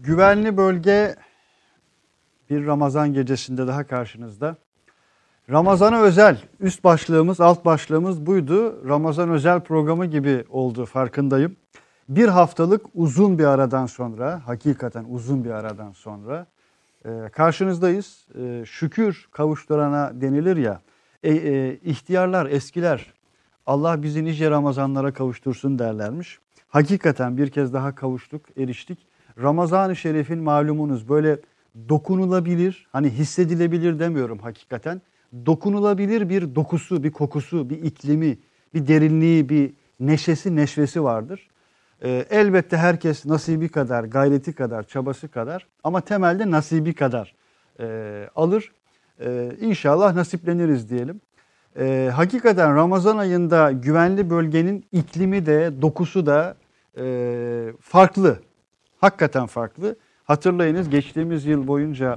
Güvenli bölge bir Ramazan gecesinde daha karşınızda. Ramazan'a özel üst başlığımız, alt başlığımız buydu. Ramazan özel programı gibi oldu, farkındayım. Bir haftalık uzun bir aradan sonra, hakikaten uzun bir aradan sonra karşınızdayız. Şükür kavuşturana denilir ya, ihtiyarlar, eskiler Allah bizi nice Ramazanlara kavuştursun derlermiş. Hakikaten bir kez daha kavuştuk, eriştik. Ramazan-ı Şerif'in malumunuz böyle dokunulabilir, hani hissedilebilir demiyorum hakikaten. Dokunulabilir bir dokusu, bir kokusu, bir iklimi, bir derinliği, bir neşesi, neşvesi vardır. Elbette herkes nasibi kadar, gayreti kadar, çabası kadar ama temelde nasibi kadar alır. İnşallah nasipleniriz diyelim. Hakikaten Ramazan ayında güvenli bölgenin iklimi de, dokusu da farklı. Hakikaten farklı. Hatırlayınız, geçtiğimiz yıl boyunca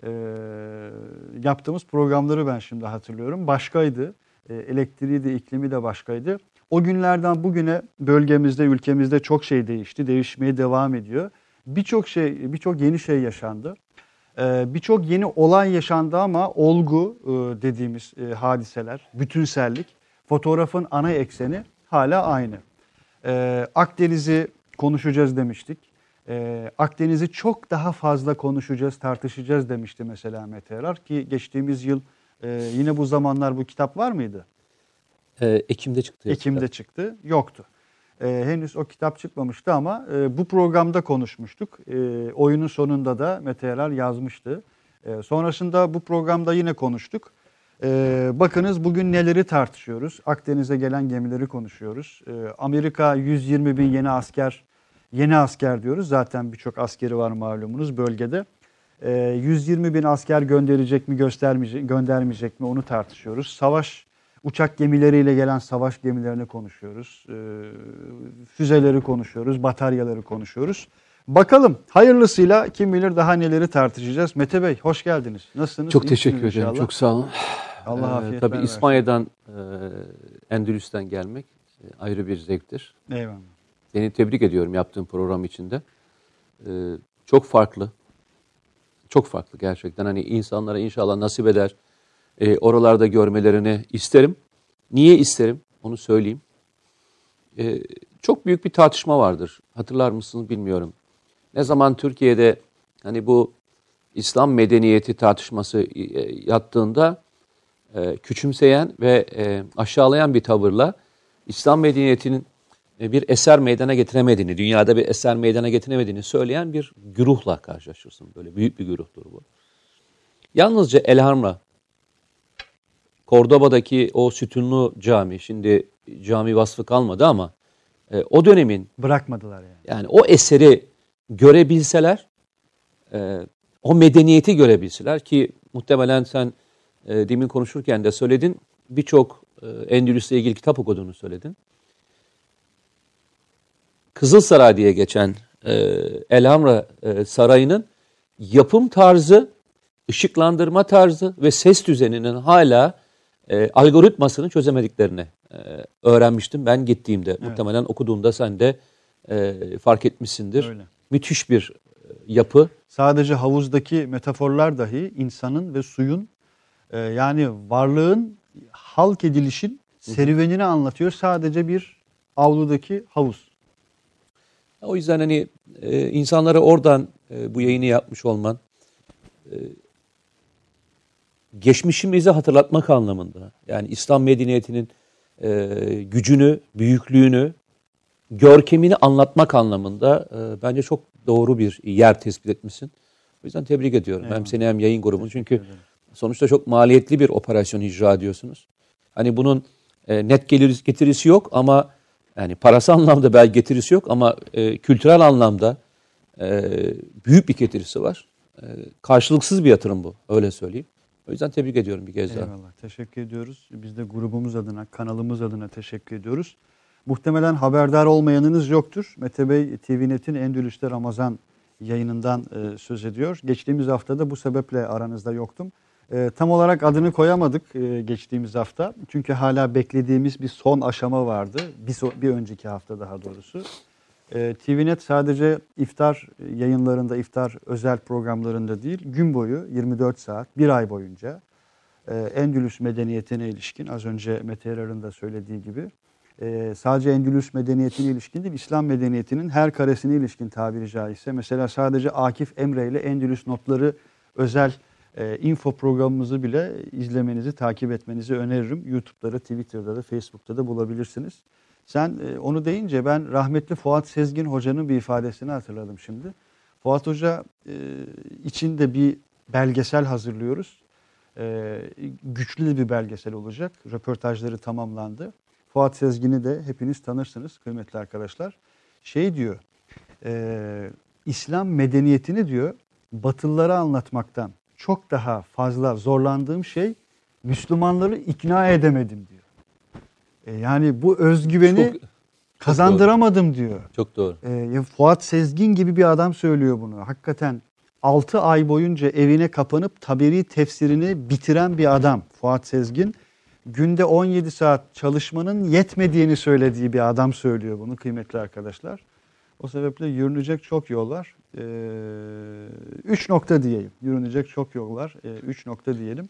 yaptığımız programları ben şimdi hatırlıyorum. Başkaydı. Elektriği de, iklimi de başkaydı. O günlerden bugüne bölgemizde, ülkemizde çok şey değişti. Değişmeye devam ediyor. Birçok yeni şey yaşandı. Birçok yeni olay yaşandı ama olgu dediğimiz hadiseler, bütünsellik, fotoğrafın ana ekseni hala aynı. Akdeniz'i konuşacağız demiştik. Akdeniz'i çok daha fazla konuşacağız, tartışacağız demişti mesela Mete Erar ki geçtiğimiz yıl yine bu zamanlar bu kitap var mıydı? Ekim'de çıktı. Ekim'de çıktı, yoktu. Henüz o kitap çıkmamıştı ama bu programda konuşmuştuk. Oyunun sonunda da Mete Erar yazmıştı. Sonrasında bu programda yine konuştuk. Bakınız bugün neleri tartışıyoruz? Akdeniz'e gelen gemileri konuşuyoruz. Amerika 120 bin yeni asker diyoruz. Zaten birçok askeri var malumunuz bölgede. 120 bin asker gönderecek mi, göndermeyecek mi onu tartışıyoruz. Uçak gemileriyle gelen savaş gemilerini konuşuyoruz. Füzeleri konuşuyoruz, bataryaları konuşuyoruz. Bakalım hayırlısıyla kim bilir daha neleri tartışacağız. Mete Bey hoş geldiniz. Nasılsınız? Çok teşekkür ederim. Çok sağ olun. Allah afiyetler tabii versin. İspanya'dan, Endülüs'ten gelmek ayrı bir zevktir. Eyvallah. Seni tebrik ediyorum yaptığın program içinde. Çok farklı. Çok farklı gerçekten. Hani insanlara inşallah nasip eder. Oralarda görmelerini isterim. Niye isterim? Onu söyleyeyim. Çok büyük bir tartışma vardır. Hatırlar mısınız bilmiyorum. Ne zaman Türkiye'de hani bu İslam medeniyeti tartışması yattığında küçümseyen ve aşağılayan bir tavırla İslam medeniyetinin bir eser meydana getiremediğini, dünyada bir eser meydana getiremediğini söyleyen bir güruhla karşılaşırsın. Böyle büyük bir güruhtur bu. Yalnızca Elhamra, Kordoba'daki o sütunlu cami, şimdi cami vasfı kalmadı ama o dönemin Bırakmadılar yani. Yani o eseri görebilseler, o medeniyeti görebilseler ki muhtemelen sen demin konuşurken de söyledin, birçok Endülüs'le ilgili kitap okuduğunu söyledin. Kızılsaray diye geçen Elhamra Sarayı'nın yapım tarzı, ışıklandırma tarzı ve ses düzeninin hala algoritmasını çözemediklerini öğrenmiştim ben gittiğimde. Evet. Muhtemelen okuduğunda sen de fark etmişsindir. Öyle. Müthiş bir yapı. Sadece havuzdaki metaforlar dahi insanın ve suyun yani varlığın, halk edilişin serüvenini anlatıyor. Sadece bir avludaki havuz. O yüzden hani insanlara oradan bu yayını yapmış olman geçmişimizi hatırlatmak anlamında. Yani İslam medeniyetinin gücünü, büyüklüğünü, görkemini anlatmak anlamında bence çok doğru bir yer tespit etmişsin. O yüzden tebrik ediyorum. Eyvallah. Hem seni hem yayın grubunu. Çünkü sonuçta çok maliyetli bir operasyon icra ediyorsunuz. Hani bunun net getirisi yok ama yani parası anlamda belki getirisi yok ama kültürel anlamda büyük bir getirisi var. Karşılıksız bir yatırım bu. Öyle söyleyeyim. O yüzden tebrik ediyorum bir kez daha. Eyvallah. Teşekkür ediyoruz. Biz de grubumuz adına, kanalımız adına teşekkür ediyoruz. Muhtemelen haberdar olmayanınız yoktur. Mete Bey TVNet'in Endülüs'te Ramazan yayınından söz ediyor. Geçtiğimiz haftada bu sebeple aranızda yoktum. Tam olarak adını koyamadık geçtiğimiz hafta. Çünkü hala beklediğimiz bir son aşama vardı. Bir önceki hafta daha doğrusu. TVNet sadece iftar yayınlarında, iftar özel programlarında değil, gün boyu 24 saat, bir ay boyunca Endülüs medeniyetine ilişkin, az önce Mete Yarar'ın da söylediği gibi, sadece Endülüs medeniyetine ilişkin değil, İslam medeniyetinin her karesine ilişkin tabiri caizse, mesela sadece Akif Emre ile Endülüs notları özel info programımızı bile izlemenizi, takip etmenizi öneririm. YouTube'da da, Twitter'da da, Facebook'ta da bulabilirsiniz. Sen onu deyince ben rahmetli Fuat Sezgin Hoca'nın bir ifadesini hatırladım şimdi. Fuat Hoca için de bir belgesel hazırlıyoruz. Güçlü bir belgesel olacak. Röportajları tamamlandı. Fuat Sezgin'i de hepiniz tanırsınız kıymetli arkadaşlar. Şey diyor, İslam medeniyetini diyor Batılılara anlatmaktan çok daha fazla zorlandığım şey Müslümanları ikna edemedim diyor. Yani bu özgüveni kazandıramadım doğru. Diyor. Çok doğru. Fuat Sezgin gibi bir adam söylüyor bunu. Hakikaten 6 ay boyunca evine kapanıp Taberi tefsirini bitiren bir adam Fuat Sezgin. Günde 17 saat çalışmanın yetmediğini söylediği bir adam söylüyor bunu kıymetli arkadaşlar. O sebeple yürünecek çok yol var. 3 nokta diyeyim. Yürünecek çok yol var. 3 nokta diyelim.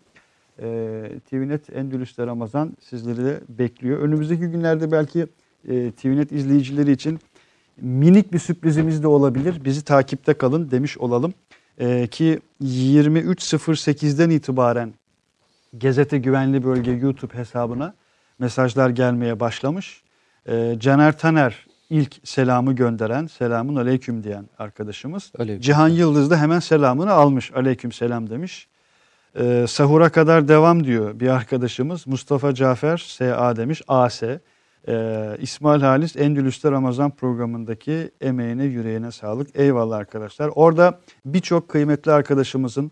TVNet Endülüs'te Ramazan sizleri de bekliyor. Önümüzdeki günlerde belki TVNet izleyicileri için minik bir sürprizimiz de olabilir. Bizi takipte kalın demiş olalım. Ki 23.08'den itibaren Gezete Güvenli Bölge YouTube hesabına mesajlar gelmeye başlamış. Caner Taner ilk selamı gönderen, selamun aleyküm diyen arkadaşımız. Aleyküm. Cihan Yıldız da hemen selamını almış. Aleyküm selam demiş. Sahura kadar devam diyor bir arkadaşımız. Mustafa Cafer S.A. demiş. A.S. İsmail Halis Endülüs'te Ramazan programındaki emeğine, yüreğine sağlık. Eyvallah arkadaşlar. Orada birçok kıymetli arkadaşımızın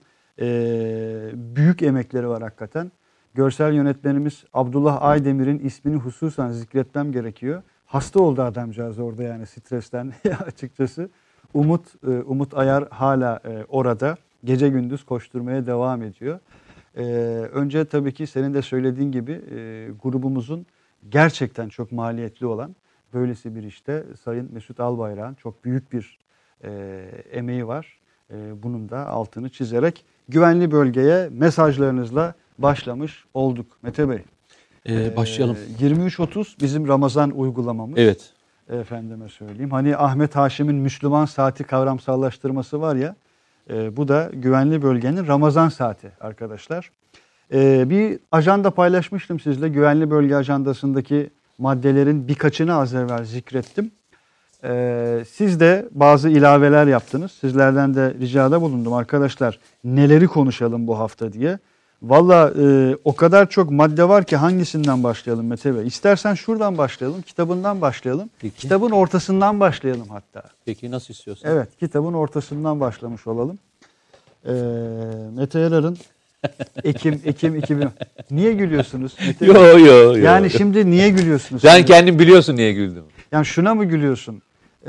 büyük emekleri var hakikaten. Görsel yönetmenimiz Abdullah Aydemir'in ismini hususen zikretmem gerekiyor. Hasta oldu adamcağız orada yani stresten açıkçası. Umut Ayar hala orada. Gece gündüz koşturmaya devam ediyor. Önce tabii ki senin de söylediğin gibi grubumuzun gerçekten çok maliyetli olan böylesi bir işte Sayın Mesut Albayrak'ın çok büyük bir emeği var. Bunun da altını çizerek güvenli bölgeye mesajlarınızla başlamış olduk. Mete Bey. Başlayalım. 23.30 bizim Ramazan uygulamamız. Evet. Efendime söyleyeyim. Hani Ahmet Haşim'in Müslüman saati kavramsallaştırması var ya. Bu da güvenli bölgenin Ramazan saati arkadaşlar. Bir ajanda paylaşmıştım sizle. Güvenli bölge ajandasındaki maddelerin birkaçını az evvel zikrettim. Siz de bazı ilaveler yaptınız. Sizlerden de ricada bulundum arkadaşlar. Neleri konuşalım bu hafta diye. Valla o kadar çok madde var ki hangisinden başlayalım Mete Bey? İstersen şuradan başlayalım, kitabından başlayalım. Peki. Kitabın ortasından başlayalım hatta. Peki nasıl istiyorsan. Evet, kitabın ortasından başlamış olalım. Mete Yarar'ın Ekim 2000. Niye gülüyorsunuz Mete Bey? Yo. Yani şimdi niye gülüyorsunuz? Sen kendin biliyorsun niye güldüm. Yani şuna mı gülüyorsun?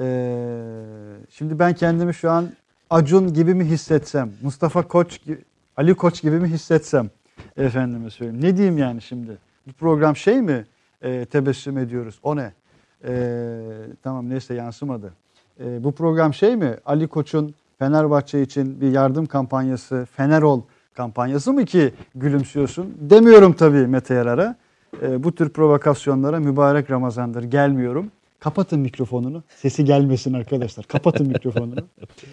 Şimdi ben kendimi şu an Acun gibi mi hissetsem, Mustafa Koç, Ali Koç gibi mi hissetsem, efendime söyleyeyim. Ne diyeyim yani şimdi? Bu program şey mi? Tebessüm ediyoruz. O ne? Tamam neyse yansımadı. Bu program şey mi? Ali Koç'un Fenerbahçe için bir yardım kampanyası, Fenerol kampanyası mı ki gülümsüyorsun? Demiyorum tabii Mete Yarar'a. Bu tür provokasyonlara mübarek Ramazan'dır. Gelmiyorum. Kapatın mikrofonunu. Sesi gelmesin arkadaşlar. Kapatın mikrofonunu.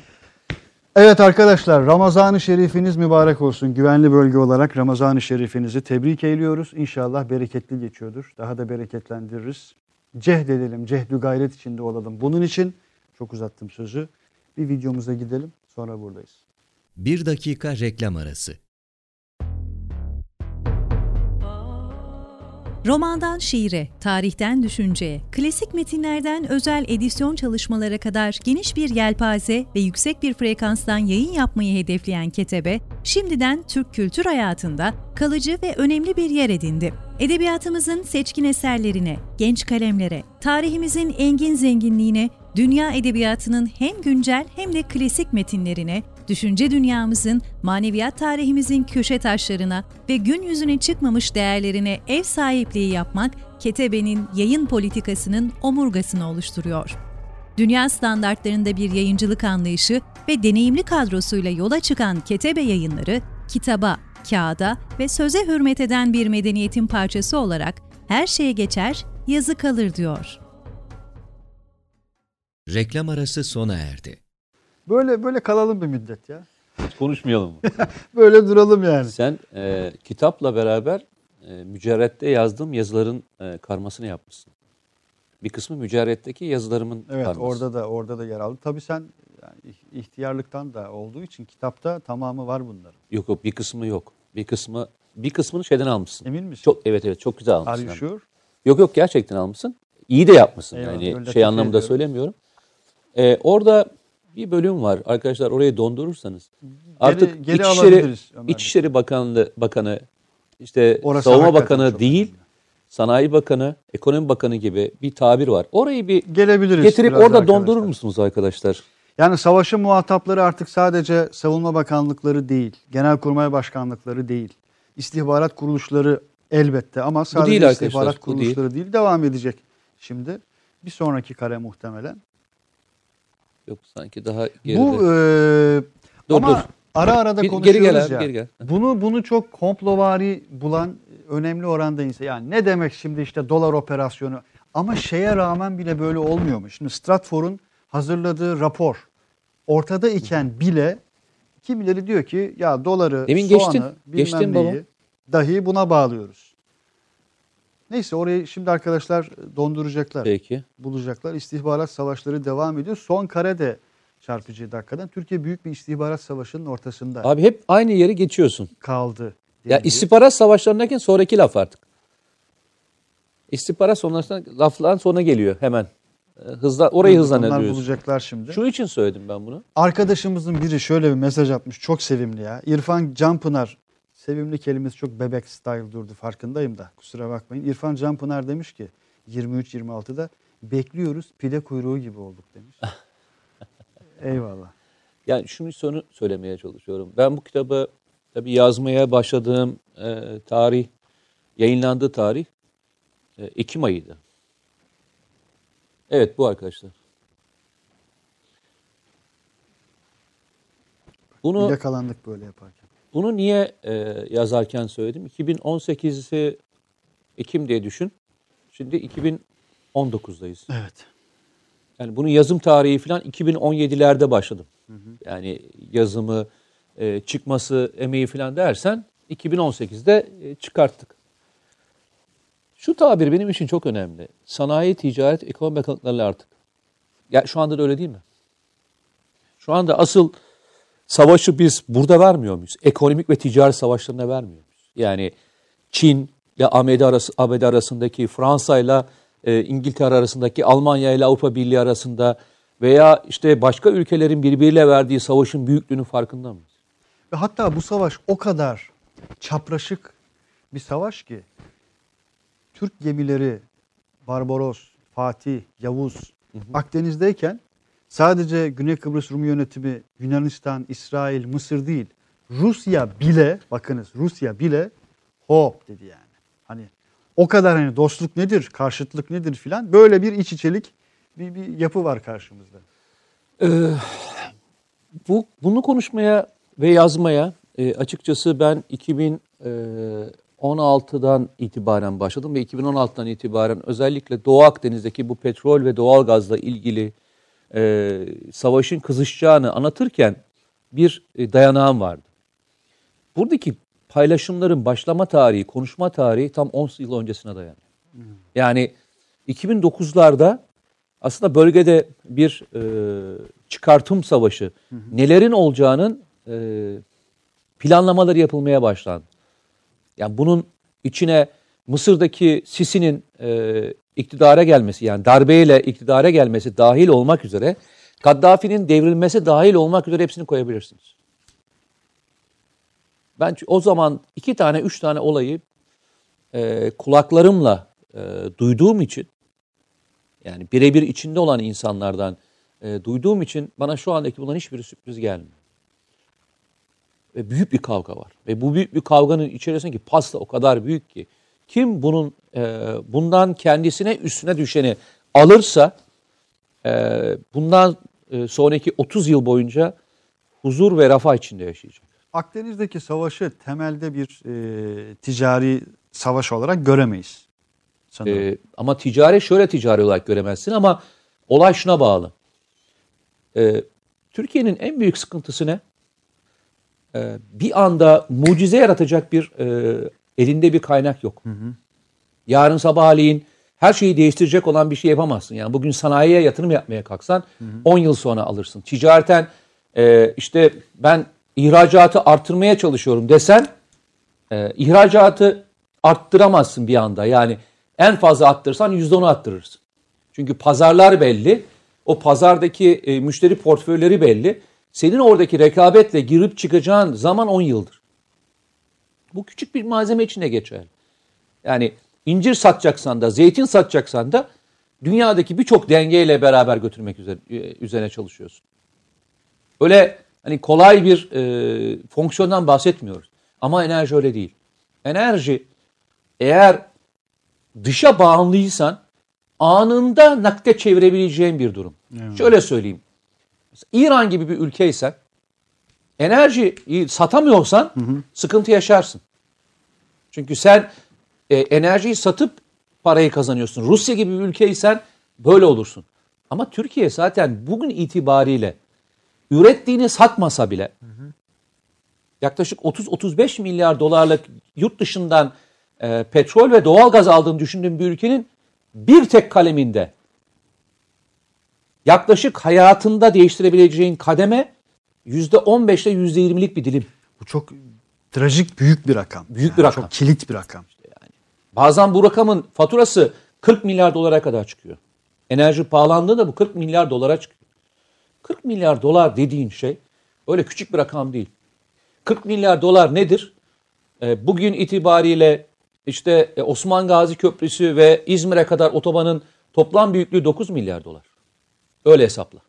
Evet arkadaşlar, Ramazan-ı Şerifiniz mübarek olsun. Güvenli bölge olarak Ramazan-ı Şerifinizi tebrik ediyoruz. İnşallah bereketli geçiyordur. Daha da bereketlendiririz. Cehd edelim, cehdü gayret içinde olalım. Bunun için çok uzattım sözü. Bir videomuza gidelim, sonra buradayız. 1 dakika reklam arası. Romandan şiire, tarihten düşünceye, klasik metinlerden özel edisyon çalışmalara kadar geniş bir yelpaze ve yüksek bir frekanstan yayın yapmayı hedefleyen Ketebe, şimdiden Türk kültür hayatında kalıcı ve önemli bir yer edindi. Edebiyatımızın seçkin eserlerine, genç kalemlere, tarihimizin engin zenginliğine, dünya edebiyatının hem güncel hem de klasik metinlerine, düşünce dünyamızın, maneviyat tarihimizin köşe taşlarına ve gün yüzüne çıkmamış değerlerine ev sahipliği yapmak, Ketebe'nin yayın politikasının omurgasını oluşturuyor. Dünya standartlarında bir yayıncılık anlayışı ve deneyimli kadrosuyla yola çıkan Ketebe Yayınları, kitaba, kağıda ve söze hürmet eden bir medeniyetin parçası olarak her şeye geçer, yazı kalır diyor. Reklam arası sona erdi. Böyle kalalım bir müddet ya. Hiç konuşmayalım mı? Böyle duralım yani. Sen kitapla beraber mücerrette yazdığım yazıların karmasını yapmışsın. Bir kısmı mücerretteki yazılarımın Evet, karması. orada da yer aldı. Tabii sen yani ihtiyarlıktan da olduğu için kitapta tamamı var bunların. Yok bir kısmı yok. Bir kısmını şeyden almışsın. Emin misin? Çok evet çok güzel Are almışsın. you sure? Yok gerçekten almışsın. İyi de yapmışsın. Eyvallah, Yani öyle şey çok anlamında ediyorum. söylemiyorum. Orada bir bölüm var. Arkadaşlar orayı dondurursanız artık geri alabiliriz Ömer Bey. İçişleri Bakanı işte Orası Savunma hakikaten Bakanı çok değil, önemli. Sanayi Bakanı, Ekonomi Bakanı gibi bir tabir var. Orayı bir Gelebiliriz getirip biraz orada arkadaşlar. dondurur musunuz arkadaşlar? Yani savaşın muhatapları artık sadece savunma bakanlıkları değil, genelkurmay başkanlıkları değil, istihbarat kuruluşları elbette ama sadece değil arkadaşlar, istihbarat bu kuruluşları değil, devam edecek şimdi. Bir sonraki kare muhtemelen. Yok sanki daha geride. Bu Dur, ama dur. ara da Geri konuşuyoruz gel abi, ya. geri gel. Bunu çok komplovari bulan önemli oranda insan. Yani ne demek şimdi işte dolar operasyonu ama şeye rağmen bile böyle olmuyormuş. Şimdi Stratfor'un hazırladığı rapor ortada iken bile kimileri diyor ki ya doları, Demin soğanı, geçtin bilmem baba. neyi dahi buna bağlıyoruz. Neyse orayı şimdi arkadaşlar donduracaklar. Peki. Bulacaklar. İstihbarat savaşları devam ediyor. Son kare de çarpıcıydı hakikaten. Türkiye büyük bir istihbarat savaşının ortasında Abi hep aynı yeri geçiyorsun. kaldı. Ya deniliyor. istihbarat savaşlarındaki sonraki laf artık. İstihbarat sonrasında lafların sonra geliyor hemen. Orayı Onlar hızlandırıyorsun. bulacaklar şimdi. Şu için söyledim ben bunu. Arkadaşımızın biri şöyle bir mesaj atmış. Çok sevimli ya. İrfan Canpınar. Sevimli kelimesi çok bebek style durdu farkındayım da. Kusura bakmayın. İrfan Canpınar demiş ki 23-26'da bekliyoruz pide kuyruğu gibi olduk demiş. Eyvallah. Yani şunu söylemeye çalışıyorum. Ben bu kitabı tabii yazmaya başladığım tarih, yayınlandığı tarih Ekim ayıydı. Evet bu arkadaşlar. Yakalandık böyle yaparken. Bunu niye yazarken söyledim? 2018'i Ekim diye düşün. Şimdi 2019'dayız. Evet. Yani bunun yazım tarihi falan 2017'lerde başladım. Yani yazımı, çıkması, emeği falan dersen 2018'de çıkarttık. Şu tabir benim için çok önemli. Sanayi, ticaret, ekonomi bakanlıkları artık. Ya şu anda da öyle değil mi? Şu anda asıl savaşı biz burada vermiyor muyuz? Ekonomik ve ticaret savaşlarına vermiyor muyuz? Yani Çin ile ABD arasındaki, Fransa ile İngiltere arasındaki, Almanya ile Avrupa Birliği arasında veya işte başka ülkelerin birbiriyle verdiği savaşın büyüklüğünün farkında mıyız? Ve hatta bu savaş o kadar çapraşık bir savaş ki Türk gemileri Barbaros, Fatih, Yavuz Akdeniz'deyken sadece Güney Kıbrıs Rum yönetimi Yunanistan, İsrail, Mısır değil Rusya bile bakınız Rusya bile hop dedi yani. Hani o kadar hani dostluk nedir, karşıtlık nedir filan böyle bir iç içelik bir yapı var karşımızda. Bunu konuşmaya ve yazmaya açıkçası ben 2016'dan itibaren başladım ve 2016'dan itibaren özellikle Doğu Akdeniz'deki bu petrol ve doğalgazla ilgili savaşın kızışacağını anlatırken bir dayanağım vardı. Buradaki paylaşımların başlama tarihi, konuşma tarihi tam 10 yıl öncesine dayanıyor. Yani 2009'larda aslında bölgede bir çıkartım savaşı, nelerin olacağının planlamaları yapılmaya başlandı. Yani bunun içine Mısır'daki Sisi'nin iktidara gelmesi, yani darbeyle iktidara gelmesi dahil olmak üzere, Kaddafi'nin devrilmesi dahil olmak üzere hepsini koyabilirsiniz. Ben o zaman 2 tane, 3 tane olayı kulaklarımla duyduğum için, yani birebir içinde olan insanlardan duyduğum için bana şu andaki bunların hiçbir sürpriz gelmiyor. Ve büyük bir kavga var. Ve bu büyük bir kavganın içerisindeki pasta o kadar büyük ki kim bundan kendisine üstüne düşeni alırsa bundan sonraki 30 yıl boyunca huzur ve refah içinde yaşayacak. Akdeniz'deki savaşı temelde bir ticari savaş olarak göremeyiz sanırım. Ama şöyle ticari olarak göremezsin ama olay şuna bağlı. Türkiye'nin en büyük sıkıntısı ne? Bir anda mucize yaratacak bir elinde bir kaynak yok. Hı hı. Yarın sabahleyin her şeyi değiştirecek olan bir şey yapamazsın. Yani bugün sanayiye yatırım yapmaya kalksan 10 yıl sonra alırsın. Ticareten işte ben ihracatı arttırmaya çalışıyorum desen ihracatı arttıramazsın bir anda. Yani en fazla arttırırsan %10'u arttırırsın. Çünkü pazarlar belli. O pazardaki müşteri portföyleri belli. Senin oradaki rekabetle girip çıkacağın zaman 10 yıldır. Bu küçük bir malzeme için de geçerli. Yani incir satacaksan da, zeytin satacaksan da dünyadaki birçok dengeyle beraber götürmek üzerine çalışıyorsun. Öyle hani kolay bir fonksiyondan bahsetmiyoruz. Ama enerji öyle değil. Enerji eğer dışa bağımlıysan anında nakde çevirebileceğin bir durum. Evet. Şöyle söyleyeyim. İran gibi bir ülkeysen enerjiyi satamıyorsan sıkıntı yaşarsın. Çünkü sen enerjiyi satıp parayı kazanıyorsun. Rusya gibi bir ülkeysen böyle olursun. Ama Türkiye zaten bugün itibariyle ürettiğini satmasa bile yaklaşık 30-35 milyar dolarlık yurt dışından petrol ve doğalgaz aldığını düşündüğüm bir ülkenin bir tek kaleminde yaklaşık hayatında değiştirebileceğin kademe %15 ile %20'lik bir dilim. Bu çok trajik büyük bir rakam. Büyük bir rakam. Çok kilit bir rakam. Yani bazen bu rakamın faturası 40 milyar dolara kadar çıkıyor. Enerji pahalandığında bu 40 milyar dolara çıkıyor. 40 milyar dolar dediğin şey öyle küçük bir rakam değil. 40 milyar dolar nedir? Bugün itibariyle işte Osman Gazi Köprüsü ve İzmir'e kadar otobanın toplam büyüklüğü 9 milyar dolar. Öyle hesapla.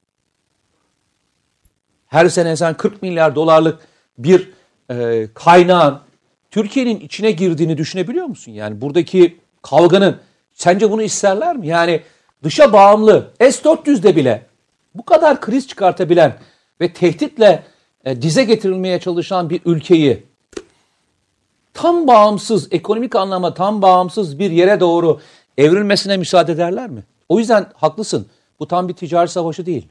Her sene sen 40 milyar dolarlık bir kaynağın Türkiye'nin içine girdiğini düşünebiliyor musun? Yani buradaki kavganın sence bunu isterler mi? Yani dışa bağımlı S-400'de bile bu kadar kriz çıkartabilen ve tehditle dize getirilmeye çalışan bir ülkeyi tam bağımsız, ekonomik anlamda tam bağımsız bir yere doğru evrilmesine müsaade ederler mi? O yüzden haklısın. Bu tam bir ticari savaşı değil.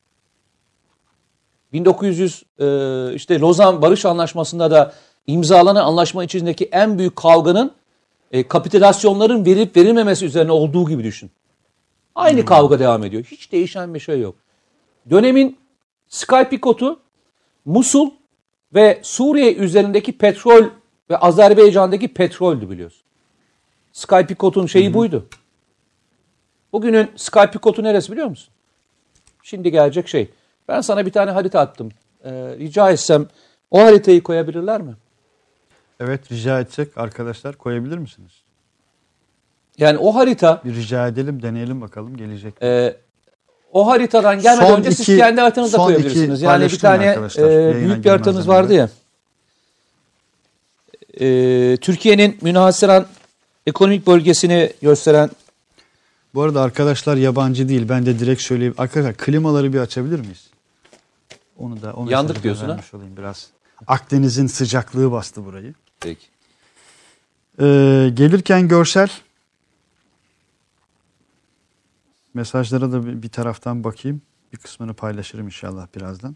1900 işte Lozan Barış Anlaşması'nda da imzalanan anlaşma içindeki en büyük kavganın kapitülasyonların verip verilmemesi üzerine olduğu gibi düşün. Aynı kavga devam ediyor. Hiç değişen bir şey yok. Dönemin Skypikotu Musul ve Suriye üzerindeki petrol ve Azerbaycan'daki petroldü biliyorsun. Skypikot'un şeyi buydu. Bugünün Skypikot'u neresi biliyor musun? Şimdi gelecek şey. Ben sana bir tane harita attım. Rica etsem o haritayı koyabilirler mi? Evet, rica etsek arkadaşlar koyabilir misiniz? Yani o harita... Bir rica edelim, deneyelim bakalım gelecek. O haritadan gelmeden önce siz kendi haritanızı da koyabilirsiniz. Yani bir tane büyük bir haritanız vardı ya. Türkiye'nin münhasıran ekonomik bölgesini gösteren... Bu arada arkadaşlar yabancı değil. Ben de direkt söyleyeyim. Arkadaşlar klimaları bir açabilir miyiz? Onu yandık diyorsun ha? Biraz. Akdeniz'in sıcaklığı bastı burayı. Peki. Gelirken görsel mesajlara da bir taraftan bakayım. Bir kısmını paylaşırım inşallah birazdan.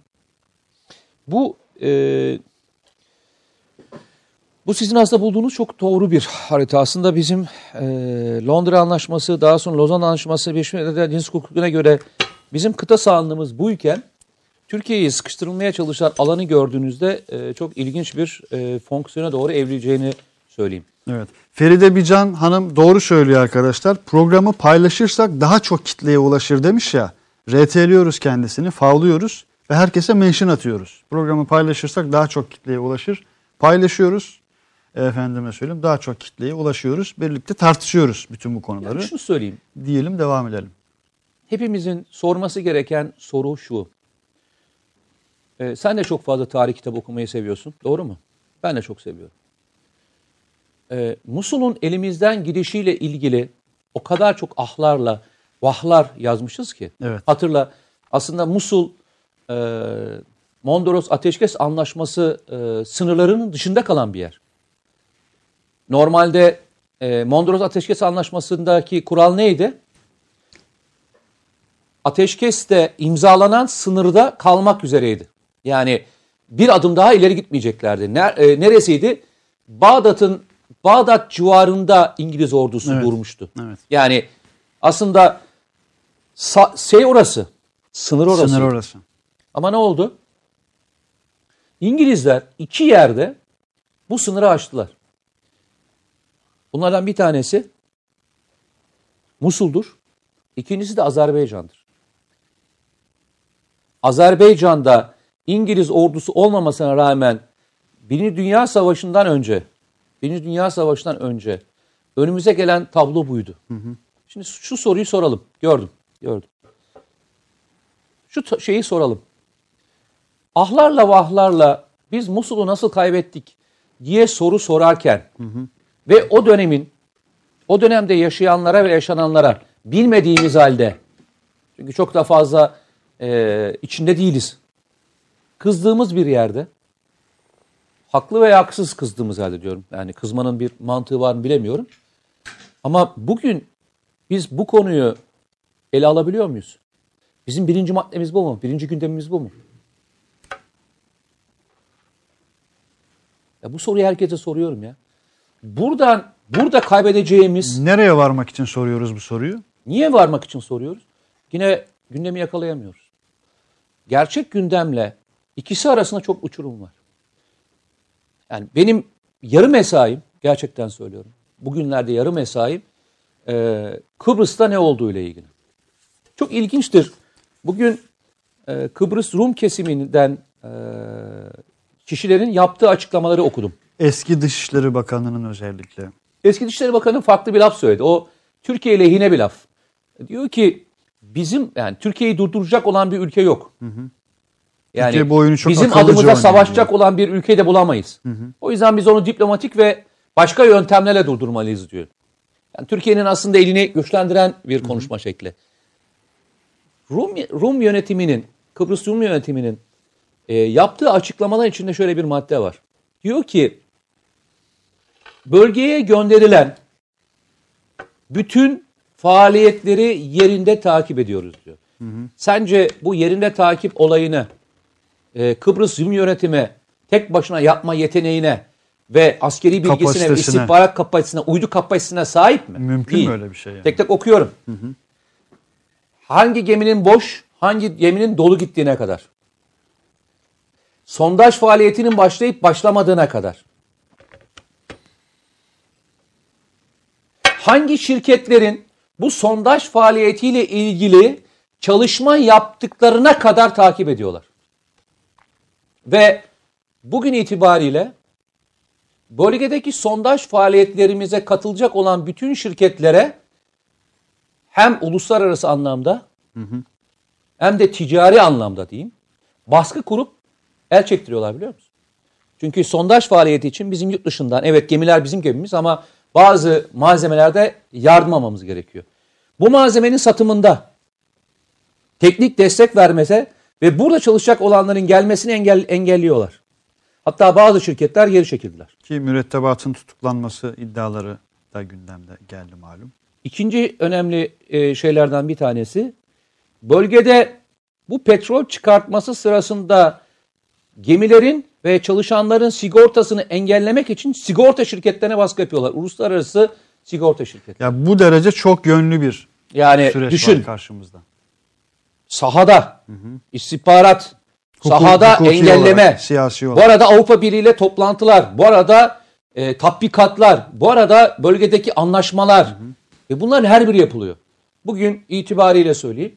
Bu sizin aslında bulduğunuz çok doğru bir harita. Aslında bizim Londra Anlaşması, daha sonra Lozan Anlaşması, Birleşmiş Milletler Deniz Hukuku'na göre bizim kıta sahanlığımız buyken Türkiye'yi sıkıştırılmaya çalışan alanı gördüğünüzde çok ilginç bir fonksiyona doğru evrileceğini söyleyeyim. Evet. Feride Bican Hanım doğru söylüyor arkadaşlar. Programı paylaşırsak daha çok kitleye ulaşır demiş ya. RT'liyoruz kendisini, favlıyoruz ve herkese mention atıyoruz. Programı paylaşırsak daha çok kitleye ulaşır. Paylaşıyoruz. Efendime söyleyeyim, daha çok kitleye ulaşıyoruz. Birlikte tartışıyoruz bütün bu konuları. Yani şunu söyleyeyim. Diyelim, devam edelim. Hepimizin sorması gereken soru şu. Sen de çok fazla tarih kitabı okumayı seviyorsun. Doğru mu? Ben de çok seviyorum. Musul'un elimizden gidişiyle ilgili o kadar çok ahlarla, vahlar yazmışız ki. Evet. Hatırla, aslında Musul Mondros Ateşkes Anlaşması sınırlarının dışında kalan bir yer. Normalde Mondros Ateşkes Anlaşması'ndaki kural neydi? Ateşkes'te imzalanan sınırda kalmak üzereydi. Yani bir adım daha ileri gitmeyeceklerdi. Neresiydi? Bağdat civarında İngiliz ordusu durmuştu. Evet. Yani aslında orası. Sınır orası. Sınır orası. Ama ne oldu? İngilizler 2 yerde bu sınırı aştılar. Bunlardan bir tanesi Musul'dur. İkincisi de Azerbaycan'dır. Azerbaycan'da İngiliz ordusu olmamasına rağmen Birinci Dünya Savaşı'ndan önce önümüze gelen tablo buydu. Şimdi şu soruyu soralım. Gördüm. Şu şeyi soralım. Ahlarla vahlarla biz Musul'u nasıl kaybettik diye soru sorarken ve o dönemde yaşayanlara ve yaşananlara bilmediğimiz halde, çünkü çok da fazla içinde değiliz, kızdığımız bir yerde, haklı veya haksız kızdığımız halde diyorum. Yani kızmanın bir mantığı var mı bilemiyorum. Ama bugün biz bu konuyu ele alabiliyor muyuz? Bizim birinci maddemiz bu mu? Birinci gündemimiz bu mu? Ya bu soruyu herkese soruyorum ya. Burada kaybedeceğimiz... Nereye varmak için soruyoruz bu soruyu? Niye varmak için soruyoruz? Yine gündemi yakalayamıyoruz. Gerçek gündemle ikisi arasında çok uçurum var. Yani benim yarı mesaim, gerçekten söylüyorum, bugünlerde yarı mesaim Kıbrıs'ta ne olduğu ile ilgili. Çok ilginçtir. Bugün Kıbrıs Rum kesiminden kişilerin yaptığı açıklamaları okudum. Eski Dışişleri Bakanı'nın özellikle. Eski Dışişleri Bakanı farklı bir laf söyledi. O Türkiye lehine bir laf. Diyor ki yani Türkiye'yi durduracak olan bir ülke yok. Yani bu oyunu çok bizim akıllıca adımıza oynuyor savaşacak diyor. olan bir ülkeyi de bulamayız. O yüzden biz onu diplomatik ve başka yöntemlerle durdurmalıyız diyor. Yani Türkiye'nin aslında elini güçlendiren bir konuşma şekli. Rum yönetiminin, Kıbrıs Rum yönetiminin yaptığı açıklamalar içinde şöyle bir madde var. Diyor ki bölgeye gönderilen bütün faaliyetleri yerinde takip ediyoruz diyor. Sence bu yerinde takip olayını Kıbrıs Rum yönetimi tek başına yapma yeteneğine ve askeri bilgisine ve istihbarat kapasitesine, uydu kapasitesine sahip mi? Mümkün Değil. mü öyle bir şey? Yani? Tek tek okuyorum. Hangi geminin boş, hangi geminin dolu gittiğine kadar. Sondaj faaliyetinin başlayıp başlamadığına kadar. Hangi şirketlerin bu sondaj faaliyetiyle ilgili çalışma yaptıklarına kadar takip ediyorlar. Ve bugün itibariyle bölgedeki sondaj faaliyetlerimize katılacak olan bütün şirketlere hem uluslararası anlamda hem de ticari anlamda diyeyim baskı kurup el çektiriyorlar, biliyor musun? Çünkü sondaj faaliyeti için bizim yurt dışından, evet gemiler bizim gemimiz ama bazı malzemelerde yardım almamız gerekiyor. Bu malzemenin satımında teknik destek vermese ve burada çalışacak olanların gelmesini engelliyorlar. Hatta bazı şirketler geri çekildiler. Ki mürettebatın tutuklanması iddiaları da gündemde geldi malum. İkinci önemli şeylerden bir tanesi, bölgede bu petrol çıkartması sırasında gemilerin ve çalışanların sigortasını engellemek için sigorta şirketlerine baskı yapıyorlar. Uluslararası sigorta şirketleri. Ya bu derece çok yönlü bir süreç düşün, var karşımızda. Sahada, istihbarat, sahada engelleme, olarak, siyasi olarak. bu arada Avrupa Birliği ile toplantılar, bu arada tatbikatlar, bu arada bölgedeki anlaşmalar ve bunların her biri yapılıyor. Bugün itibariyle söyleyeyim,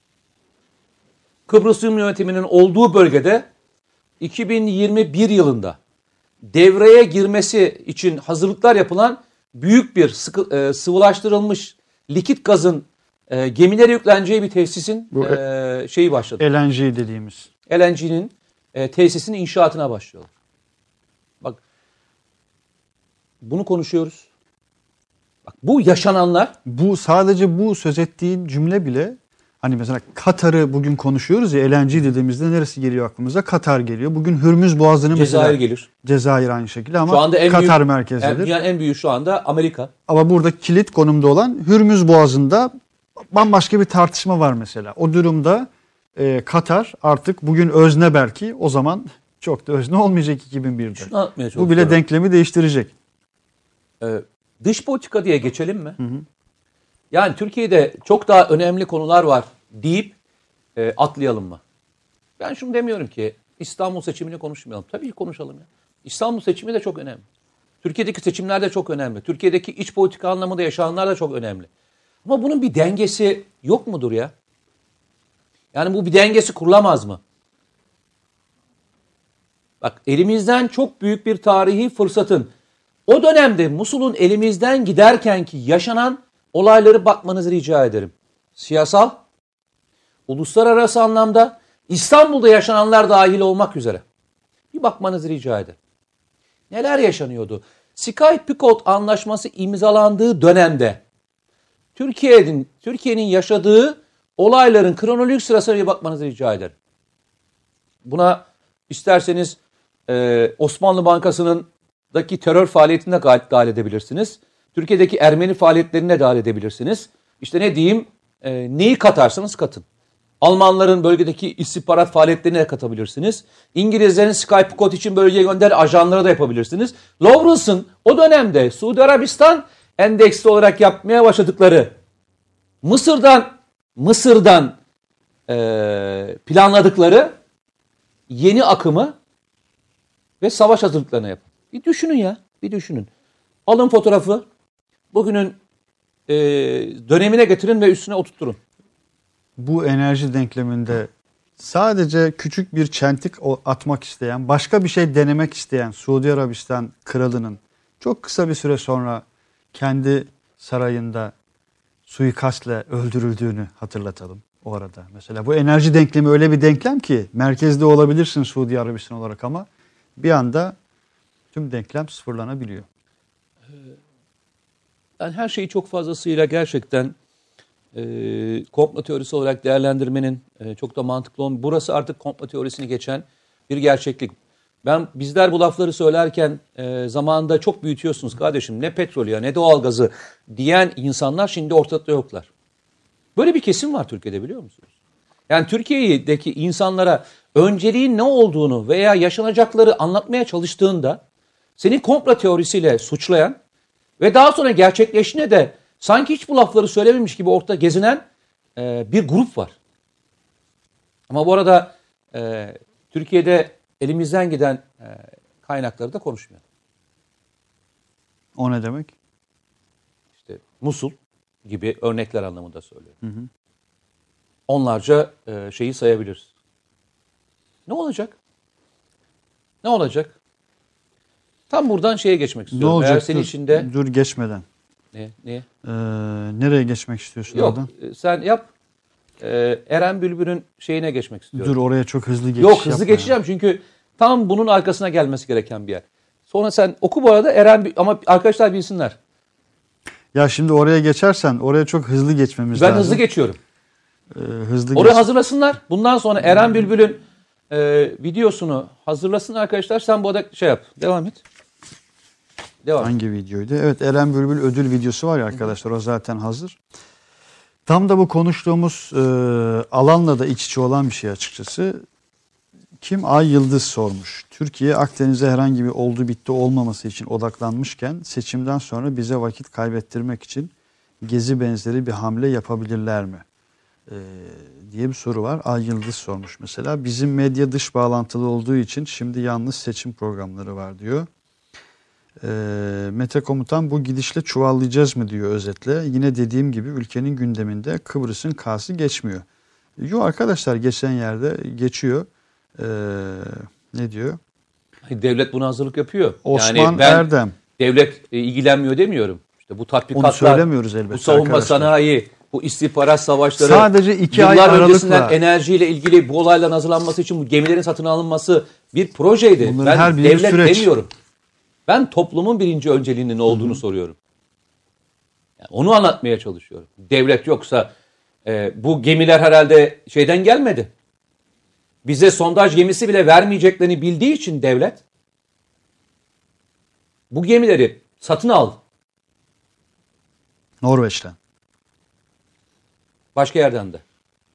Kıbrıs Rum yönetiminin olduğu bölgede 2021 yılında devreye girmesi için hazırlıklar yapılan büyük bir sıvılaştırılmış likit gazın gemilere yükleneceği bir tesisin şeyi başladı. LNG dediğimiz. LNG'nin tesisinin inşaatına başlıyorlar. Bak, bunu konuşuyoruz. Bak, bu yaşananlar. Bu sadece bu söz ettiğin cümle bile, hani mesela Katar'ı bugün konuşuyoruz ya, LNG dediğimizde neresi geliyor aklımıza? Katar geliyor. Bugün Hürmüz Boğazı'nı Cezayir mesela, gelir. Cezayir aynı şekilde ama Şu anda en Katar büyük, merkezlidir. Yani en büyük şu anda Amerika. Ama burada kilit konumda olan Hürmüz Boğazı'nda bambaşka bir tartışma var mesela. O durumda Katar artık bugün özne, belki o zaman çok da özne olmayacak 2001'de. Şunu anlatmaya Bu çalışıyorum. bile denklemi değiştirecek. Dış politika diye geçelim mi? Yani Türkiye'de çok daha önemli konular var deyip atlayalım mı? Ben şunu demiyorum ki İstanbul seçimini konuşmayalım. Tabii ki konuşalım ya. İstanbul seçimi de çok önemli. Türkiye'deki seçimler de çok önemli. Türkiye'deki iç politika anlamında yaşananlar da çok önemli. Ama bunun bir dengesi yok mudur ya? Yani bu bir dengesi kurulamaz mı? Bak, elimizden çok büyük bir tarihi fırsatın, o dönemde Musul'un elimizden giderken ki yaşanan olayları bakmanızı rica ederim. Siyasal, uluslararası anlamda, İstanbul'da yaşananlar dahil olmak üzere. Bir bakmanızı rica ederim. Neler yaşanıyordu? Sykes-Picot Anlaşması imzalandığı dönemde Türkiye'nin yaşadığı olayların kronolojik sırasına bir bakmanızı rica ederim. Buna isterseniz Osmanlı Bankası'ndaki terör faaliyetine dahil edebilirsiniz. Türkiye'deki Ermeni faaliyetlerine dahil edebilirsiniz. İşte ne diyeyim, neyi katarsanız katın. Almanların bölgedeki istihbarat faaliyetlerine de katabilirsiniz. İngilizlerin Sykes-Picot için bölgeye gönder ajanları da yapabilirsiniz. Lawrence'ın o dönemde Suudi Arabistan endeksli olarak yapmaya başladıkları Mısır'dan planladıkları yeni akımı ve savaş hazırlıklarını yapın. Bir düşünün ya, bir düşünün. Alın fotoğrafı, bugünün dönemine getirin ve üstüne oturtturun. Bu enerji denkleminde sadece küçük bir çentik atmak isteyen, başka bir şey denemek isteyen Suudi Arabistan kralının çok kısa bir süre sonra kendi sarayında suikastla öldürüldüğünü hatırlatalım o arada. Mesela bu enerji denklemi öyle bir denklem ki merkezde olabilirsin Suudi Arabistan olarak ama bir anda tüm denklem sıfırlanabiliyor. Ben her şeyi çok fazlasıyla gerçekten komplo teorisi olarak değerlendirmenin çok da mantıklı olmuyor. Burası artık komplo teorisini geçen bir gerçeklik. Bizler bu lafları söylerken zamanında çok büyütüyorsunuz kardeşim. Ne petrolü ya ne doğalgazı diyen insanlar şimdi ortada yoklar. Böyle bir kesim var Türkiye'de, biliyor musunuz? Yani Türkiye'deki insanlara önceliğin ne olduğunu veya yaşanacakları anlatmaya çalıştığında seni komplo teorisiyle suçlayan ve daha sonra gerçekleştiğine de sanki hiç bu lafları söylememiş gibi ortada gezinen bir grup var. Ama bu arada Türkiye'de elimizden giden kaynakları da konuşmayalım. O ne demek? İşte Musul gibi örnekler anlamında söylüyorum. Onlarca şeyi sayabiliriz. Ne olacak? Ne olacak? Tam buradan şeye geçmek istiyorum. Ne olacak? Eğer senin içinde... Dur geçmeden. Ne? Nereye geçmek istiyorsun Yok, oradan? sen yap. Eren Bülbül'ün şeyine geçmek istiyorum. Dur, oraya çok hızlı geçiş Yok, hızlı yapma geçeceğim çünkü tam bunun arkasına gelmesi gereken bir yer. Sonra sen oku bu arada ama arkadaşlar bilsinler. Ya şimdi oraya geçersen oraya çok hızlı geçmemiz lazım. Ben hızlı geçiyorum. Hızlı Oraya geç. hazırlasınlar. Bundan sonra Eren Bülbül'ün videosunu hazırlasın arkadaşlar. Sen bu arada şey yap. Devam et. Devam. Hangi videoydu? Evet, Eren Bülbül ödül videosu var ya arkadaşlar, o zaten hazır. Tam da bu konuştuğumuz alanla da iç içe olan bir şey açıkçası. Kim? Ay Yıldız sormuş. Türkiye Akdeniz'e herhangi bir oldu bitti olmaması için odaklanmışken seçimden sonra bize vakit kaybettirmek için Gezi benzeri bir hamle yapabilirler mi? Diye bir soru var. Ay Yıldız sormuş mesela. Bizim medya dış bağlantılı olduğu için şimdi yalnız seçim programları var diyor. Mete Komutan bu gidişle çuvallayacağız mı diyor özetle. Yine dediğim gibi ülkenin gündeminde Kıbrıs'ın K'sı geçmiyor. Yok arkadaşlar, geçen yerde geçiyor. Ne diyor? Devlet buna hazırlık yapıyor. Osman yani ben Erdem. Devlet ilgilenmiyor demiyorum. İşte bu tatbikatlar, onu söylemiyoruz elbette, bu savunma arkadaşlar. sanayi, bu istihbarat savaşları, sadece 2 ay yıllar aralıkla öncesinden enerjiyle ilgili bu olayların hazırlanması için bu gemilerin satın alınması bir projeydi. bunların her Ben biri devlet süreç. demiyorum. Ben toplumun birinci önceliğinin ne olduğunu soruyorum. Yani onu anlatmaya çalışıyorum. Devlet yoksa bu gemiler herhalde şeyden gelmedi. Bize sondaj gemisi bile vermeyeceklerini bildiği için devlet bu gemileri satın aldı. Norveç'ten. Başka yerden de.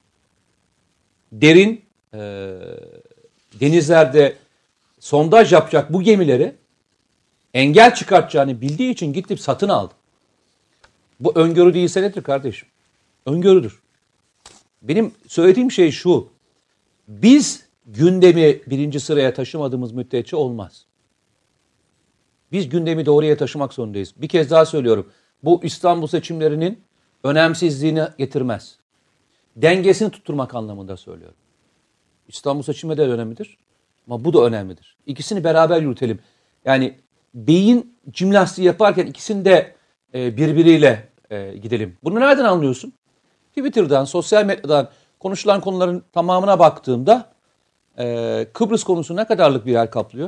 Derin denizlerde sondaj yapacak bu gemileri engel çıkartacağını bildiği için gidip satın aldı. Bu öngörü değilse nedir kardeşim? Öngörüdür. Benim söylediğim şey şu. Biz gündemi birinci sıraya taşımadığımız müddetçe olmaz. Biz gündemi doğruya taşımak zorundayız. Bir kez daha söylüyorum. Bu İstanbul seçimlerinin önemsizliğini getirmez. Dengesini tutturmak anlamında söylüyorum. İstanbul seçimi de önemlidir. Ama bu da önemlidir. İkisini beraber yürütelim. Yani beyin jimnastiği yaparken ikisini de birbiriyle gidelim. Bunu nereden anlıyorsun? Twitter'dan, sosyal medyadan konuşulan konuların tamamına baktığımda Kıbrıs konusu ne kadarlık bir yer kaplıyor?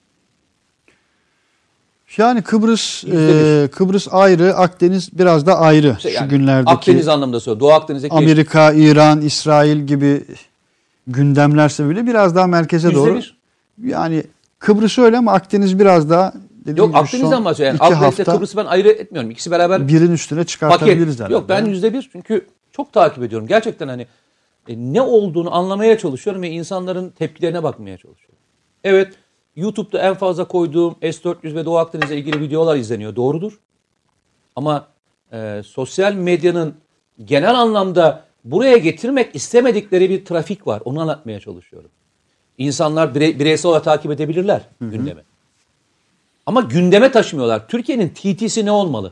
Yani Kıbrıs ayrı, Akdeniz biraz da ayrı İşte şu yani günlerdeki. Akdeniz anlamında söylüyorum. Doğu Akdeniz'deki Amerika, İran, İsrail gibi gündemler sebebiyle biraz daha merkeze doğru. %1. Yani Kıbrıs öyle ama Akdeniz biraz daha Yok Akdeniz'den bahsediyorum. Yani Akdeniz'le Kıbrıs'ı ben ayrı etmiyorum. İkisi beraber birin üstüne çıkartabiliriz herhalde. Yok ben %1 çünkü çok takip ediyorum. Gerçekten hani ne olduğunu anlamaya çalışıyorum ve insanların tepkilerine bakmaya çalışıyorum. Evet YouTube'da en fazla koyduğum S-400 ve Doğu Akdeniz'le ilgili videolar izleniyor. Doğrudur. Ama sosyal medyanın genel anlamda buraya getirmek istemedikleri bir trafik var. Onu anlatmaya çalışıyorum. İnsanlar bireysel olarak takip edebilirler gündemi. Ama gündeme taşımıyorlar. Türkiye'nin TT'si ne olmalı?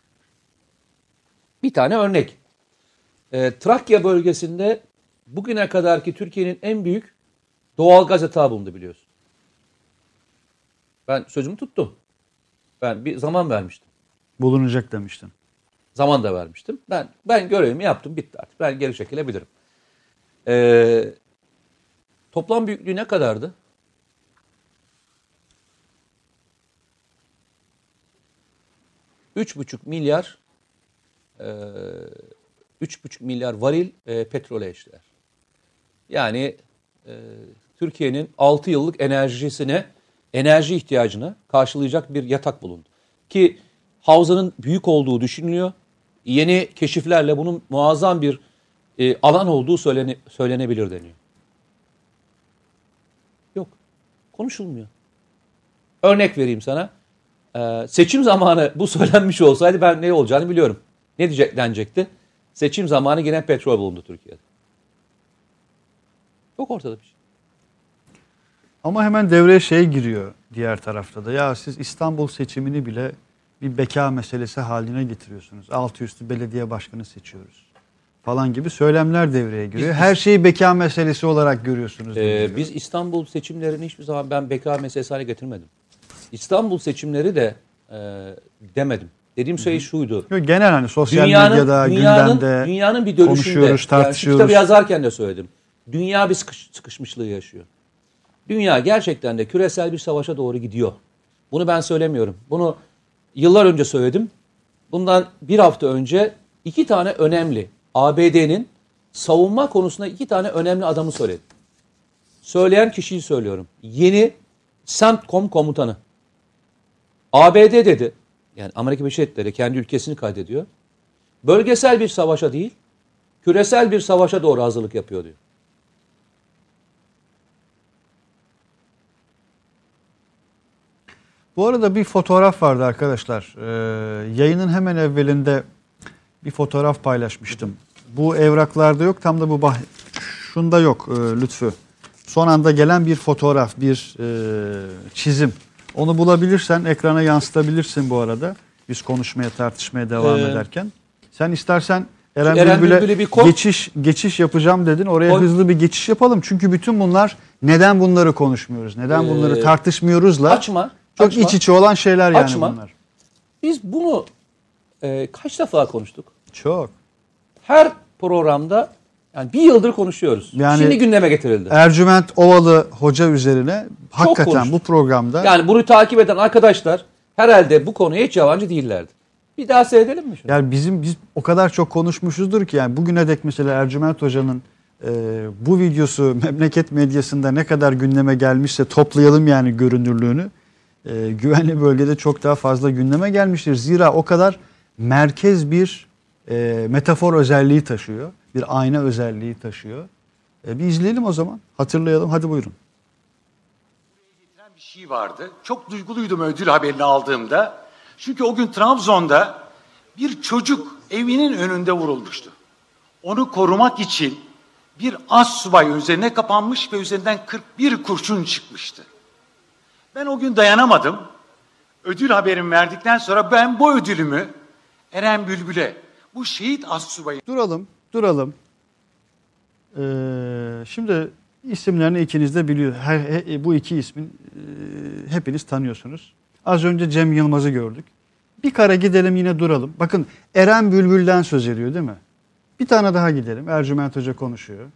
Bir tane örnek. Trakya bölgesinde bugüne kadarki Türkiye'nin en büyük doğal gaz yatağı bulundu biliyorsun. Ben sözümü tuttum. Ben bir zaman vermiştim. Bulunacak demiştin. Zaman da vermiştim. Ben görevimi yaptım. Bitti artık. Ben geri çekilebilirim. Toplam büyüklüğü ne kadardı? 3,5 milyar varil petrole eşdeğer. Yani Türkiye'nin 6 yıllık enerji ihtiyacını karşılayacak bir yatak bulundu. Ki havzanın büyük olduğu düşünülüyor. Yeni keşiflerle bunun muazzam bir alan olduğu söylenebilir deniyor. Yok. Konuşulmuyor. Örnek vereyim sana. Seçim zamanı bu söylenmiş olsaydı ben ne olacağını biliyorum. Ne denecekti? Seçim zamanı yine petrol bulundu Türkiye'de. Yok ortada bir şey. Ama hemen devreye giriyor diğer tarafta da. Ya siz İstanbul seçimini bile bir beka meselesi haline getiriyorsunuz. Altı üstü belediye başkanı seçiyoruz falan gibi söylemler devreye giriyor. Her şeyi beka meselesi olarak görüyorsunuz. Biz İstanbul seçimlerini hiçbir zaman ben beka meselesi haline getirmedim. İstanbul seçimleri de demedim. Dediğim şey şuydu. Genel hani sosyal medyada, gündemde dünyanın bir dönüşünde, konuşuyoruz, tartışıyoruz. Yani şu kitabı yazarken de söyledim. Dünya bir sıkışmışlığı yaşıyor. Dünya gerçekten de küresel bir savaşa doğru gidiyor. Bunu ben söylemiyorum. Bunu yıllar önce söyledim. Bundan bir hafta önce 2 tane önemli ABD'nin savunma konusunda 2 tane önemli adamı söyledim. Söyleyen kişiyi söylüyorum. Yeni CENTCOM komutanı. ABD dedi, yani Amerika Birleşik Devletleri kendi ülkesini kaydediyor. Bölgesel bir savaşa değil, küresel bir savaşa doğru hazırlık yapıyor diyor. Bu arada bir fotoğraf vardı arkadaşlar. Yayının hemen evvelinde bir fotoğraf paylaşmıştım. Bu evraklarda yok, tam da şunda yok Lütfü. Son anda gelen bir fotoğraf, bir çizim. Onu bulabilirsen ekrana yansıtabilirsin bu arada. Biz konuşmaya, tartışmaya devam ederken. Sen istersen Eren Bülbül'e geçiş yapacağım dedin. Oraya hızlı bir geçiş yapalım. Çünkü bütün bunlar neden bunları konuşmuyoruz? Neden bunları tartışmıyoruzla? Çok iç içe olan şeyler yani bunlar. Biz bunu kaç defa konuştuk? Çok. Her programda yani bir yıldır konuşuyoruz. Yani şimdi gündeme getirildi. Ercüment Ovalı hoca üzerine hakikaten bu programda. Yani bunu takip eden arkadaşlar herhalde bu konuya hiç yabancı değillerdi. Bir daha seyredelim mi şunu? Yani biz o kadar çok konuşmuşuzdur ki yani bugüne dek mesela Ercüment Hoca'nın bu videosu memleket medyasında ne kadar gündeme gelmişse toplayalım yani görünürlüğünü. Güvenli bölgede çok daha fazla gündeme gelmiştir. Zira o kadar merkez bir metafor özelliği taşıyor. Bir ayna özelliği taşıyor. Bir izleyelim o zaman. Hatırlayalım. Hadi buyurun. Bir şey vardı. Çok duyguluydum ödül haberini aldığımda. Çünkü o gün Trabzon'da bir çocuk evinin önünde vurulmuştu. Onu korumak için bir astsubay üzerine kapanmış ve üzerinden 41 kurşun çıkmıştı. Ben o gün dayanamadım. Ödül haberimi verdikten sonra ben bu ödülümü Eren Bülbül'e, bu şehit astsubayı... Duralım. Şimdi isimlerini ikiniz de biliyor. Bu iki ismin hepiniz tanıyorsunuz. Az önce Cem Yılmaz'ı gördük. Bir kare gidelim yine duralım. Bakın Eren Bülbül'den söz ediyor değil mi? Bir tane daha gidelim. Ercüment Hoca konuşuyor.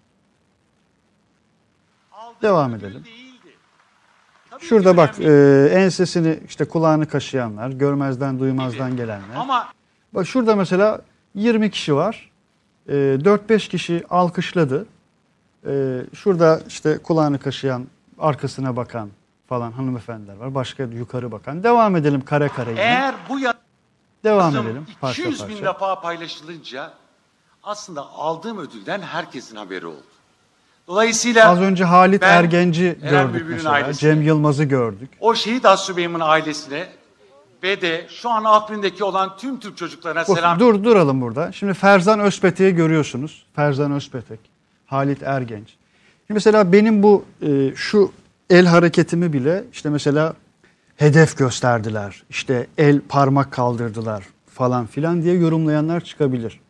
Devam edelim. Şurada bak ensesini işte kulağını kaşıyanlar, görmezden duymazdan gelenler. Ama bak şurada mesela 20 kişi var. 4-5 kişi alkışladı. Şurada işte kulağını kaşıyan, arkasına bakan falan hanımefendiler var. Başka yukarı bakan. Devam edelim kare yine. eğer bu Devam yazım edelim parça 200 parça. bin defa paylaşılınca aslında aldığım ödülden herkesin haberi oldu. Dolayısıyla Az önce Halit ben Ergenci Eren gördük Bülbül'ün mesela. ailesine, Cem Yılmaz'ı gördük. o şehit astsubayımın ailesine ve de şu an Afrin'deki olan tüm Türk çocuklarına selam. Duralım burada. Şimdi Ferzan Özpetek'i görüyorsunuz. Ferzan Özpetek, Halit Ergenç. Şimdi mesela benim bu şu el hareketimi bile işte mesela hedef gösterdiler. İşte el parmak kaldırdılar falan filan diye yorumlayanlar çıkabilir.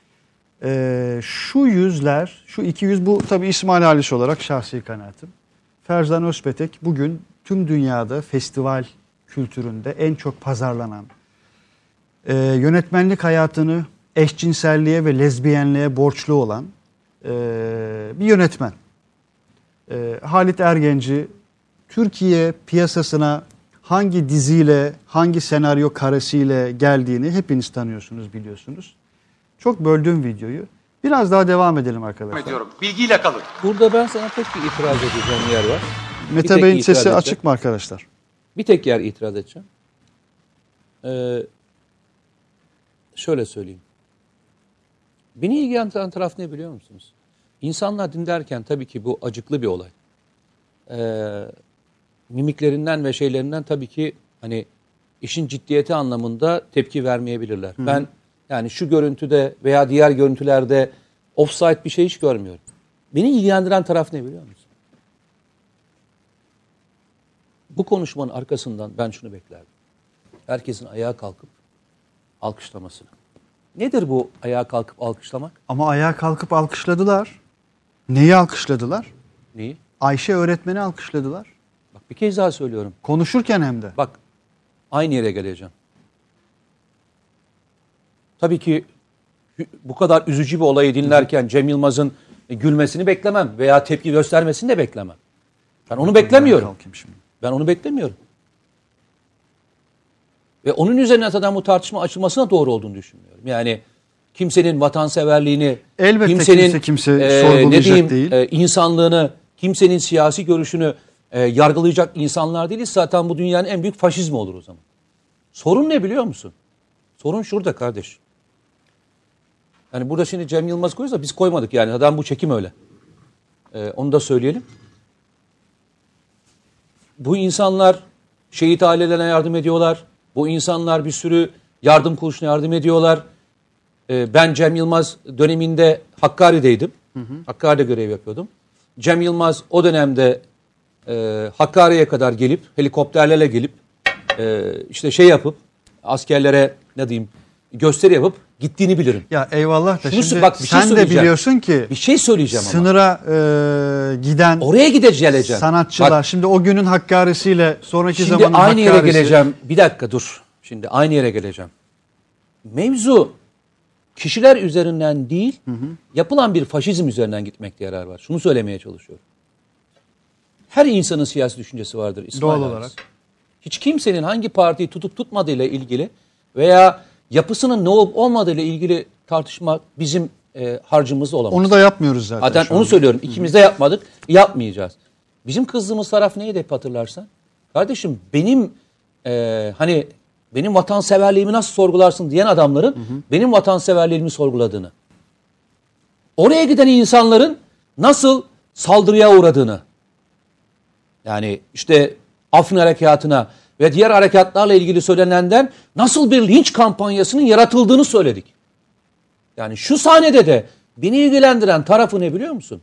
Şu yüzler, şu iki yüz bu tabii İsmail Halis olarak şahsi kanaatim. Ferzan Özpetek bugün tüm dünyada festival kültüründe en çok pazarlanan, yönetmenlik hayatını eşcinselliğe ve lezbiyenliğe borçlu olan bir yönetmen. Halit Ergenci Türkiye piyasasına hangi diziyle, hangi senaryo karesiyle geldiğini hepiniz tanıyorsunuz, biliyorsunuz. Çok böldüğüm videoyu. Biraz daha devam edelim arkadaşlar. Ediyorum. Bilgiyle kalın. Burada ben sana tek bir itiraz edeceğim yer var. Mete tek Bey'in itiraz sesi edeceğim. açık mı arkadaşlar? Bir tek yer itiraz edeceğim. Şöyle söyleyeyim. Beni ilgilendiren taraf ne biliyor musunuz? İnsanlar dinlerken tabii ki bu acıklı bir olay. Mimiklerinden ve şeylerinden tabii ki hani işin ciddiyeti anlamında tepki vermeyebilirler. Hı-hı. Ben yani şu görüntüde veya diğer görüntülerde offside bir şey hiç görmüyorum. Beni ilgilendiren taraf ne biliyor musun? Bu konuşmanın arkasından ben şunu beklerdim. Herkesin ayağa kalkıp alkışlamasını. Nedir bu ayağa kalkıp alkışlamak? Ama ayağa kalkıp alkışladılar. Neyi alkışladılar? Neyi? Ayşe öğretmeni alkışladılar. Bak bir kez daha söylüyorum. Konuşurken hem de. Bak aynı yere geleceğim. Tabii ki bu kadar üzücü bir olayı dinlerken Cem Yılmaz'ın gülmesini beklemem veya tepki göstermesini de beklemem. Ben onu beklemiyorum. Ben onu beklemiyorum. Ve onun üzerine zaten bu tartışma açılmasına doğru olduğunu düşünmüyorum. Yani kimsenin vatanseverliğini, elbette kimsenin kimse sorgulayacak değil. İnsanlığını, kimsenin siyasi görüşünü yargılayacak insanlar değiliz. Zaten bu dünyanın en büyük faşizmi olur o zaman. Sorun ne biliyor musun? Sorun şurada kardeş. Yani burada şimdi Cem Yılmaz koyuyorsa biz koymadık yani. Zaten bu çekim öyle. Onu da söyleyelim. Bu insanlar şehit ailelerine yardım ediyorlar. Bu insanlar bir sürü yardım kuruluşuna yardım ediyorlar. Ben Cem Yılmaz döneminde Hakkari'deydim. Hakkari'de görev yapıyordum. Cem Yılmaz o dönemde Hakkari'ye kadar gelip, helikopterlerle gelip işte şey yapıp, askerlere ne diyeyim, gösteri yapıp gittiğini bilirim. Ya eyvallah da şimdi bak, bir şey sen de biliyorsun ki bir şey söyleyeceğim sınıra giden oraya gideceğim. Sanatçılar. Bak, şimdi o günün Hakkari'siyle sonraki zamanın Hakkari'si. Şimdi aynı yere geleceğim. Bir dakika dur. Şimdi aynı yere geleceğim. Mevzu kişiler üzerinden değil, yapılan bir faşizm üzerinden gitmekte yarar var. Şunu söylemeye çalışıyorum. Her insanın siyasi düşüncesi vardır İsmail Doğal Halis. olarak. Hiç kimsenin hangi partiyi tutup tutmadığıyla ilgili veya yapısının ne olup olmadığı ile ilgili tartışma bizim harcımız olamaz. Onu da yapmıyoruz zaten. Zaten onu söylüyorum. İkimiz de yapmadık. Yapmayacağız. Bizim kızdığımız taraf neydi hep hatırlarsan? Kardeşim benim hani benim vatanseverliğimi nasıl sorgularsın diyen adamların benim vatanseverliğimi sorguladığını. Oraya giden insanların nasıl saldırıya uğradığını. Yani işte Afrin Harekatı'na ve diğer harekatlarla ilgili söylenenden nasıl bir linç kampanyasının yaratıldığını söyledik. Yani şu sahnede de beni ilgilendiren tarafı ne biliyor musun?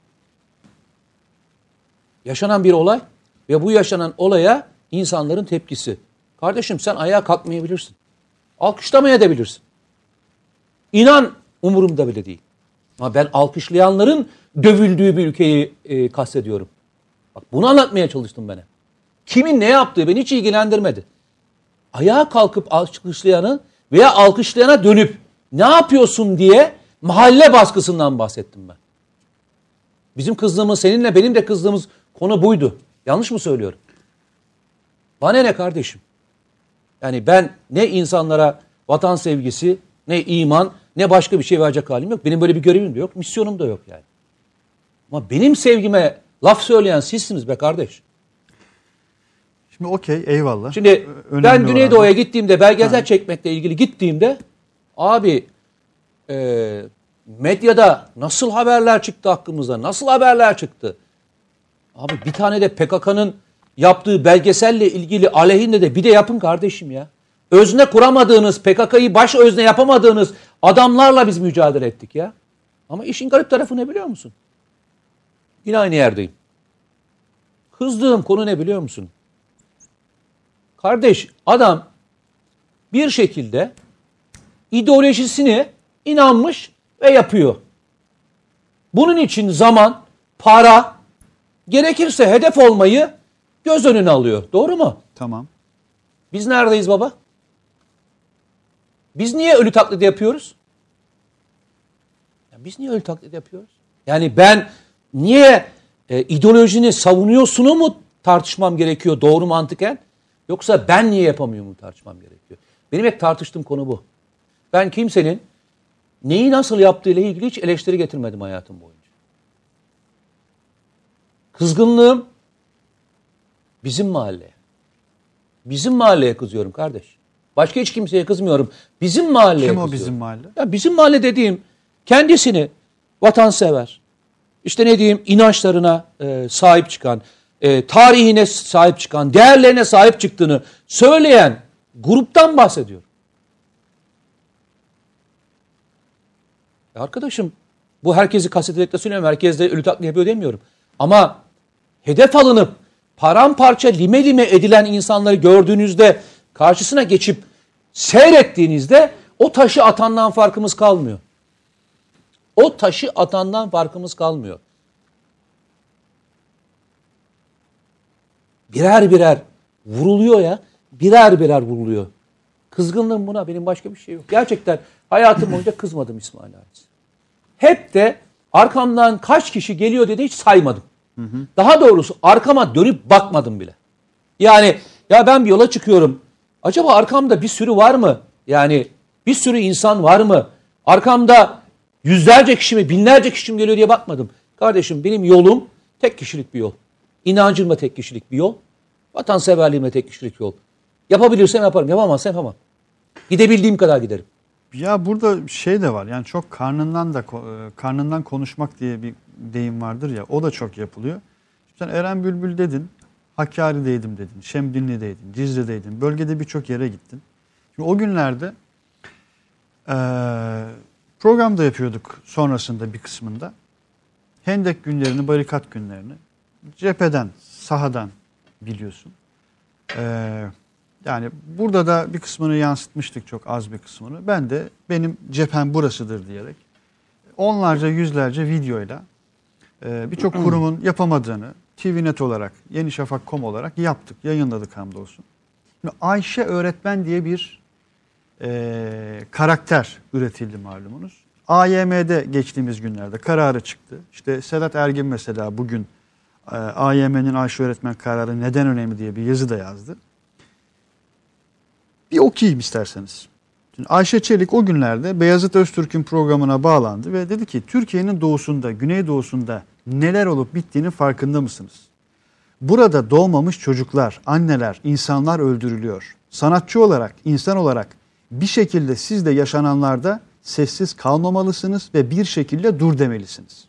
Yaşanan bir olay ve bu yaşanan olaya insanların tepkisi. Kardeşim sen ayağa kalkmayabilirsin. Alkışlamayabilirsin. İnan umurumda bile değil. Ama ben alkışlayanların dövüldüğü bir ülkeyi kastediyorum. Bak bunu anlatmaya çalıştım ben. Kimin ne yaptığı beni hiç ilgilendirmedi. Ayağa kalkıp alkışlayanı veya alkışlayana dönüp ne yapıyorsun diye mahalle baskısından bahsettim ben. Bizim kızdığımız, seninle benim de kızdığımız konu buydu. Yanlış mı söylüyorum? Bana ne kardeşim? Yani ben ne insanlara vatan sevgisi, ne iman, ne başka bir şey verecek halim yok. Benim böyle bir görevim de yok, misyonum da yok yani. Ama benim sevgime laf söyleyen sizsiniz be kardeş. Şimdi okey, eyvallah. Şimdi ben Güneydoğu'ya gittiğimde, belgesel çekmekle ilgili gittiğimde abi medyada nasıl haberler çıktı hakkımızda, nasıl haberler çıktı? Abi bir tane de PKK'nın yaptığı belgeselle ilgili aleyhinde de bir de yapın kardeşim ya. Özne kuramadığınız, PKK'yı baş özne yapamadığınız adamlarla biz mücadele ettik ya. Ama işin garip tarafı ne biliyor musun? Yine aynı yerdeyim. Kızdığım konu ne biliyor musun? Kardeş adam bir şekilde ideolojisini inanmış ve yapıyor. Bunun için zaman, para, gerekirse hedef olmayı göz önüne alıyor. Doğru mu? Tamam. Biz neredeyiz baba? Biz niye ölü taklidi yapıyoruz? Ya biz niye ölü taklidi yapıyoruz? Yani ben niye ideolojini savunuyorsunu mu tartışmam gerekiyor doğru mantıken? Yoksa ben niye yapamıyorum mu tartışmam gerekiyor? Benim hep tartıştığım konu bu. Ben kimsenin neyi nasıl yaptığıyla ilgili hiç eleştiri getirmedim hayatım boyunca. Kızgınlığım bizim mahalleye. Bizim mahalleye kızıyorum kardeş. Başka hiç kimseye kızmıyorum. Bizim mahalleye kızıyorum. Kim o bizim mahalle? Ya bizim mahalle dediğim kendisini vatansever, işte ne diyeyim inançlarına sahip çıkan, tarihine sahip çıkan, değerlerine sahip çıktığını söyleyen gruptan bahsediyorum. Arkadaşım bu herkesi kastederek de söylemiyorum. Herkes de ölü taklidi yapıyor demiyorum. Ama hedef alınıp paramparça lime lime edilen insanları gördüğünüzde karşısına geçip seyrettiğinizde o taşı atandan farkımız kalmıyor. O taşı atandan farkımız kalmıyor. Birer birer vuruluyor ya. Birer birer vuruluyor. Kızgınlığım buna. Benim başka bir şey yok. Gerçekten hayatım boyunca kızmadım İsmail Halis. Hep de arkamdan kaç kişi geliyor dedi hiç saymadım. Daha doğrusu arkama dönüp bakmadım bile. Yani ya ben bir yola çıkıyorum. Acaba arkamda bir sürü var mı? Yani bir sürü insan var mı? Arkamda yüzlerce kişi mi, binlerce kişi mi geliyor diye bakmadım. Kardeşim benim yolum tek kişilik bir yol. İnancımla tek kişilik bir yol. Vatanseverliğimle tek kişilik yol. Yapabilirsem yaparım, yapamazsam yapamam. Gidebildiğim kadar giderim. Ya burada şey de var. Yani çok karnından konuşmak diye bir deyim vardır ya. O da çok yapılıyor. Sen Eren Bülbül dedin. Hakkari'deydim dedin. Şemdinli'deydin. Cizre'deydin. Bölgede birçok yere gittin. Şimdi o günlerde programda yapıyorduk sonrasında bir kısmında. Hendek günlerini, barikat günlerini cepheden, sahadan biliyorsun. Yani burada da bir kısmını yansıtmıştık, çok az bir kısmını. Ben de benim cephem burasıdır diyerek onlarca, yüzlerce videoyla birçok kurumun yapamadığını TVNet olarak, Yenişafak.com olarak yaptık, yayınladık hamdolsun. Şimdi Ayşe öğretmen diye bir karakter üretildi malumunuz. AYM'de geçtiğimiz günlerde kararı çıktı. İşte Sedat Ergin mesela bugün AYM'nin Ayşe öğretmen kararı neden önemli diye bir yazı da yazdı. Bir okuyayım isterseniz. Şimdi Ayşe Çelik o günlerde Beyazıt Öztürk'ün programına bağlandı ve dedi ki Türkiye'nin doğusunda, güneydoğusunda neler olup bittiğinin farkında mısınız? Burada doğmamış çocuklar, anneler, insanlar öldürülüyor. Sanatçı olarak, insan olarak bir şekilde siz de yaşananlarda sessiz kalmamalısınız ve bir şekilde dur demelisiniz.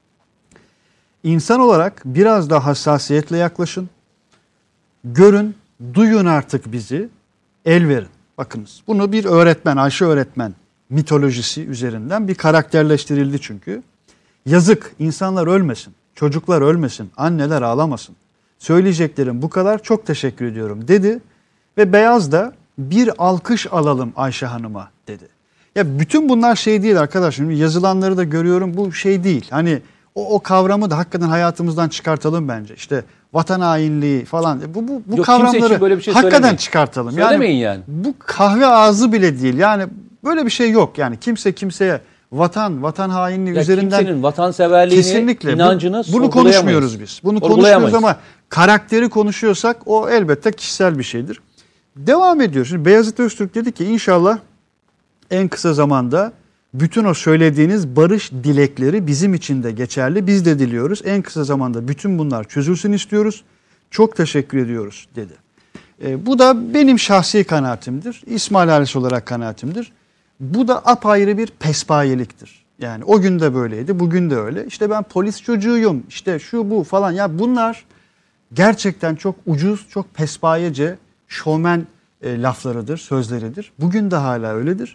İnsan olarak biraz daha hassasiyetle yaklaşın. Görün, duyun artık bizi, el verin. Bakınız bunu bir öğretmen, Ayşe öğretmen mitolojisi üzerinden bir karakterleştirildi çünkü. Yazık, insanlar ölmesin, çocuklar ölmesin, anneler ağlamasın. Söyleyeceklerim bu kadar, çok teşekkür ediyorum dedi. Ve Beyaz da bir alkış alalım Ayşe Hanım'a dedi. Ya bütün bunlar şey değil arkadaşlar, yazılanları da görüyorum, bu şey değil. Hani o kavramı da hakikaten hayatımızdan çıkartalım bence. İşte vatan hainliği falan bu Yok, kavramları böyle bir şey hakikaten söylemeyin. çıkartalım. Söylemeyin yani. Bu kahve ağzı bile değil. Yani böyle bir şey yok. Yani kimse kimseye vatan hainliği Ya üzerinden kimsenin vatanseverliğini, kesinlikle inancını bunu konuşmuyoruz biz. Bunu konuşmuyoruz ama karakteri konuşuyorsak o elbette kişisel bir şeydir. Devam ediyor. Şimdi Beyazıt Öztürk dedi ki inşallah en kısa zamanda bütün o söylediğiniz barış dilekleri bizim için de geçerli. Biz de diliyoruz. En kısa zamanda bütün bunlar çözülsün istiyoruz. Çok teşekkür ediyoruz dedi. Bu da benim şahsi kanaatimdir. İsmail Halis olarak kanaatimdir. Bu da apayrı bir pespayeliktir. Yani o gün de böyleydi, bugün de öyle. İşte ben polis çocuğuyum, işte şu bu falan. Ya bunlar gerçekten çok ucuz, çok pespayece, şovmen laflarıdır, sözleridir. Bugün de hala öyledir.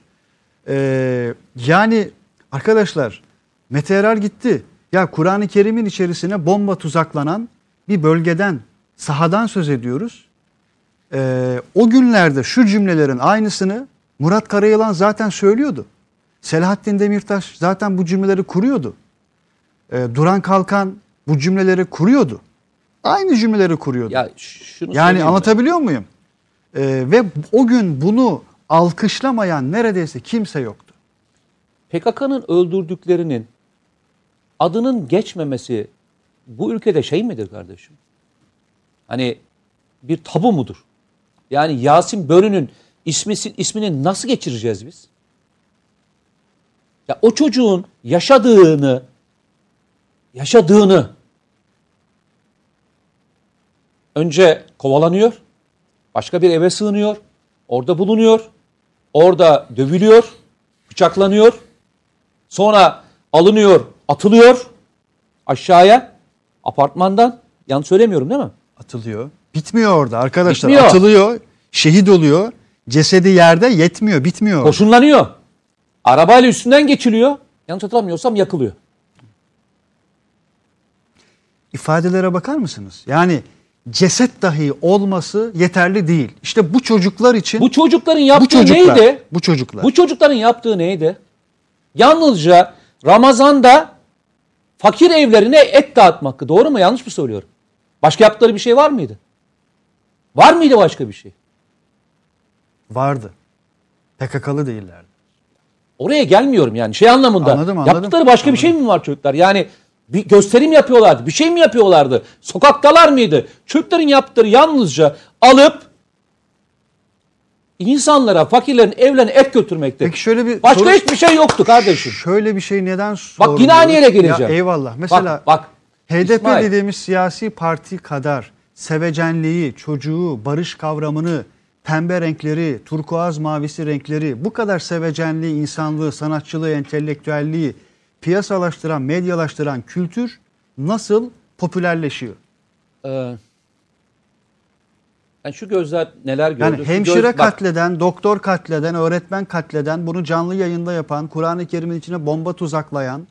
Yani arkadaşlar Mete Erer gitti. Ya Kur'an-ı Kerim'in içerisine bomba tuzaklanan bir bölgeden, sahadan söz ediyoruz. O günlerde şu cümlelerin aynısını Murat Karayılan zaten söylüyordu. Selahattin Demirtaş zaten bu cümleleri kuruyordu. Duran Kalkan bu cümleleri kuruyordu. Aynı cümleleri kuruyordu. Ya şunu yani anlatabiliyor muyum? Ve o gün bunu alkışlamayan neredeyse kimse yoktu. PKK'nın öldürdüklerinin adının geçmemesi bu ülkede şey midir kardeşim? Hani bir tabu mudur? Yani Yasin Börü'nün ismini nasıl geçireceğiz biz? Ya o çocuğun yaşadığını önce kovalanıyor, başka bir eve sığınıyor, orada bulunuyor, orada dövülüyor, bıçaklanıyor, sonra alınıyor, atılıyor aşağıya apartmandan. Yanlış söylemiyorum değil mi? Atılıyor. Bitmiyor orada arkadaşlar. Bitmiyor. Atılıyor, şehit oluyor. Cesedi yerde yetmiyor, bitmiyor. orada. Koşunlanıyor. Arabayla üstünden geçiliyor. Yanlış hatırlamıyorsam yakılıyor. İfadelere bakar mısınız? Yani ceset dahi olması yeterli değil. İşte bu çocuklar için Bu çocukların yaptığı neydi? Bu çocuklar. Bu çocukların yaptığı neydi? Yalnızca Ramazan'da fakir evlerine et dağıtmak. Doğru mu? Yanlış mı söylüyorum? Başka yaptıkları bir şey var mıydı? Var mıydı başka bir şey? Vardı. PKK'lı değillerdi. Oraya gelmiyorum yani şey anlamında. Anladım. Yaptıkları başka bir şey mi var çocuklar? Yani bir gösterim yapıyorlardı. Bir şey mi yapıyorlardı? Sokaktalar mıydı? Çocukların yaptıkları yalnızca alıp insanlara, fakirlerin evlerine et götürmekti. Peki şöyle bir başka soru- hiçbir şey yoktu kardeşim. Şöyle bir şey neden Bak sormuyoruz? yine aynı yere geleceğim. Ya eyvallah. Mesela Bak, HDP İsmail. dediğimiz siyasi parti kadar sevecenliği, çocuğu, barış kavramını, pembe renkleri, turkuaz mavisi renkleri, bu kadar sevecenliği, insanlığı, sanatçılığı, entelektüelliği piyasalaştıran, medyalaştıran kültür nasıl popülerleşiyor? Yani şu gözler neler gördü? Yani Şu hemşire bak, katleden, doktor katleden, öğretmen katleden, bunu canlı yayında yapan, Kur'an-ı Kerim'in içine bomba tuzaklayan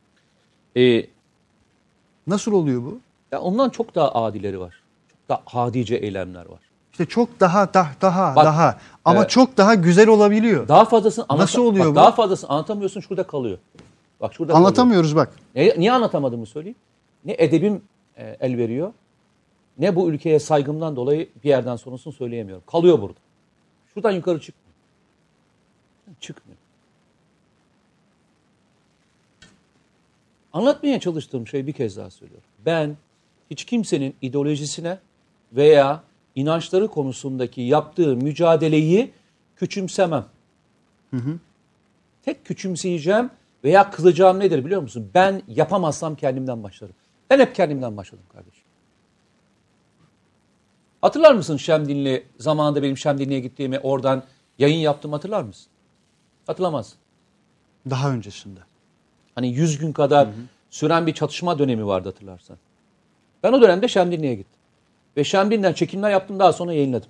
nasıl oluyor bu? ya ondan çok daha adileri var. Çok daha hadice eylemler var. İşte çok daha Bak, ama evet. çok daha güzel olabiliyor. Daha fazlasını Nasıl oluyor bu? Daha fazlasını anlatamıyorsun, şurada kalıyor. Bak şurada Anlatamıyoruz bak. kalıyor. Niye anlatamadığımı söyleyeyim. Ne edebim el veriyor, ne bu ülkeye saygımdan dolayı bir yerden sonrasını söyleyemiyorum. Kalıyor burada. Şuradan yukarı çıkmıyor. Çıkmıyor. Anlatmaya çalıştığım şeyi bir kez daha söylüyorum. Ben hiç kimsenin ideolojisine veya inançları konusundaki yaptığı mücadeleyi küçümsemem. Tek küçümseyeceğim veya kızacağım nedir biliyor musun? Ben yapamazsam kendimden başlarım. Ben hep kendimden başladım kardeşim. Hatırlar mısın Şemdinli, zamanında benim Şemdinli'ye gittiğimi, oradan yayın yaptım, hatırlar mısın? Hatırlamazsın. Daha öncesinde. Hani 100 gün kadar süren bir çatışma dönemi vardı hatırlarsan. Ben o dönemde Şemdinli'ye gittim. Ve Şemdinli'den çekimler yaptım, daha sonra yayınladım.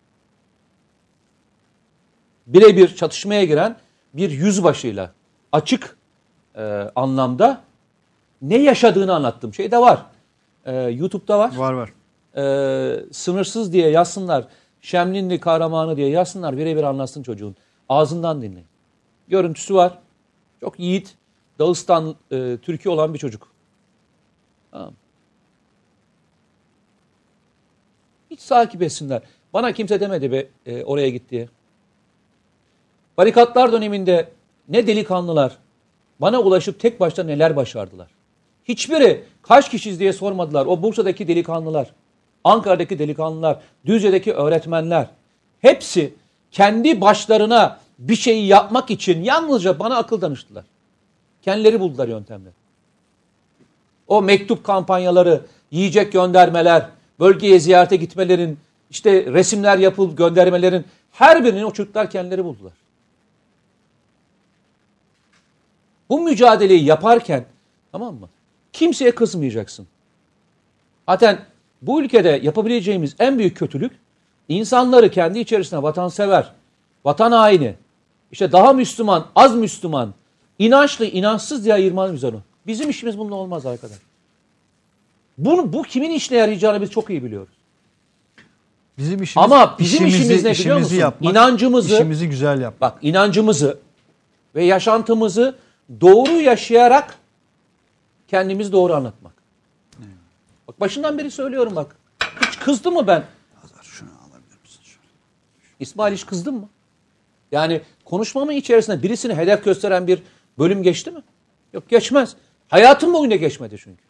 Birebir çatışmaya giren bir yüzbaşıyla açık anlamda ne yaşadığını anlattığım şey de var. YouTube'da var. Var. Sınırsız diye yazsınlar. Şemdinli kahramanı diye yazsınlar. Birebir anlatsın çocuğun. Ağzından dinleyin. Görüntüsü var. Çok yiğit. Dağıstan Türkiye olan bir çocuk. Tamam. Hiç takip etsinler. Bana kimse demedi be oraya git diye. Barikatlar döneminde ne delikanlılar bana ulaşıp tek başına neler başardılar. Hiçbiri kaç kişiyiz diye sormadılar. O Bursa'daki delikanlılar, Ankara'daki delikanlılar, Düzce'deki öğretmenler hepsi kendi başlarına bir şeyi yapmak için yalnızca bana akıl danıştılar. Kendileri buldular yöntemleri. O mektup kampanyaları, yiyecek göndermeler, bölgeye ziyarete gitmelerin, işte resimler yapılıp göndermelerin her birini o çocuklar kendileri buldular. Bu mücadeleyi yaparken, tamam mı? Kimseye kızmayacaksın. Zaten bu ülkede yapabileceğimiz en büyük kötülük, insanları kendi içerisine vatansever, vatan haini, işte daha Müslüman, az Müslüman, inançlı, inançsız diye ayırmanın üzerine. Bizim işimiz bununla olmaz arkadaş. Bu kimin işine yarayacağını biz çok iyi biliyoruz. Bizim işimiz, ama bizim işimiz ne biliyor musun? Yapmak, İnancımızı, işimizi güzel yapmak. Bak, inancımızı ve yaşantımızı doğru yaşayarak kendimizi doğru anlatmak. Bak başından beri söylüyorum bak. Hiç kızdı mı ben? Şunu alabilir misin şöyle? İsmail hiç kızdın mı? Yani konuşmamın içerisinde birisini hedef gösteren bir bölüm geçti mi? Yok, geçmez. Hayatım boyunca geçmedi çünkü.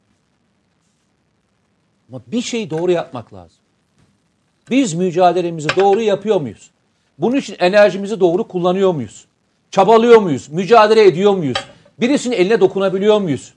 Ama bir şeyi doğru yapmak lazım. Biz mücadelemizi doğru yapıyor muyuz? Bunun için enerjimizi doğru kullanıyor muyuz? Çabalıyor muyuz? Mücadele ediyor muyuz? Birisinin eline dokunabiliyor muyuz?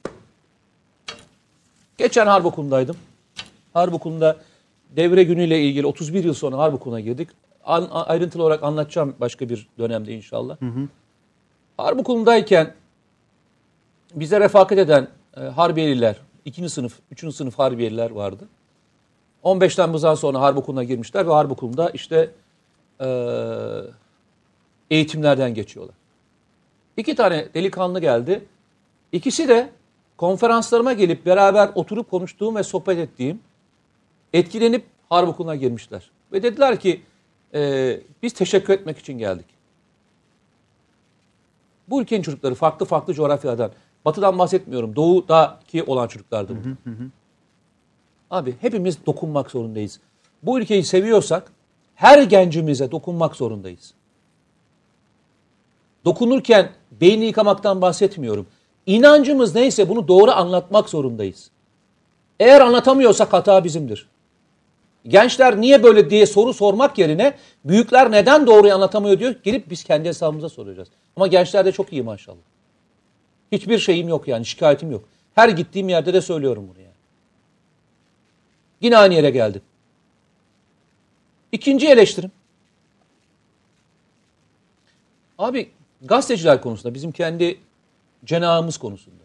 Geçen harp okulundaydım. Harp okulunda devre günüyle ilgili 31 yıl sonra harp okuluna girdik. Ayrıntılı olarak anlatacağım başka bir dönemde inşallah. Harp okulundayken bize refakat eden harbiyeliler, 2. sınıf, 3. sınıf harbiyeliler vardı. 15 Temmuz'dan sonra harp okuluna girmişler ve harp okulunda işte eğitimlerden geçiyorlar. 2 tane delikanlı geldi. İkisi de konferanslarıma gelip beraber oturup konuştuğum ve sohbet ettiğim, etkilenip harp okuluna girmişler. Ve dediler ki biz teşekkür etmek için geldik. Bu ülkenin çocukları farklı farklı coğrafyalardan, batıdan bahsetmiyorum, doğudaki olan çocuklardı bu. Abi hepimiz dokunmak zorundayız. Bu ülkeyi seviyorsak her gencimize dokunmak zorundayız. Dokunurken beyni yıkamaktan bahsetmiyorum. İnancımız neyse bunu doğru anlatmak zorundayız. Eğer anlatamıyorsak hata bizimdir. Gençler niye böyle diye soru sormak yerine büyükler neden doğruyu anlatamıyor diyor. Gelip biz kendi hesabımıza soracağız. Ama gençler de çok iyi maşallah. Hiçbir şeyim yok yani, şikayetim yok. Her gittiğim yerde de söylüyorum bunu yani. Yine aynı yere geldim. İkinci eleştirim. Abi gazeteciler konusunda, bizim kendi cenahımız konusunda.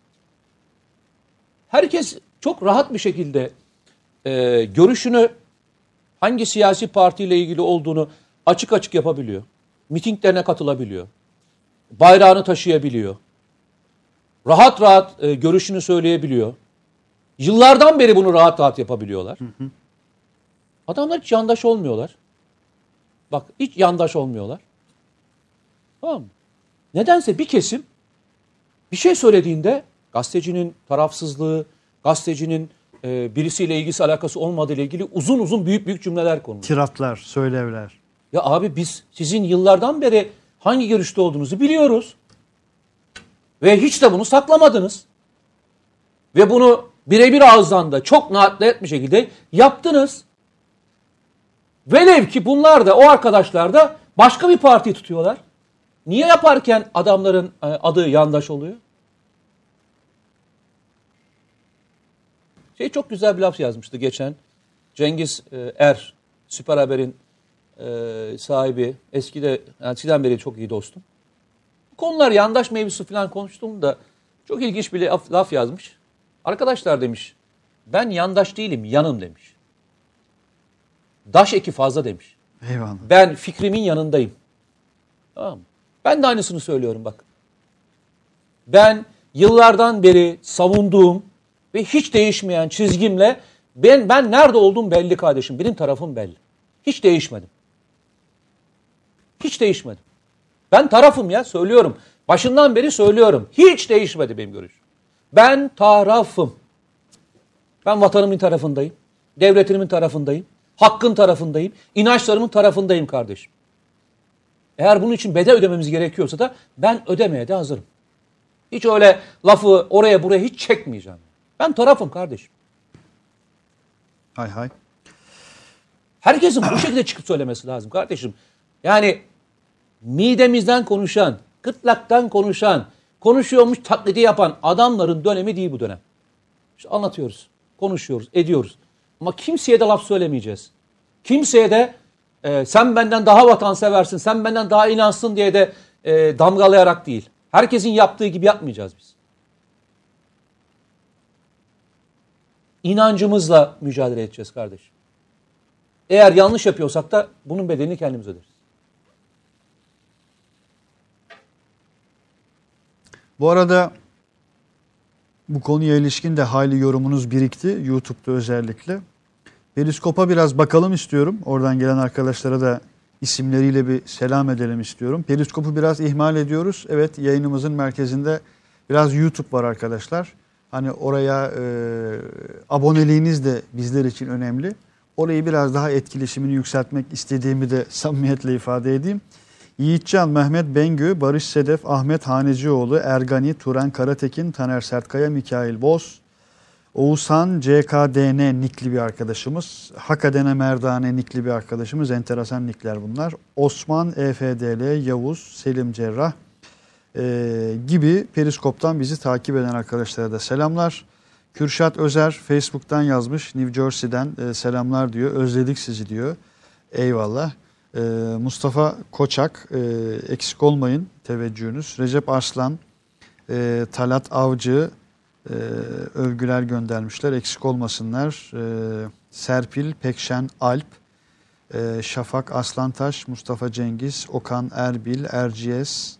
Herkes çok rahat bir şekilde görüşünü hangi siyasi partiyle ilgili olduğunu açık açık yapabiliyor. Mitinglerine katılabiliyor. Bayrağını taşıyabiliyor. Rahat rahat görüşünü söyleyebiliyor. Yıllardan beri bunu rahat rahat yapabiliyorlar. Adamlar hiç yandaş olmuyorlar. Bak hiç yandaş olmuyorlar. Tamam mı? Nedense bir kesim bir şey söylediğinde gazetecinin tarafsızlığı, gazetecinin birisiyle ilgisi alakası olmadığı ile ilgili uzun uzun büyük büyük cümleler konuluyor. Tiratlar, söylevler. Ya abi biz sizin yıllardan beri hangi görüşte olduğunuzu biliyoruz. Ve hiç de bunu saklamadınız. Ve bunu birebir ağızdan da çok net bir şekilde yaptınız. Velev ki bunlar da, o arkadaşlar da başka bir parti tutuyorlar. Niye yaparken adamların adı yandaş oluyor? Çok güzel bir laf yazmıştı geçen. Cengiz Süper Haber'in sahibi. Eskiden beri çok iyi dostum. Konular yandaş mevzusu falan konuştuğumda çok ilginç bir laf yazmış. Arkadaşlar demiş, ben yandaş değilim, yanım demiş. Daş eki fazla demiş. Eyvallah. Ben fikrimin yanındayım. Tamam mı? Ben de aynısını söylüyorum bak. Ben yıllardan beri savunduğum ve hiç değişmeyen çizgimle ben nerede olduğum belli kardeşim. Benim tarafım belli. Hiç değişmedim. Hiç değişmedim. Ben tarafım ya, söylüyorum. Başından beri söylüyorum. Hiç değişmedi benim görüşüm. Ben tarafım. Ben vatanımın tarafındayım. Devletimin tarafındayım. Hakkın tarafındayım. İnançlarımın tarafındayım kardeşim. Eğer bunun için bedel ödememiz gerekiyorsa da ben ödemeye de hazırım. Hiç öyle lafı oraya buraya hiç çekmeyeceğim. Ben tarafım kardeşim. Hay hay. Herkesin bu şekilde çıkıp söylemesi lazım kardeşim. Yani midemizden konuşan, gırtlaktan konuşan, konuşuyormuş taklidi yapan adamların dönemi değil bu dönem. İşte anlatıyoruz, konuşuyoruz, ediyoruz. Ama kimseye de laf söylemeyeceğiz. Kimseye de sen benden daha vatanseversin, sen benden daha inansın diye de damgalayarak değil. Herkesin yaptığı gibi yapmayacağız biz. İnancımızla mücadele edeceğiz kardeşim. Eğer yanlış yapıyorsak da bunun bedelini kendimiz öderiz. Bu arada bu konuya ilişkin de hayli yorumunuz birikti. YouTube'da özellikle. Periskop'a biraz bakalım istiyorum. Oradan gelen arkadaşlara da isimleriyle bir selam edelim istiyorum. Periskop'u biraz ihmal ediyoruz. Evet, yayınımızın merkezinde biraz YouTube var arkadaşlar. Hani oraya aboneliğiniz de bizler için önemli. Orayı biraz daha etkileşimini yükseltmek istediğimi de samimiyetle ifade edeyim. Yiğitcan, Mehmet Bengü, Barış Sedef, Ahmet Hanecioğlu, Ergani, Turan Karatekin, Taner Sertkaya, Mikail Boz, Oğuzhan CKDN nikli bir arkadaşımız, Hakadene Merdane nikli bir arkadaşımız, enteresan nikler bunlar. Osman EFDL, Yavuz, Selim Cerrah gibi Periskop'tan bizi takip eden arkadaşlara da selamlar. Kürşat Özer Facebook'tan yazmış, New Jersey'den selamlar diyor, özledik sizi diyor. Eyvallah. Mustafa Koçak, eksik olmayın teveccühünüz. Recep Arslan, Talat Avcı övgüler göndermişler, eksik olmasınlar. Serpil Pekşen Alp, Şafak Aslantaş, Mustafa Cengiz, Okan Erbil, Erciyes,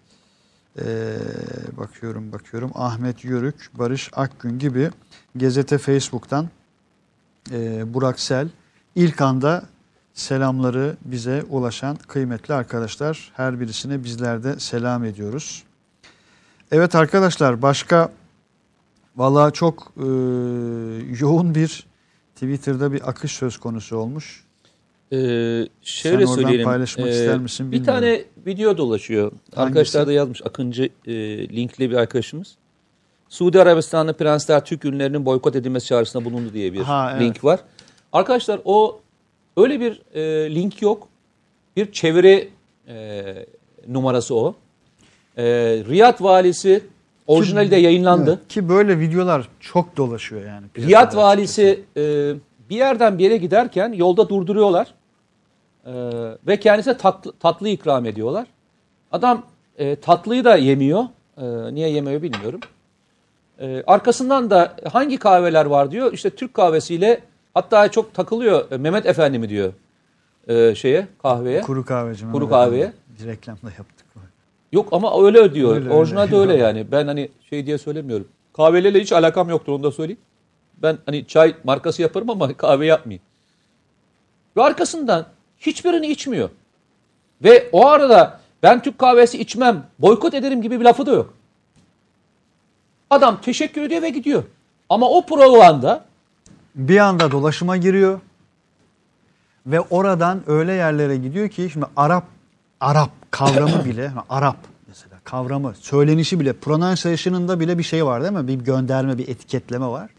bakıyorum Ahmet Yörük, Barış Akgün gibi Gazete Facebook'tan Burak Sel, ilk anda selamları bize ulaşan kıymetli arkadaşlar. Her birisine bizler de selam ediyoruz. Evet arkadaşlar, başka vallahi çok yoğun bir Twitter'da bir akış söz konusu olmuş. Şöyle Sen söyleyelim. paylaşmak ister misin bilmiyorum. Bir tane video dolaşıyor. Hangisi? Arkadaşlar da yazmış. Akıncı linkli bir arkadaşımız. Suudi Arabistan'da prensler Türk ürünlerinin boykot edilmesi çağrısında bulundu diye bir link var. Arkadaşlar o öyle bir link yok. Bir çeviri numarası o. Riyad valisi orijinali de yayınlandı. Evet, ki böyle videolar çok dolaşıyor yani. Riyad valisi bir yerden bir yere giderken yolda durduruyorlar. Ve kendisine tatlı ikram ediyorlar. Adam tatlıyı da yemiyor. Niye yemiyor bilmiyorum. Arkasından da hangi kahveler var diyor. İşte Türk kahvesiyle, hatta çok takılıyor. Mehmet Efendi mi diyor kahveye. Kuru kahveci. Kuru kahveye. Bir reklamda yaptık. Yok ama öyle diyor. Öyle, orijinalde öyle yani. Ben hani diye söylemiyorum. Kahvelerle hiç alakam yoktur, onu da söyleyeyim. Ben hani çay markası yaparım ama kahve yapmayayım. Ve arkasından hiçbirini içmiyor. Ve o arada ben Türk kahvesi içmem, boykot ederim gibi bir lafı da yok. Adam teşekkür ediyor ve gidiyor. Ama o propaganda bir anda dolaşıma giriyor ve oradan öyle yerlere gidiyor ki şimdi Arap kavramı bile, Arap mesela kavramı, söylenişi bile, pronunciation'ında bile bir şey var değil mi? Bir gönderme, bir etiketleme var.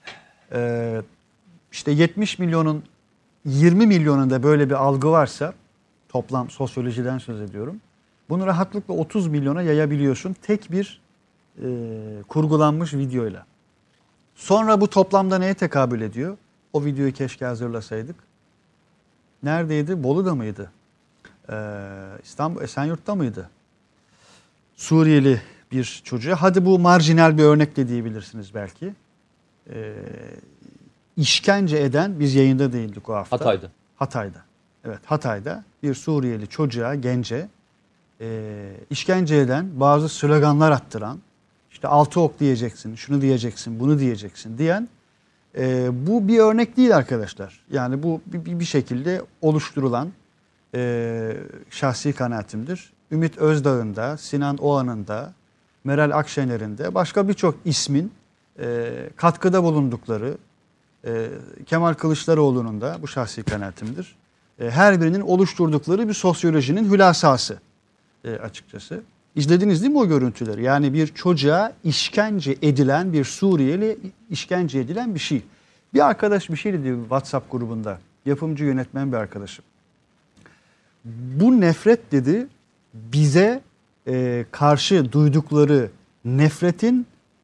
İşte 70 milyonun 20 milyonunda böyle bir algı varsa, toplam sosyolojiden söz ediyorum. Bunu rahatlıkla 30 milyona yayabiliyorsun tek bir kurgulanmış videoyla. Sonra bu toplamda neye tekabül ediyor? O videoyu keşke hazırlasaydık. Neredeydi? Bolu'da mıydı? İstanbul Esenyurt'ta mıydı? Suriyeli bir çocuğa, hadi bu marjinal bir örnek de diyebilirsiniz belki. İşkence eden, biz yayında değildik o hafta. Hatay'da. Evet, Hatay'da bir Suriyeli çocuğa, gence işkence eden, bazı sloganlar attıran, işte 6 ok diyeceksin, şunu diyeceksin, bunu diyeceksin diyen, bu bir örnek değil arkadaşlar. Yani bu bir şekilde oluşturulan şahsi kanaatimdir. Ümit Özdağ'ın da, Sinan Oğan'ın da, Meral Akşener'in de, başka birçok ismin katkıda bulundukları, Kemal Kılıçdaroğlu'nun da, bu şahsi kanaatimdir, her birinin oluşturdukları bir sosyolojinin hülasası açıkçası. İzlediniz değil mi o görüntüleri? Yani bir çocuğa işkence edilen, bir Suriyeli işkence edilen bir şey. Bir arkadaş bir şey dedi WhatsApp grubunda, yapımcı yönetmen bir arkadaşım. Bu nefret dedi, bize karşı duydukları nefretin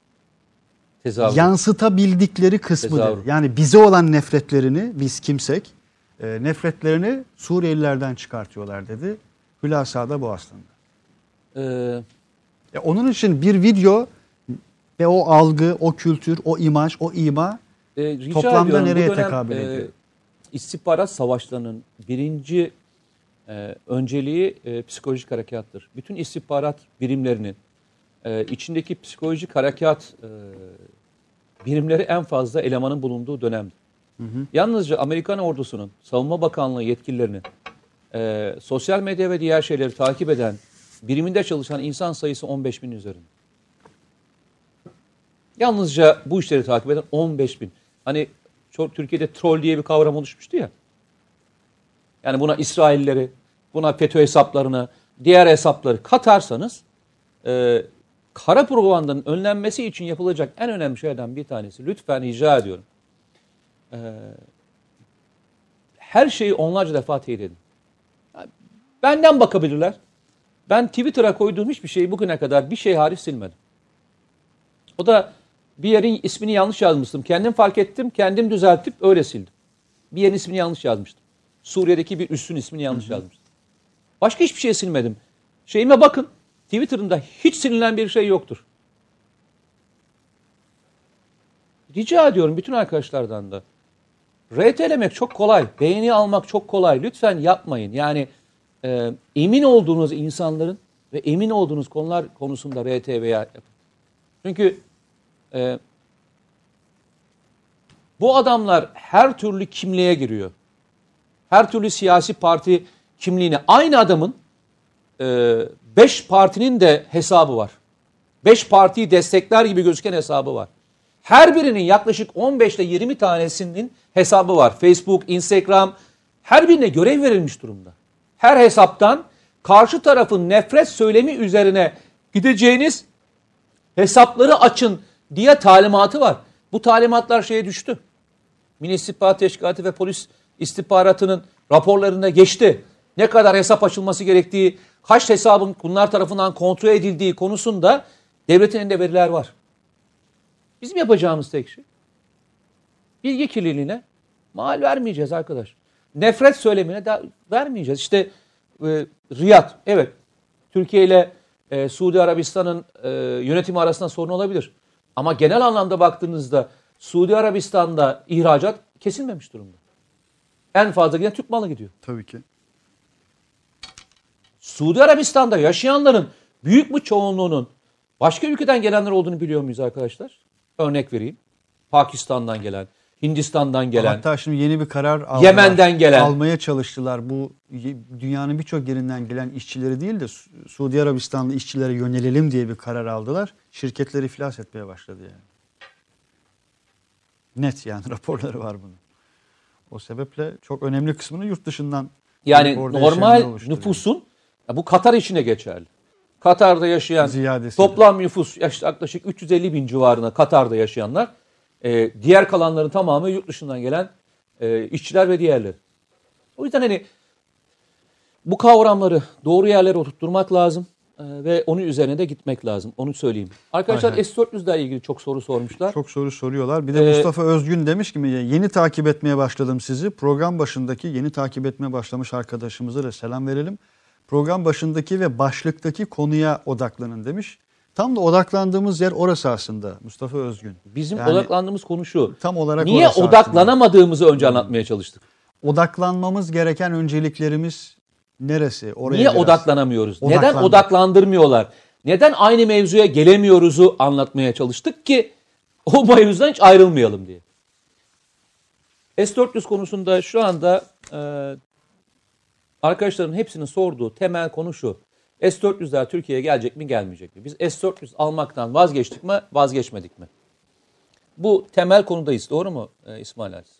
yansıtabildikleri kısmıdır. Yani bize olan nefretlerini, biz kimsek, nefretlerini Suriyelilerden çıkartıyorlar dedi. Hülasa da bu aslında. Onun için bir video ve o algı, o kültür, o imaj, o ima toplamda nereye tekabül ediyor? İstihbarat savaşlarının birinci önceliği psikolojik harekattır. Bütün istihbarat birimlerinin içindeki psikolojik harekat birimleri en fazla elemanın bulunduğu dönemdir. Yalnızca Amerikan ordusunun, Savunma Bakanlığı yetkililerinin sosyal medya ve diğer şeyleri takip eden biriminde çalışan insan sayısı 15.000 üzerinde. Yalnızca bu işleri takip eden 15.000. Hani Türkiye'de troll diye bir kavram oluşmuştu ya. Yani buna İsrailleri, buna FETÖ hesaplarını, diğer hesapları katarsanız kara propagandanın önlenmesi için yapılacak en önemli şeylerden bir tanesi. Lütfen rica ediyorum. Her şeyi onlarca defa teyit edin. Yani benden bakabilirler. Ben Twitter'a koyduğum hiçbir şeyi bugüne kadar bir şey hariç silmedim. O da bir yerin ismini yanlış yazmıştım. Kendim fark ettim, kendim düzeltip öyle sildim. Bir yerin ismini yanlış yazmıştım. Suriye'deki bir üssün ismini yanlış yazmıştım. Başka hiçbir şey silmedim. Şeyime bakın, Twitter'ımda hiç silinen bir şey yoktur. Rica ediyorum bütün arkadaşlardan da. RT'lemek çok kolay, beğeni almak çok kolay. Lütfen yapmayın. Yani emin olduğunuz insanların ve emin olduğunuz konular konusunda RT veya yapın. Çünkü bu adamlar her türlü kimliğe giriyor. Her türlü siyasi parti kimliğine. Aynı adamın 5 partinin de hesabı var. 5 partiyi destekler gibi gözüken hesabı var. Her birinin yaklaşık 15 ile 20 tanesinin hesabı var. Facebook, Instagram, her birine görev verilmiş durumda. Her hesaptan karşı tarafın nefret söylemi üzerine gideceğiniz hesapları açın diye talimatı var. Bu talimatlar şeye düştü. Milli İstihbarat Teşkilatı ve polis istihbaratının raporlarında geçti. Ne kadar hesap açılması gerektiği, kaç hesabın bunlar tarafından kontrol edildiği konusunda devletin elinde veriler var. Bizim yapacağımız tek şey, bilgi kirliliğine mal vermeyeceğiz arkadaş. Nefret söylemine de vermeyeceğiz. İşte Riyad, evet, Türkiye ile Suudi Arabistan'ın yönetimi arasında sorun olabilir. Ama genel anlamda baktığınızda Suudi Arabistan'da ihracat kesilmemiş durumda. En fazla giden Türk malı gidiyor. Tabii ki. Suudi Arabistan'da yaşayanların büyük bir çoğunluğunun başka ülkeden gelenler olduğunu biliyor muyuz arkadaşlar? Örnek vereyim. Pakistan'dan gelen, Hindistan'dan gelen. Hatta şimdi yeni bir karar aldılar. Yemen'den gelen. Almaya çalıştılar. Bu dünyanın birçok yerinden gelen işçileri değil de Suudi Arabistanlı işçilere yönelelim diye bir karar aldılar. Şirketler iflas etmeye başladı yani. Net yani raporları var bunun. O sebeple çok önemli kısmını yurt dışından. Yani normal nüfusun, bu Katar içine geçerli. Katar'da yaşayan toplam nüfus yaklaşık 350 bin civarında Katar'da yaşayanlar, diğer kalanların tamamı yurt dışından gelen işçiler ve diğerleri. O yüzden hani Bu kavramları doğru yerlere oturtturmak lazım ve onun üzerine de gitmek lazım. Onu söyleyeyim. Arkadaşlar Aynen. S-400 ile ilgili çok soru sormuşlar. Çok soru soruyorlar. Bir de Mustafa Özgün demiş ki yeni takip etmeye başladım sizi. Program başındaki yeni takip etmeye başlamış arkadaşımıza da selam verelim. Program başındaki ve başlıktaki konuya odaklanın demiş. Tam da odaklandığımız yer orası aslında Mustafa Özgün. Bizim Yani odaklandığımız konu şu. tam olarak Niye orası odaklanamadığımızı önce anlatmaya çalıştık. odaklanmamız gereken önceliklerimiz neresi? Oraya Niye biraz odaklanamıyoruz? Neden odaklandık. odaklandırmıyorlar? Neden aynı mevzuya gelemiyoruzu anlatmaya çalıştık ki o mevzudan hiç ayrılmayalım diye. S-400 konusunda şu anda arkadaşların hepsinin sorduğu temel konu şu. S-400'ler Türkiye'ye gelecek mi gelmeyecek mi? Biz S-400 almaktan vazgeçtik mi vazgeçmedik mi? Bu temel konudayız, doğru mu İsmail Aziz?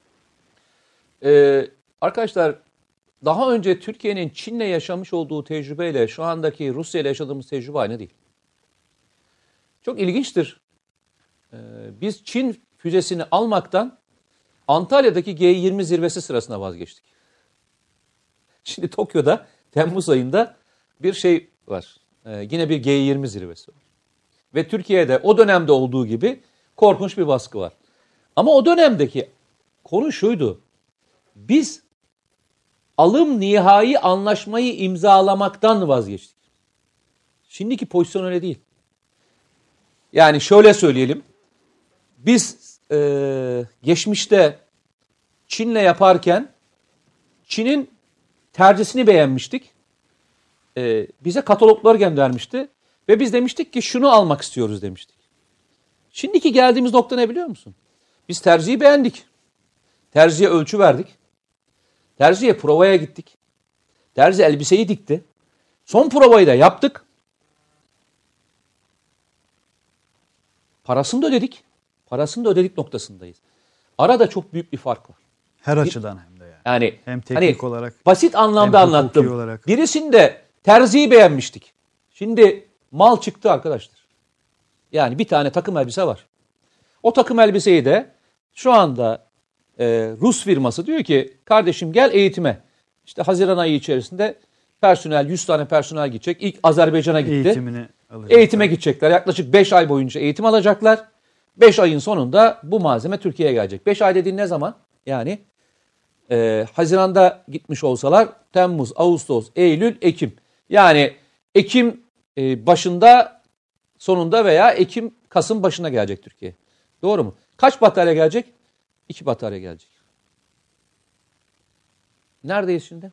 Arkadaşlar daha önce Türkiye'nin Çin'le yaşamış olduğu tecrübeyle şu andaki Rusya ile yaşadığımız tecrübe aynı değil. Çok ilginçtir. Biz Çin füzesini almaktan Antalya'daki G20 zirvesi sırasında vazgeçtik. Şimdi Tokyo'da Temmuz ayında bir şey var. Yine bir G20 zirvesi var. Ve Türkiye'de o dönemde olduğu gibi korkunç bir baskı var. Ama o dönemdeki konu şuydu. Biz alım nihai anlaşmayı imzalamaktan vazgeçtik. Şimdiki pozisyon öyle değil. Yani şöyle söyleyelim. Biz geçmişte Çin'le yaparken Çin'in tercisini beğenmiştik. Bize kataloglar göndermişti. Ve biz demiştik ki şunu almak istiyoruz demiştik. Şimdiki geldiğimiz nokta ne biliyor musun? Biz tercihi beğendik. Terziye ölçü verdik. Terziye provaya gittik. Terzi elbiseyi dikti. Son provayı da yaptık. Parasını da ödedik. Parasını da ödedik noktasındayız. Arada çok büyük bir fark var. her açıdan hem de yani. Yani Hem teknik olarak, basit anlamda hem hukuki anlattım. olarak. Birisinde terziyi beğenmiştik. Şimdi mal çıktı arkadaşlar. Yani bir tane takım elbise var. O takım elbiseyi de şu anda Rus firması diyor ki kardeşim gel eğitime. İşte Haziran ayı içerisinde 100 tane personel gidecek. İlk Azerbaycan'a gitti. Eğitimini alacaklar. Eğitime gidecekler. Yaklaşık 5 ay boyunca eğitim alacaklar. 5 ayın sonunda bu malzeme Türkiye'ye gelecek. 5 ay dediğin ne zaman? Yani Haziran'da gitmiş olsalar Temmuz, Ağustos, Eylül, Ekim. Yani Ekim başında, sonunda veya Ekim, Kasım başına gelecek Türkiye. Doğru mu? Kaç batarya gelecek? 2 batarya gelecek. Neredeyiz şimdi?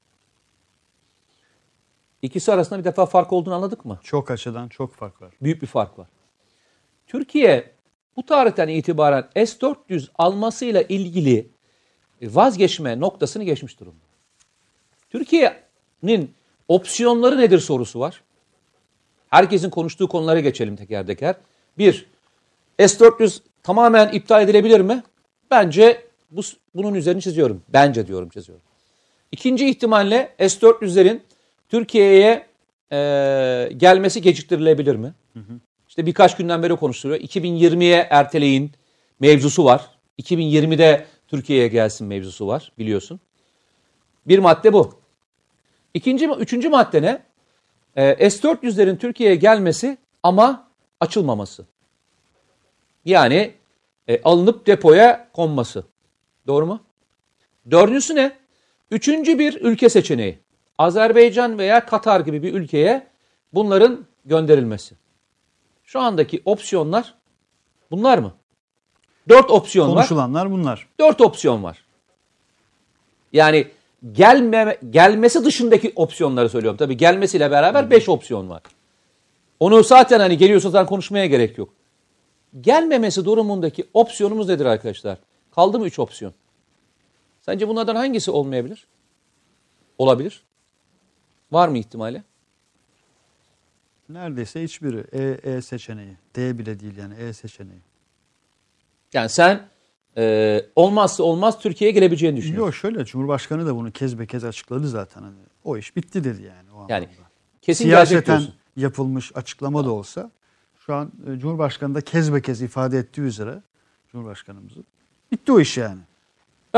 İkisi arasında bir defa fark olduğunu anladık mı? Çok açıdan çok fark var. Büyük bir fark var. Türkiye bu tarihten itibaren S-400 almasıyla ilgili vazgeçme noktasını geçmiş durumda. Türkiye'nin opsiyonları nedir sorusu var. Herkesin konuştuğu konulara geçelim teker teker. 1. S-400 tamamen iptal edilebilir mi? Bence bunun üzerini çiziyorum. Bence diyorum, çiziyorum. İkinci ihtimalle S-400'lerin Türkiye'ye gelmesi geciktirilebilir mi? İşte birkaç günden beri konuşuluyor. 2020'ye erteleyin mevzusu var. 2020'de Türkiye'ye gelsin mevzusu var, biliyorsun. Bir madde bu. Üçüncü madde ne? S-400'lerin Türkiye'ye gelmesi ama açılmaması. Yani alınıp depoya konması. Doğru mu? Dördüncüsü ne? Üçüncü bir ülke seçeneği. Azerbaycan veya Katar gibi bir ülkeye bunların gönderilmesi. Şu andaki opsiyonlar bunlar mı? 4 opsiyon var. Konuşulanlar bunlar. 4 opsiyon var. Yani gelmesi dışındaki opsiyonları söylüyorum. Tabii gelmesiyle beraber 5 opsiyon var. Onu zaten hani geliyorsa zaten konuşmaya gerek yok. Gelmemesi durumundaki opsiyonumuz nedir arkadaşlar? Kaldı mı 3 opsiyon? Sence bunlardan hangisi olmayabilir? Olabilir. Var mı ihtimali? Neredeyse hiçbiri. E seçeneği. D bile değil yani E seçeneği. Yani sen olmazsa olmaz Türkiye'ye gelebileceğini düşünüyorsun. Yok şöyle, Cumhurbaşkanı da bunu kez be kez açıkladı zaten. Hani o iş bitti dedi yani. O Yani anlamda. kesin gelecek Siyaseten diyorsun. yapılmış açıklama da olsa şu an Cumhurbaşkanı da kez be kez ifade ettiği üzere Cumhurbaşkanımızın bitti o iş yani. Ben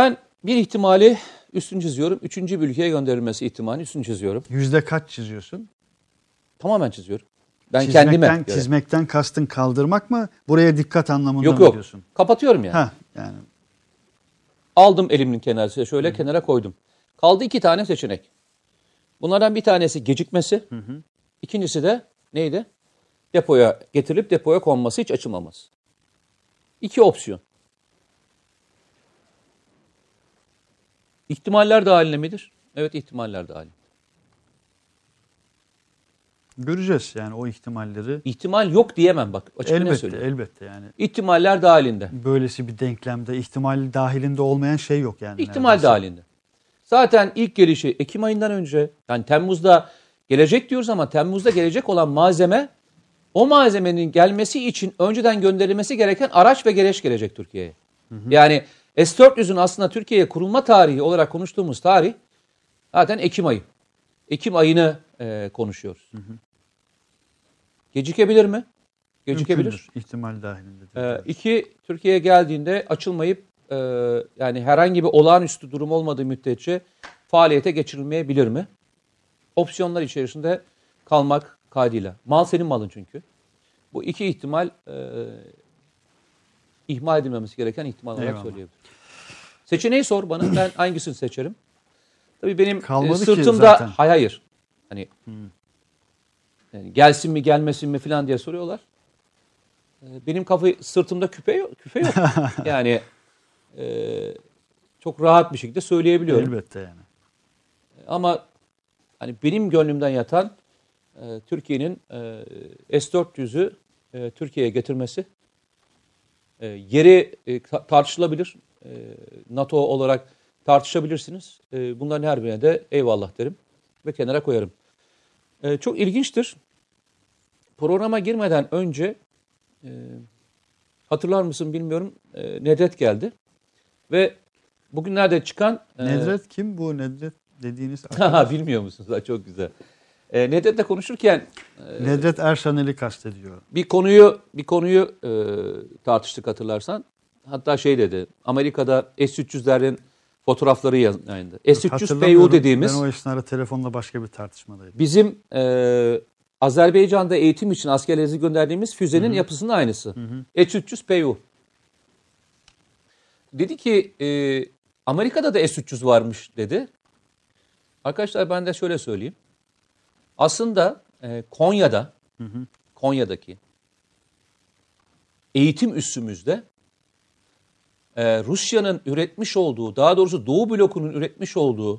Bir ihtimali üstünü çiziyorum. Üçüncü bir ülkeye gönderilmesi ihtimali üstünü çiziyorum. Yüzde kaç çiziyorsun? Tamamen çiziyorum. Ben kendime göre. Çizmekten kastın kaldırmak mı? Buraya dikkat anlamında Yok mı yok. diyorsun? Kapatıyorum yani. Yani. Aldım elimin kenarı şöyle kenara koydum. Kaldı 2 tane seçenek. Bunlardan bir tanesi gecikmesi. İkincisi de neydi? Depoya getirilip depoya konması, hiç açılmaması. 2 opsiyon. İhtimaller dahilinde midir? Evet, ihtimaller dahilinde. Göreceğiz yani o ihtimalleri. İhtimal yok diyemem bak. Açık ne söyleyeyim. Elbette yani. İhtimaller dahilinde. Böylesi bir denklemde ihtimal dahilinde olmayan şey yok yani. İhtimal neredeyse. dahilinde. Zaten ilk gelişi Ekim ayından önce, yani Temmuz'da gelecek diyoruz ama Temmuz'da gelecek olan malzeme, o malzemenin gelmesi için önceden gönderilmesi gereken araç ve gereç gelecek Türkiye'ye. Yani S-400'ün aslında Türkiye'ye kurulma tarihi olarak konuştuğumuz tarih zaten Ekim ayı. Ekim ayını konuşuyoruz. Gecikebilir mi? Gecikebilir. Mümkündür, İhtimal dahilinde. 2, Türkiye'ye geldiğinde açılmayıp yani herhangi bir olağanüstü durum olmadığı müddetçe faaliyete geçirilmeyebilir mi? Opsiyonlar içerisinde kalmak kaydıyla. Mal senin malın çünkü. Bu 2 ihtimal ihmal edilmemesi gereken ihtimal olarak söyleyebilirim. Seçeneği sor bana, ben hangisini seçerim? Tabii benim sırtımda hayır. Hani yani gelsin mi gelmesin mi falan diye soruyorlar. Benim sırtımda küpe yok. Yani çok rahat bir şekilde söyleyebiliyorum. Elbette yani. Ama hani benim gönlümden yatan Türkiye'nin S-400'ü Türkiye'ye getirmesi. Yeri tartışılabilir. NATO olarak tartışabilirsiniz. Bunların her birine de eyvallah derim ve kenara koyarım. Çok ilginçtir. Programa girmeden önce hatırlar mısın bilmiyorum, Nedret geldi. Ve bugünlerde çıkan... Nedret kim bu Nedret dediğiniz? Bilmiyor musunuz? Çok güzel. Nedret'le konuşurken... Nedret Erşanel'i kastediyor. Bir konuyu tartıştık hatırlarsan. Hatta şey dedi, Amerika'da S-300'lerin fotoğrafları yayınlandı. S-300 PU dediğimiz... Ben o esnada telefonla başka bir tartışmadaydım. Bizim Azerbaycan'da eğitim için askerlerimizi gönderdiğimiz füzenin yapısının aynısı. S-300 PU. Dedi ki Amerika'da da S-300 varmış dedi. Arkadaşlar ben de şöyle söyleyeyim. Aslında Konya'daki eğitim üssümüzde Rusya'nın üretmiş olduğu, daha doğrusu Doğu blokunun üretmiş olduğu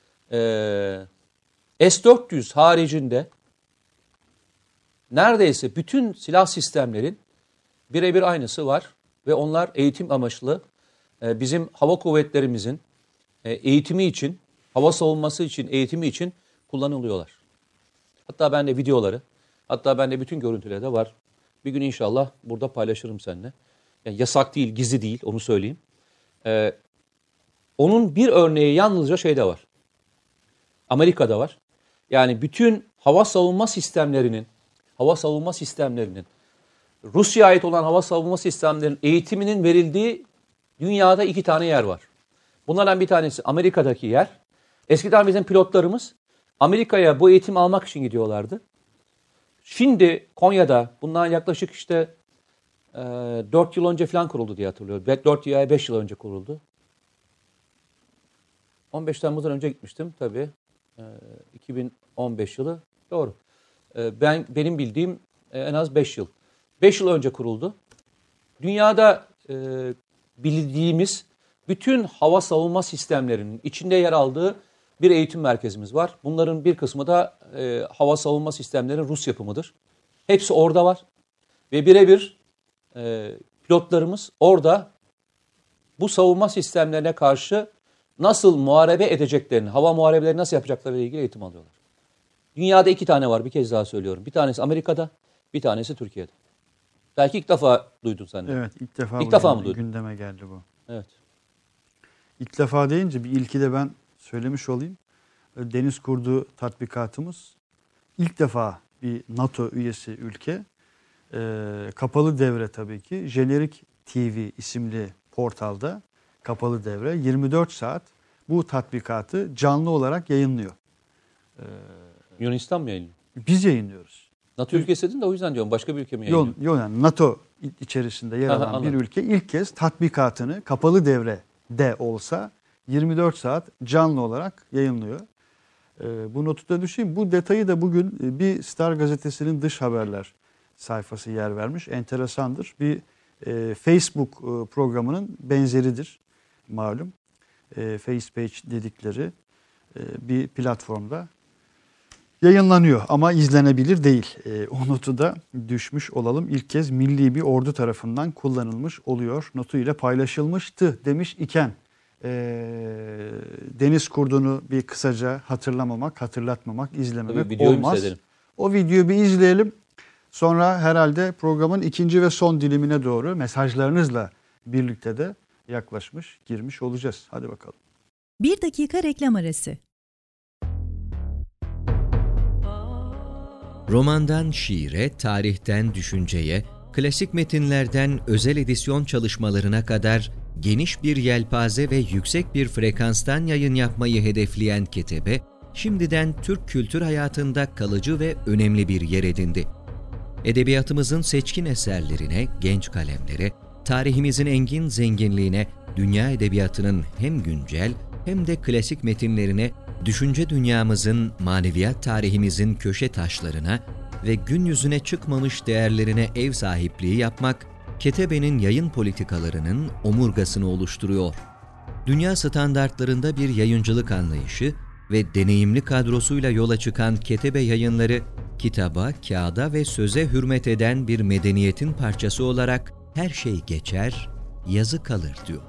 S-400 haricinde neredeyse bütün silah sistemlerin birebir aynısı var ve onlar eğitim amaçlı bizim hava kuvvetlerimizin eğitimi için, hava savunması için, eğitimi için kullanılıyorlar. Hatta bende videoları, hatta bende bütün görüntüleri de var. Bir gün inşallah burada paylaşırım seninle. Yani yasak değil, gizli değil, onu söyleyeyim. Onun bir örneği yalnızca şeyde var. Amerika'da var. Yani bütün hava savunma sistemlerinin Rusya'ya ait olan hava savunma sistemlerinin eğitiminin verildiği dünyada 2 tane yer var. Bunlardan bir tanesi Amerika'daki yer. Eskiden bizim pilotlarımız Amerika'ya bu eğitimi almak için gidiyorlardı. Şimdi Konya'da bundan yaklaşık işte 4 yıl önce falan kuruldu diye hatırlıyorum. 4 ya 5 yıl önce kuruldu. 15 Temmuz'dan önce gitmiştim tabii. 2015 yılı doğru. Benim bildiğim en az 5 yıl. 5 yıl önce kuruldu. Dünyada bildiğimiz bütün hava savunma sistemlerinin içinde yer aldığı bir eğitim merkezimiz var. Bunların bir kısmı da hava savunma sistemlerinin Rus yapımıdır. Hepsi orada var. Ve birebir pilotlarımız orada bu savunma sistemlerine karşı nasıl muharebe edeceklerini, hava muharebeleri nasıl yapacaklarıyla ilgili eğitim alıyorlar. Dünyada 2 tane var, bir kez daha söylüyorum. Bir tanesi Amerika'da, bir tanesi Türkiye'de. Belki ilk defa duydun sen de. Evet, ilk defa, mı duydun? Gündeme geldi bu. Evet. İlk defa deyince bir ilki de ben söylemiş olayım. Deniz Kurdu tatbikatımız ilk defa bir NATO üyesi ülke, kapalı devre tabii ki, Jenerik TV isimli portalda kapalı devre 24 saat bu tatbikatı canlı olarak yayınlıyor. Yunanistan mı yayınlıyor? Biz yayınlıyoruz. NATO ülkesi dedin de o yüzden diyorum. Başka bir ülke mi yayınlıyor? Yok yani NATO içerisinde yer alan bir Anladım. ülke ilk kez tatbikatını kapalı devrede olsa 24 saat canlı olarak yayınlıyor. Bu notu da düşeyim. Bu detayı da bugün bir Star gazetesinin dış haberler sayfası yer vermiş. Enteresandır. Bir Facebook programının benzeridir malum. Facepage dedikleri bir platformda yayınlanıyor ama izlenebilir değil. O notu da düşmüş olalım. İlk kez milli bir ordu tarafından kullanılmış oluyor. Notu ile paylaşılmıştı demiş iken deniz kurdunu bir kısaca hatırlatmamak, izlememek olmaz. O videoyu bir izleyelim. Sonra herhalde programın ikinci ve son dilimine doğru mesajlarınızla birlikte de girmiş olacağız. Hadi bakalım. 1 dakika reklam arası. Romandan şiire, tarihten düşünceye, klasik metinlerden özel edisyon çalışmalarına kadar geniş bir yelpaze ve yüksek bir frekanstan yayın yapmayı hedefleyen Ketebe, şimdiden Türk kültür hayatında kalıcı ve önemli bir yer edindi. Edebiyatımızın seçkin eserlerine, genç kalemlere, tarihimizin engin zenginliğine, dünya edebiyatının hem güncel hem de klasik metinlerine, düşünce dünyamızın, maneviyat tarihimizin köşe taşlarına ve gün yüzüne çıkmamış değerlerine ev sahipliği yapmak, Ketebe'nin yayın politikalarının omurgasını oluşturuyor. Dünya standartlarında bir yayıncılık anlayışı ve deneyimli kadrosuyla yola çıkan Ketebe Yayınları, kitaba, kağıda ve söze hürmet eden bir medeniyetin parçası olarak her şey geçer, yazı kalır diyor.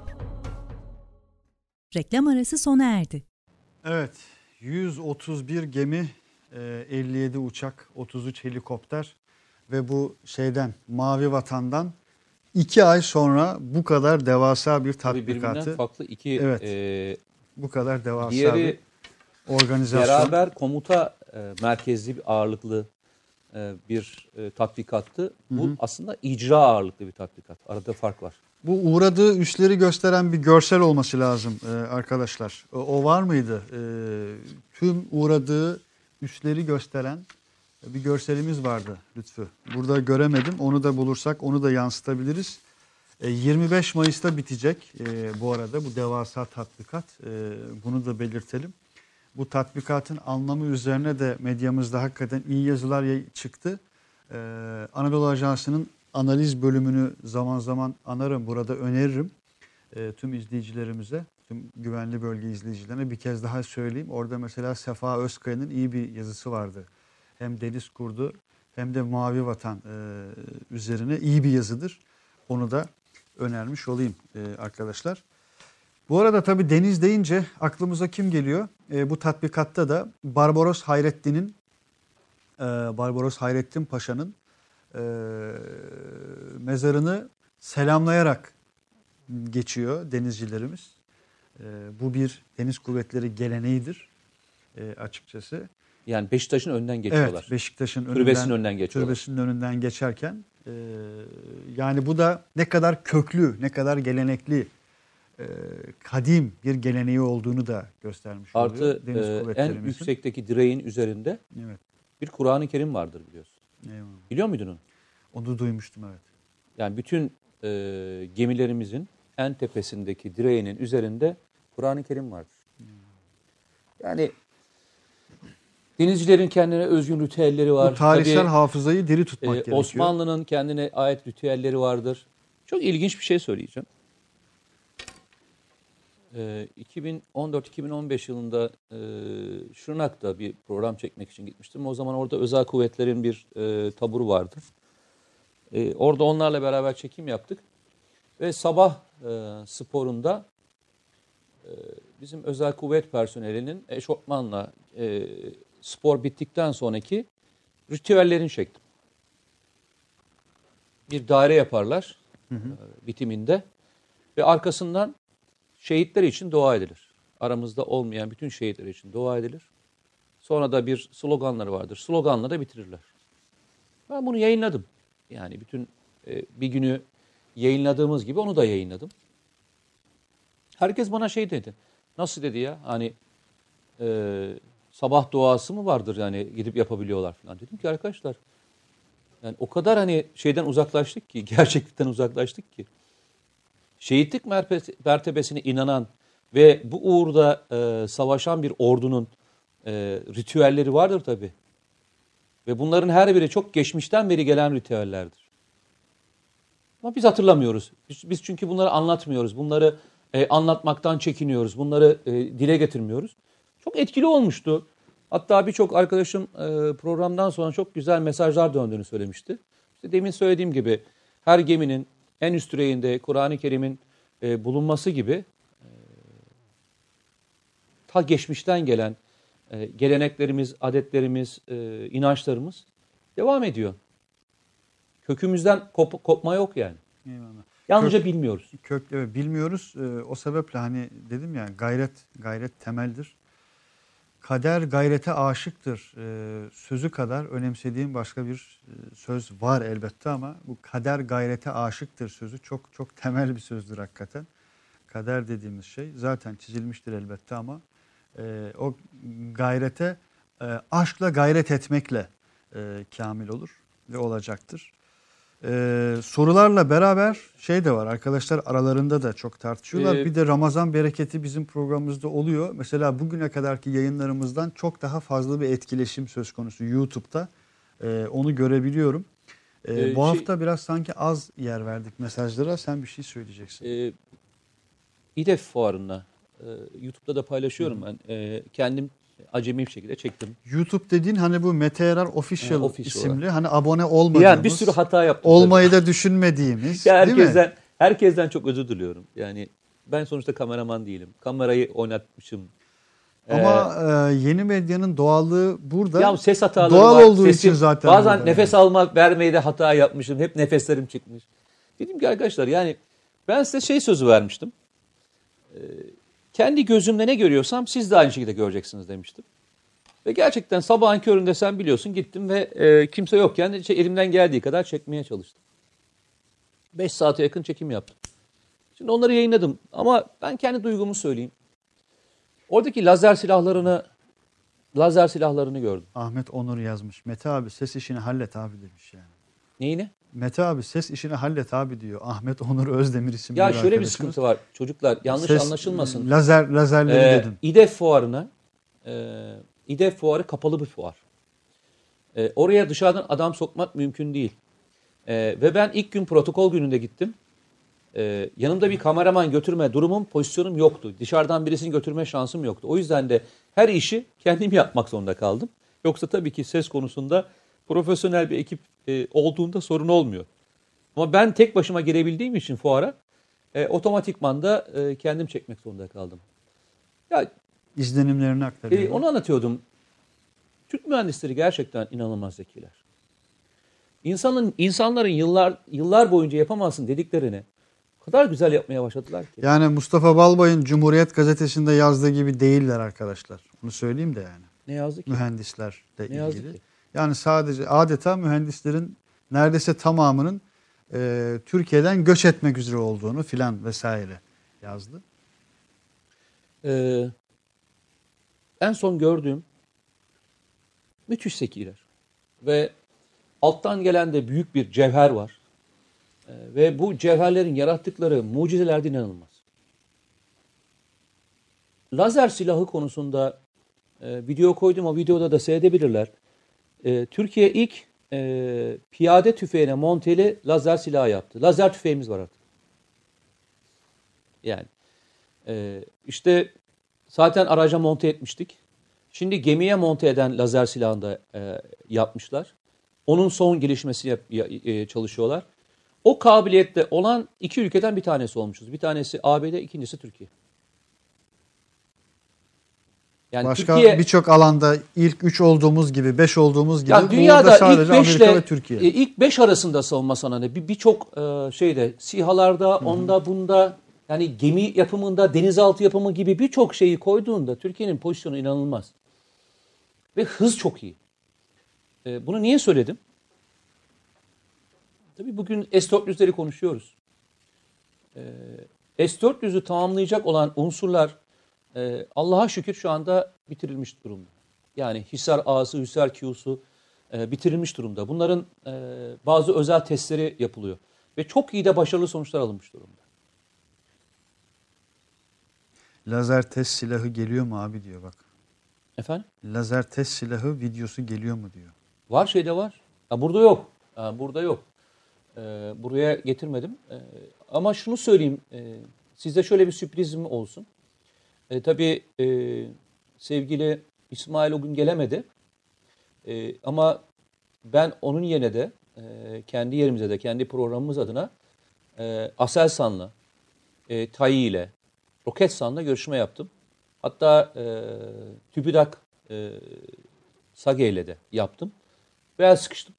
Reklam arası sona erdi. Evet, 131 gemi, 57 uçak, 33 helikopter ve bu Mavi Vatan'dan 2 ay sonra bu kadar devasa bir tatbikatı. Birbirinden farklı iki bu kadar devasa diğeri bir organizasyon. Beraber komuta merkezli bir ağırlıklı bir tatbikattı. Bu aslında icra ağırlıklı bir tatbikat. Arada fark var. Bu uğradığı üsleri gösteren bir görsel olması lazım arkadaşlar. O var mıydı? Tüm uğradığı üsleri gösteren bir görselimiz vardı Lütfü. Burada göremedim. Onu da bulursak onu da yansıtabiliriz. 25 Mayıs'ta bitecek bu arada bu devasa tatbikat. Bunu da belirtelim. Bu tatbikatın anlamı üzerine de medyamızda hakikaten iyi yazılar çıktı. Anadolu Ajansı'nın analiz bölümünü zaman zaman anarım, burada öneririm. Tüm izleyicilerimize, tüm güvenli bölge izleyicilerine bir kez daha söyleyeyim. Orada mesela Sefa Özkaya'nın iyi bir yazısı vardı. Hem Deniz Kurdu hem de Mavi Vatan üzerine iyi bir yazıdır. Onu da önermiş olayım arkadaşlar. Bu arada tabii deniz deyince aklımıza kim geliyor? Bu tatbikatta da Barbaros Hayrettin Paşa'nın mezarını selamlayarak geçiyor denizcilerimiz. Bu bir deniz kuvvetleri geleneğidir açıkçası. Yani Beşiktaş'ın önünden geçiyorlar. Evet, Beşiktaş'ın önünden geçiyorlar. Türbesinin önünden geçerken yani bu da ne kadar köklü, ne kadar gelenekli, kadim bir geleneği olduğunu da göstermiş oluyor. Artı en yüksekteki direğin üzerinde bir Kur'an-ı Kerim vardır biliyorsun. Eyvallah. Biliyor muydun onu? Onu duymuştum, evet. Yani bütün gemilerimizin en tepesindeki direğinin üzerinde Kur'an-ı Kerim vardır. Yani denizcilerin kendine özgün ritüelleri var. Bu tarihsel hafızayı diri tutmak gerekiyor. Osmanlı'nın kendine ait ritüelleri vardır. Çok ilginç bir şey söyleyeceğim. 2014-2015 yılında Şırnak'ta bir program çekmek için gitmiştim. O zaman orada özel kuvvetlerin bir taburu vardı. Orada onlarla beraber çekim yaptık. Ve sabah sporunda bizim özel kuvvet personelinin eşofmanla spor bittikten sonraki ritüellerini çektim. Bir daire yaparlar bitiminde ve arkasından şehitler için dua edilir. Aramızda olmayan bütün şehitler için dua edilir. Sonra da bir sloganları vardır. Sloganla da bitirirler. Ben bunu yayınladım. Yani bütün bir günü yayınladığımız gibi onu da yayınladım. Herkes bana şey dedi. Nasıl dedi ya? Hani sabah duası mı vardır yani gidip yapabiliyorlar falan. Dedim ki arkadaşlar yani o kadar hani şeyden uzaklaştık ki, gerçeklikten uzaklaştık ki. Şehitlik mertebesine inanan ve bu uğurda savaşan bir ordunun ritüelleri vardır tabii. Ve bunların her biri çok geçmişten beri gelen ritüellerdir. Ama biz hatırlamıyoruz. Biz çünkü bunları anlatmıyoruz. Bunları anlatmaktan çekiniyoruz. Bunları dile getirmiyoruz. Çok etkili olmuştu. Hatta birçok arkadaşım programdan sonra çok güzel mesajlar döndüğünü söylemişti. İşte demin söylediğim gibi her geminin en üst düzeyinde Kur'an-ı Kerim'in bulunması gibi ta geçmişten gelen geleneklerimiz, adetlerimiz, inançlarımız devam ediyor. Kökümüzden kopma yok yani. Eyvallah. Yalnızca bilmiyoruz. Evet, bilmiyoruz. O sebeple hani dedim ya gayret temeldir. Kader gayrete aşıktır sözü kadar önemsediğim başka bir söz var elbette ama bu kader gayrete aşıktır sözü çok çok temel bir sözdür hakikaten. Kader dediğimiz şey zaten çizilmiştir elbette ama o gayrete aşkla gayret etmekle kamil olur ve olacaktır. Sorularla beraber şey de var arkadaşlar aralarında da çok tartışıyorlar. Bir de Ramazan bereketi bizim programımızda oluyor. Mesela bugüne kadarki yayınlarımızdan çok daha fazla bir etkileşim söz konusu YouTube'da. Onu görebiliyorum. Bu hafta biraz sanki az yer verdik mesajlara. Sen bir şey söyleyeceksin. İDEF fuarına YouTube'da da paylaşıyorum ben. Kendim acemi bir şekilde çektim. YouTube dediğin hani bu Mete Erer Official isimli olarak. hani abone olmadığımız. Yani bir sürü hata yaptım. Olmayı da düşünmediğimiz. Ya değil mi? herkesten çok özür diliyorum. Yani ben sonuçta kameraman değilim. Kamerayı oynatmışım. Ama yeni medyanın doğallığı burada. Ya ses hataları doğal var. olduğu için zaten. Bazen nefes almak vermeyi de hata yapmışım. Hep nefeslerim çıkmış. Dedim ki arkadaşlar yani ben size sözü vermiştim. Kendi gözümle ne görüyorsam siz de aynı şekilde göreceksiniz demiştim. Ve gerçekten sabahın köründe sen biliyorsun gittim ve kimse yokken elimden geldiği kadar çekmeye çalıştım. 5 saate yakın çekim yaptım. Şimdi onları yayınladım ama ben kendi duygumu söyleyeyim. Oradaki lazer silahlarını gördüm. Ahmet Onur yazmış. Mete abi ses işini hallet abi demiş yani. Neyini? Mete abi ses işini hallet abi diyor. Ahmet Onur Özdemir isimli bir Ya arkadaşımız. şöyle bir sıkıntı var çocuklar yanlış anlaşılmasın. Lazerleri dedim. İDEF fuarı kapalı bir fuar. Oraya dışarıdan adam sokmak mümkün değil. Ve ben ilk gün protokol gününde gittim. Yanımda bir kameraman götürme pozisyonum yoktu. Dışarıdan birisini götürme şansım yoktu. O yüzden de her işi kendim yapmak zorunda kaldım. Yoksa tabii ki ses konusunda profesyonel bir ekip olduğunda sorun olmuyor. Ama ben tek başıma girebildiğim için fuara otomatikman da kendim çekmek zorunda kaldım. Ya İzlenimlerini aktarıyor. onu anlatıyordum. Türk mühendisleri gerçekten inanılmaz zekiler. İnsanların yıllar boyunca yapamazsın dediklerini o kadar güzel yapmaya başladılar ki. Yani Mustafa Balbay'ın Cumhuriyet Gazetesi'nde yazdığı gibi değiller arkadaşlar. Bunu söyleyeyim de yani. Ne yazdı ki? Mühendislerle Ne yazdı ilgili. ki? Yani sadece adeta mühendislerin neredeyse tamamının Türkiye'den göç etmek üzere olduğunu filan vesaire yazdı. En son gördüğüm müthiş zekiler. Ve alttan gelen de büyük bir cevher var. Ve bu cevherlerin yarattıkları mucizeler de inanılmaz. Lazer silahı konusunda video koydum. O videoda da seyredebilirler. Türkiye ilk piyade tüfeğine monteli lazer silahı yaptı. Lazer tüfeğimiz var artık. Yani işte zaten araca monte etmiştik. Şimdi gemiye monte eden lazer silahını da yapmışlar. Onun son gelişmesi çalışıyorlar. O kabiliyette olan iki ülkeden bir tanesi olmuşuz. Bir tanesi ABD, ikincisi Türkiye. Yani başka Türkiye, birçok alanda ilk 3 olduğumuz gibi, 5 olduğumuz gibi ya dünyada sadece ilk 5 Amerika ve Türkiye. ilk 5 arasında savunma sanayi birçok SİHA'larda, onda bunda yani gemi yapımında, denizaltı yapımı gibi birçok şeyi koyduğunda Türkiye'nin pozisyonu inanılmaz. Ve hız çok iyi. Bunu niye söyledim? Tabii bugün S-400'leri konuşuyoruz. S-400'ü tamamlayacak olan unsurlar Allah'a şükür şu anda bitirilmiş durumda. Yani Hisar A'sı, Hisar Q'su bitirilmiş durumda. Bunların bazı özel testleri yapılıyor. Ve çok iyi de başarılı sonuçlar alınmış durumda. Lazer test silahı geliyor mu abi diyor bak. Efendim? Lazer test silahı videosu geliyor mu diyor. Var, şeyde var. Burada yok. Burada yok. Buraya getirmedim. Ama şunu söyleyeyim. Size şöyle bir sürprizim olsun. Tabii sevgili İsmail o gün gelemedi. Ama ben onun yerine de kendi yerimize de, kendi programımız adına Aselsan'la, TAİ ile, Roketsan'la görüşme yaptım. Hatta TÜBİTAK SAGE ile de yaptım. Ve sıkıştım.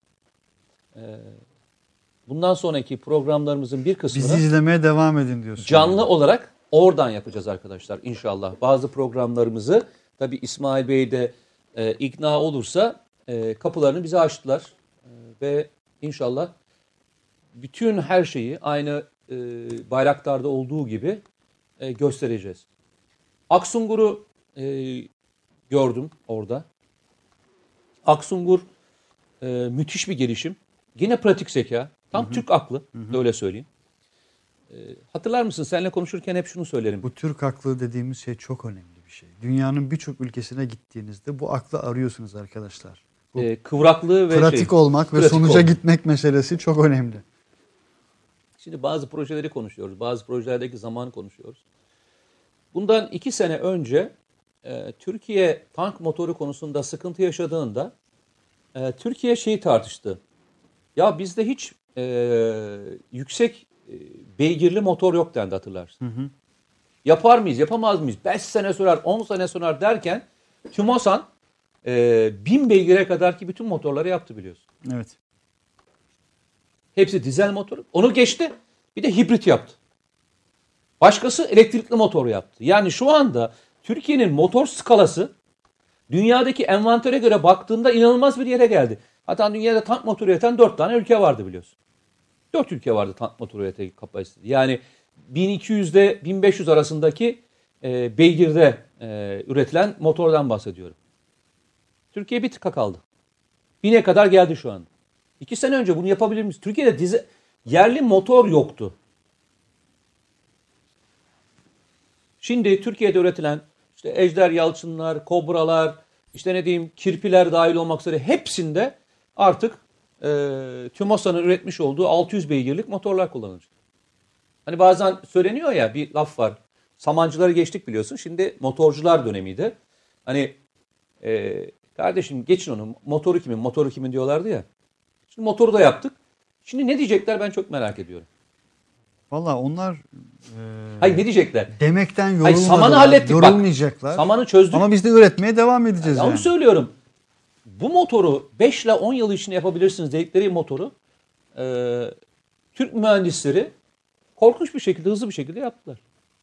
Bundan sonraki programlarımızın bir kısmını Bizi izlemeye devam edin diyorsun. canlı olarak oradan yapacağız arkadaşlar inşallah. Bazı programlarımızı tabii İsmail Bey de ikna olursa kapılarını bize açtılar. Ve inşallah bütün her şeyi aynı Bayraktar'da olduğu gibi göstereceğiz. Aksungur'u gördüm orada. Aksungur müthiş bir gelişim. Yine pratik zeka. Tam Türk aklı. Öyle söyleyeyim. Hatırlar mısın? Seninle konuşurken hep şunu söylerim. Bu Türk aklı dediğimiz şey çok önemli bir şey. Dünyanın birçok ülkesine gittiğinizde bu aklı arıyorsunuz arkadaşlar. Kıvraklığı ve pratik olmak ve sonuca gitmek meselesi çok önemli. Şimdi bazı projeleri konuşuyoruz. Bazı projelerdeki zamanı konuşuyoruz. Bundan 2 sene önce Türkiye tank motoru konusunda sıkıntı yaşadığında Türkiye şeyi tartıştı. Ya bizde hiç yüksek beygirli motor yok dendi, hatırlarsın. Yapar mıyız, yapamaz mıyız? 5 sene sürer, 10 sene sürer derken TÜMOSAN 1000 beygire kadarki bütün motorları yaptı biliyorsun. Evet. Hepsi dizel motor. Onu geçti. Bir de hibrit yaptı. Başkası elektrikli motor yaptı. Yani şu anda Türkiye'nin motor skalası dünyadaki envantere göre baktığında inanılmaz bir yere geldi. Hatta dünyada tank motoru üreten 4 tane ülke vardı biliyorsun. 4 ülke vardı tank motoru üreten kapasitesi. Yani 1200 ile 1500 arasındaki beygirde üretilen motordan bahsediyorum. Türkiye bir tıka kaldı. 1000'e kadar geldi şu anda. 2 sene önce bunu yapabilir miyiz? Türkiye'de yerli motor yoktu. Şimdi Türkiye'de üretilen işte Ejder Yalçınlar, Kobralar, işte ne diyeyim Kirpiler dahil olmak üzere hepsinde artık TÜMOSAN'ın üretmiş olduğu 600 beygirlik motorlar kullanılacak. Hani bazen söyleniyor ya, bir laf var. Samancıları geçtik biliyorsun. Şimdi motorcular dönemiydi. Hani kardeşim geçin onu. Motoru kimin diyorlardı ya. Şimdi motoru da yaptık. Şimdi ne diyecekler ben çok merak ediyorum. Valla onlar hayır ne diyecekler? Demekten Hayır, samanı hallettik yorulmayacaklar. Bak, samanı çözdük. Ama biz de üretmeye devam edeceğiz yani. Onu söylüyorum. Bu motoru 5 ile 10 yıl içinde yapabilirsiniz dedikleri motoru Türk mühendisleri korkunç bir şekilde, hızlı bir şekilde yaptılar.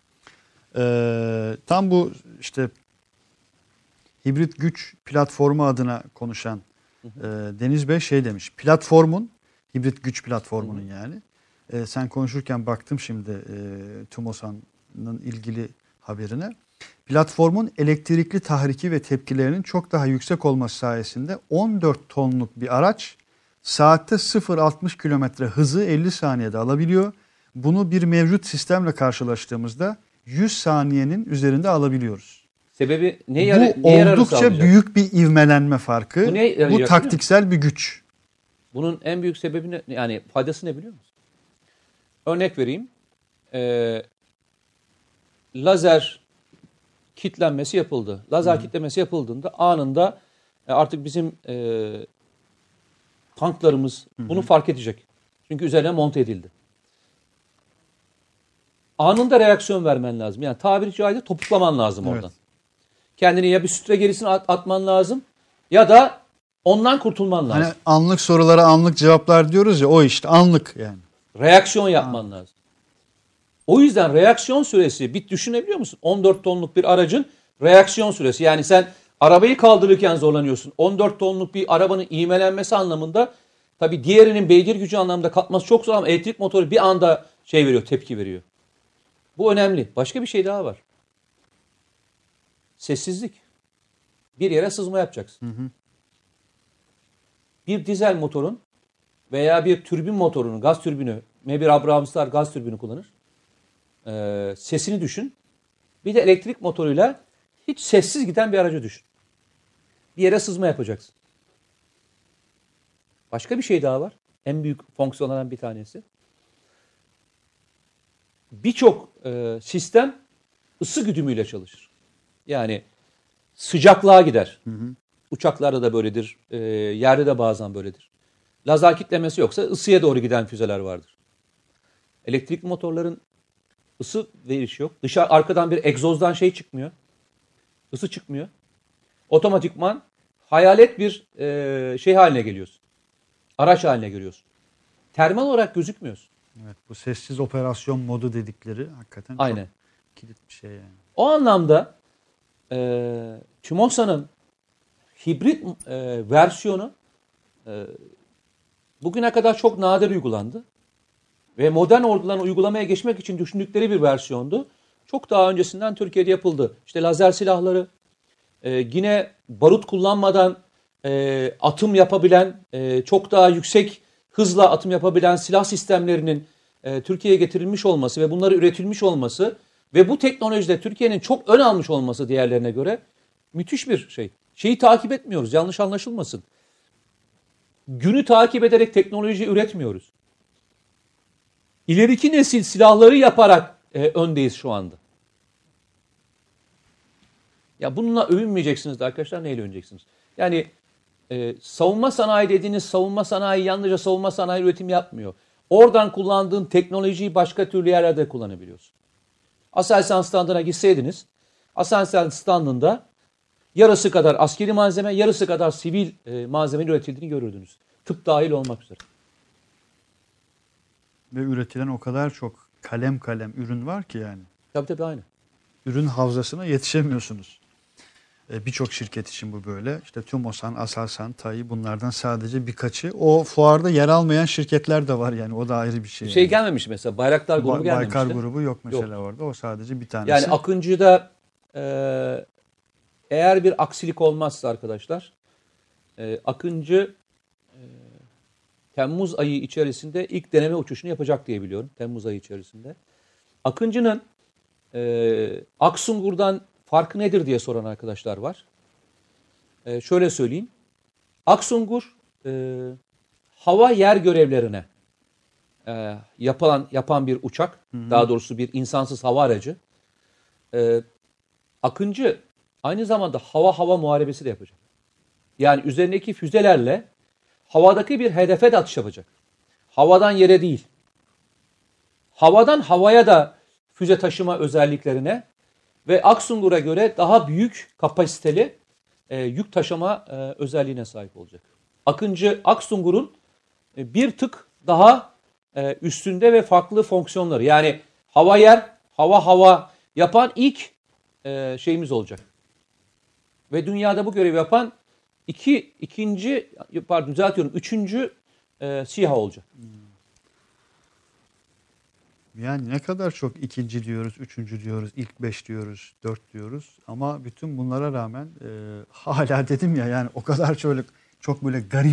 Tam bu işte hibrit güç platformu adına konuşan Deniz Bey şey demiş. Platformun, hibrit güç platformunun yani. Sen konuşurken baktım şimdi TÜMOSAN'ın ilgili haberine. Platformun elektrikli tahriki ve tepkilerinin çok daha yüksek olması sayesinde 14 tonluk bir araç saatte 0-60 kilometre hızı 50 saniyede alabiliyor. Bunu bir mevcut sistemle karşılaştığımızda 100 saniyenin üzerinde alabiliyoruz. Sebebi bu oldukça büyük bir ivmelenme farkı. Bu taktiksel bir güç. Bunun en büyük sebebi ne? Yani faydası ne biliyor musun? Örnek vereyim. Lazer kitlenmesi yapıldı. Lazer kitlemesi yapıldığında anında artık bizim tanklarımız bunu fark edecek. Çünkü üzerine monte edildi. Anında reaksiyon vermen lazım. Yani tabiri caizse topuklaman lazım oradan. Kendini ya bir sütre gerisine atman lazım ya da ondan kurtulman lazım. Hani anlık sorulara anlık cevaplar diyoruz ya, o işte anlık yani. Reaksiyon yapman lazım. O yüzden reaksiyon süresi bir düşünebiliyor musun? 14 tonluk bir aracın reaksiyon süresi. Yani sen arabayı kaldırırken zorlanıyorsun. 14 tonluk bir arabanın ivmelenmesi anlamında tabii diğerinin beygir gücü anlamında katması çok zor ama elektrik motoru bir anda tepki veriyor. Bu önemli. Başka bir şey daha var. Sessizlik. Bir yere sızma yapacaksın. Bir dizel motorun veya bir türbin motorunun, gaz türbünü, M1 Abrams'lar gaz türbünü kullanır. Sesini düşün. Bir de elektrik motoruyla hiç sessiz giden bir aracı düşün. Bir yere sızma yapacaksın. Başka bir şey daha var. En büyük fonksiyonlardan bir tanesi. Birçok sistem ısı güdümüyle çalışır. Yani sıcaklığa gider. Uçaklarda da böyledir. Yerde de bazen böyledir. Lazer kitlemesi yoksa ısıya doğru giden füzeler vardır. Elektrik motorların ısı verişi yok. Arkadan bir egzozdan şey çıkmıyor. Isı çıkmıyor. Otomatikman hayalet bir şey haline geliyorsun. Araç haline geliyorsun. Termal olarak gözükmüyorsun. Evet, bu sessiz operasyon modu dedikleri hakikaten Aynen. çok kilit bir şey yani. O anlamda Tümosa'nın hibrit versiyonu bugüne kadar çok nadir uygulandı. Ve modern orduların uygulamaya geçmek için düşündükleri bir versiyondu. Çok daha öncesinden Türkiye'de yapıldı. İşte lazer silahları, yine barut kullanmadan atım yapabilen, çok daha yüksek hızla atım yapabilen silah sistemlerinin Türkiye'ye getirilmiş olması ve bunları üretilmiş olması ve bu teknolojide Türkiye'nin çok ön almış olması diğerlerine göre müthiş bir şey. Şeyi takip etmiyoruz, yanlış anlaşılmasın. Günü takip ederek teknoloji üretmiyoruz. İleriki nesil silahları yaparak öndeyiz şu anda. Ya bununla övünmeyeceksiniz de arkadaşlar, neyle övüneceksiniz? Yani savunma sanayi dediğiniz savunma sanayi yalnızca savunma sanayi üretim yapmıyor. Oradan kullandığın teknolojiyi başka türlü yerlerde kullanabiliyorsun. Aselsan standına gitseydiniz, Aselsan standında yarısı kadar askeri malzeme, yarısı kadar sivil malzeme üretildiğini görürdünüz. Tıp dahil olmak üzere. Ve üretilen o kadar çok kalem kalem ürün var ki yani. Tabii aynı. Ürün havzasına yetişemiyorsunuz. Birçok şirket için bu böyle. İşte Tümosan, Aselsan, TAI bunlardan sadece birkaçı. O fuarda yer almayan şirketler de var yani. O da ayrı bir şey. Şey gelmemiş mesela, Bayraktar grubu gelmemişti. Baykar grubu yok mesela orada. O sadece bir tanesi. Yani Akıncı'da eğer bir aksilik olmazsa arkadaşlar, Akıncı Temmuz ayı içerisinde ilk deneme uçuşunu yapacak diye biliyorum. Temmuz ayı içerisinde. Akıncı'nın Aksungur'dan farkı nedir diye soran arkadaşlar var. Şöyle söyleyeyim. Aksungur hava yer görevlerine yapan bir uçak. Daha doğrusu bir insansız hava aracı. Akıncı aynı zamanda hava muharebesi de yapacak. Yani üzerindeki füzelerle havadaki bir hedefe de atış yapacak. Havadan yere değil. Havadan havaya da füze taşıma özelliklerine ve Aksungur'a göre daha büyük kapasiteli yük taşıma özelliğine sahip olacak. Aksungur'un bir tık daha üstünde ve farklı fonksiyonları. Yani hava yapan ilk şeyimiz olacak. Ve dünyada bu görevi yapan üçüncü SİHA olacak. Yani ne kadar çok ikinci diyoruz, üçüncü diyoruz, ilk 5 diyoruz, 4 diyoruz. Ama bütün bunlara rağmen hala dedim ya yani o kadar çok böyle garip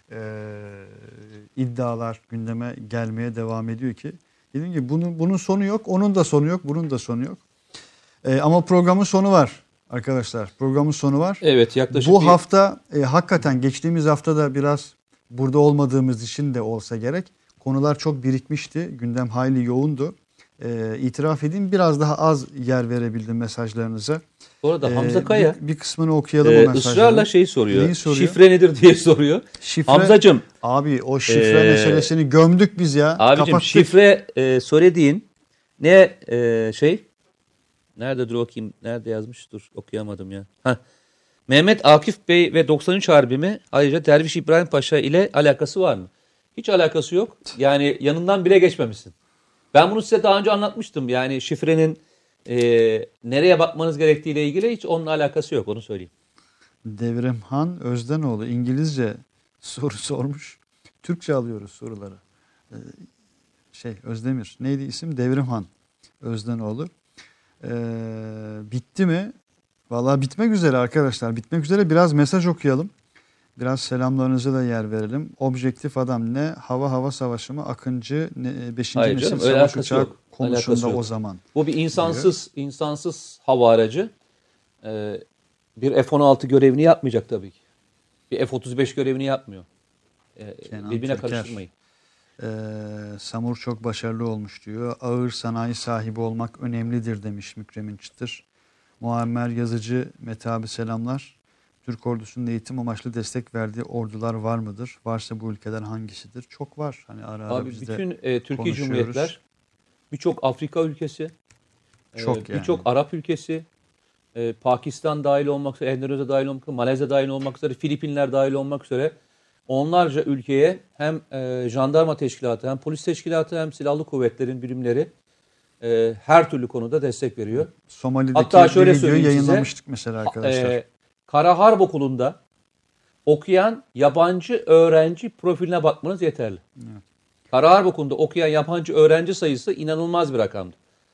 iddialar gündeme gelmeye devam ediyor ki. Dediğim gibi bunun sonu yok, onun da sonu yok, bunun da sonu yok. Ama programın sonu var arkadaşlar. Programın sonu var. Evet, yaklaşık bu hafta hakikaten geçtiğimiz hafta da biraz burada olmadığımız için de olsa gerek. Konular çok birikmişti. Gündem hayli yoğundu. İtiraf edeyim biraz daha az yer verebildim mesajlarınıza. Bu arada Hamza Kaya bir kısmını okuyalım o mesajları. Israrla soruyor. soruyor. Şifre nedir diye soruyor. Hamzacığım. Abi o şifre meselesini gömdük biz ya. Abicim kapattık. Şifre söylediğin ne Nerede dur okuyayım. Nerede yazmış? Dur okuyamadım ya. Mehmet Akif Bey ve 93 Harbi mi? Ayrıca Derviş İbrahim Paşa ile alakası var mı? Hiç alakası yok. Yani yanından bile geçmemişsin. Ben bunu size daha önce anlatmıştım. Yani şifrenin nereye bakmanız gerektiğiyle ilgili hiç onunla alakası yok. Onu söyleyeyim. Devrimhan Özdenoğlu İngilizce soru sormuş. Türkçe alıyoruz soruları. Özdemir. Neydi isim? Devrimhan. Özdenoğlu. Bitti mi? Vallahi bitmek üzere arkadaşlar. Bitmek üzere. Biraz mesaj okuyalım. Biraz selamlarınıza da yer verelim. Objektif adam ne? Hava savaşı mı? Akıncı 5. Hayır nesil canım, öyle savaş alakası uçağı yok. konusunda Alakası yok. o zaman. Bu bir insansız hava aracı. Bir F-16 görevini yapmayacak tabii ki. Bir F-35 görevini yapmıyor. Birbirine Türker. karıştırmayın. Samur çok başarılı olmuş diyor. Ağır sanayi sahibi olmak önemlidir demiş Mükremin Çıtır. Muammer Yazıcı, Mete abi selamlar. Türk ordusunun eğitim amaçlı destek verdiği ordular var mıdır? Varsa bu ülkeden hangisidir? Çok var. Hani ara Abi biz de bütün Türkiye konuşuyoruz. Cumhuriyetler, birçok Afrika ülkesi, Çok yani. birçok Arap ülkesi, Pakistan dahil olmak üzere, Endonezya dahil olmak üzere, Malezya dahil olmak üzere, Filipinler dahil olmak üzere onlarca ülkeye hem jandarma teşkilatı, hem polis teşkilatı, hem silahlı kuvvetlerin birimleri her türlü konuda destek veriyor. Somali'deki Hatta şöyle bir videoyu söyleyeyim size, yayınlamıştık mesela arkadaşlar. Kara Harp Okulu'nda okuyan yabancı öğrenci profiline bakmanız yeterli. Evet. Kara Harp Okulu'nda okuyan yabancı öğrenci sayısı inanılmaz bir rakamdı.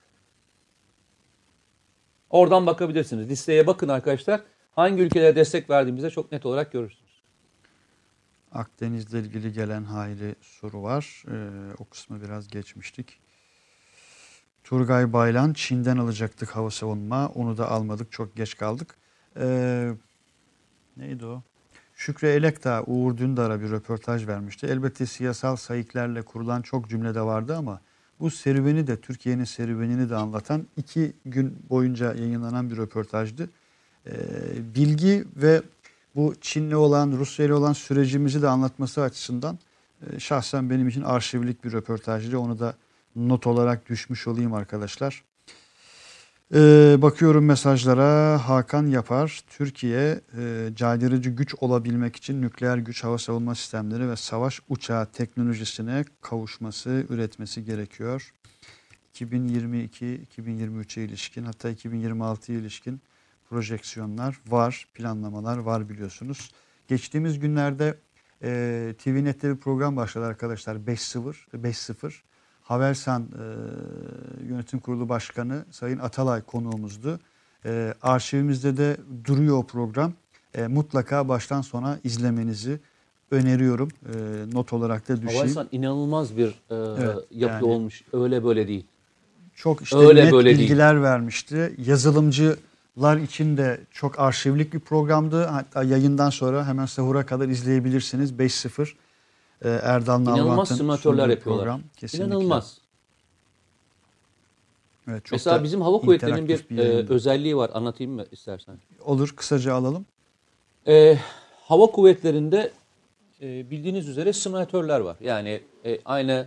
Oradan bakabilirsiniz. Listeye bakın arkadaşlar. Hangi ülkelere destek verdiğimizde çok net olarak görürsünüz. Akdeniz'le ilgili gelen hayli soru var. O kısmı biraz geçmiştik. Turgay Baylan, Çin'den alacaktık hava savunma. Onu da almadık. Çok geç kaldık. Neydi o? Şükrü Elekdağ, Uğur Dündar'a bir röportaj vermişti. Elbette siyasal sayıklarla kurulan çok cümle de vardı ama bu serüveni de, Türkiye'nin serüvenini de anlatan 2 gün boyunca yayınlanan bir röportajdı. Bilgi ve bu Çin'le olan, Rusya'yla olan sürecimizi de anlatması açısından şahsen benim için arşivlik bir röportajdı. Onu da not olarak düşmüş olayım arkadaşlar. Bakıyorum mesajlara. Hakan Yapar, Türkiye caydırıcı güç olabilmek için nükleer güç, hava savunma sistemleri ve savaş uçağı teknolojisine kavuşması, üretmesi gerekiyor. 2022-2023'e ilişkin, hatta 2026'ya ilişkin projeksiyonlar var, planlamalar var biliyorsunuz. Geçtiğimiz günlerde TVNet'te bir program başladı arkadaşlar, 5.0. Havelsan Yönetim Kurulu Başkanı Sayın Atalay konuğumuzdu. Arşivimizde de duruyor o program. Mutlaka baştan sona izlemenizi öneriyorum. Not olarak da düşeyim. Havelsan inanılmaz bir yapı yani, olmuş. Öyle böyle değil. Çok işte öyle net böyle bilgiler vermişti. Yazılımcılar için de çok arşivlik bir programdı. Hatta yayından sonra hemen sahura kadar izleyebilirsiniz. 5.0. Erdal İnanılmaz Nalbant'ın simülatörler sunduğu yapıyorlar. program. Kesinlikle. İnanılmaz. Evet, çok mesela bizim hava kuvvetlerinin bir yayındı. özelliği var. Anlatayım mı istersen? Olur, kısaca alalım. Hava kuvvetlerinde bildiğiniz üzere simülatörler var. Yani aynı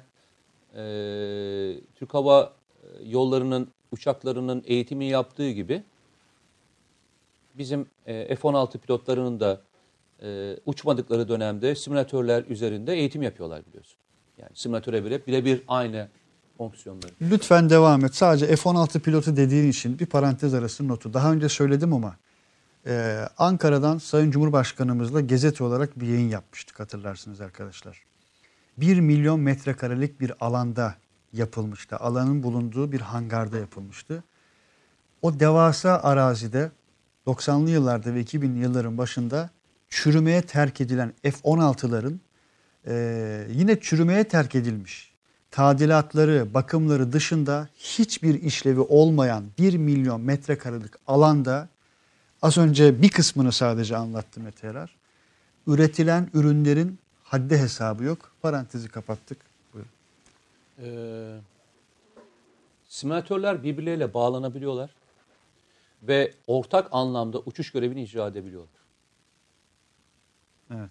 Türk Hava Yolları'nın uçaklarının eğitimi yaptığı gibi bizim F-16 pilotlarının da uçmadıkları dönemde simülatörler üzerinde eğitim yapıyorlar biliyorsun. Yani simülatöre birebir aynı fonksiyonları. Lütfen devam et. Sadece F-16 pilotu dediğin için bir parantez arası notu. Daha önce söyledim ama Ankara'dan Sayın Cumhurbaşkanımızla Gazete olarak bir yayın yapmıştık, hatırlarsınız arkadaşlar. 1 milyon metrekarelik bir alanda yapılmıştı. Alanın bulunduğu bir hangarda yapılmıştı. O devasa arazide 90'lı yıllarda ve 2000'li yılların başında çürümeye terk edilen F-16'ların yine çürümeye terk edilmiş, tadilatları, bakımları dışında hiçbir işlevi olmayan 1 milyon metrekarelik alanda, az önce bir kısmını sadece anlattı Mete Erer, üretilen ürünlerin haddi hesabı yok. Parantezi kapattık. Buyurun. Simülatörler birbirleriyle bağlanabiliyorlar ve ortak anlamda uçuş görevini icra edebiliyorlar. Evet.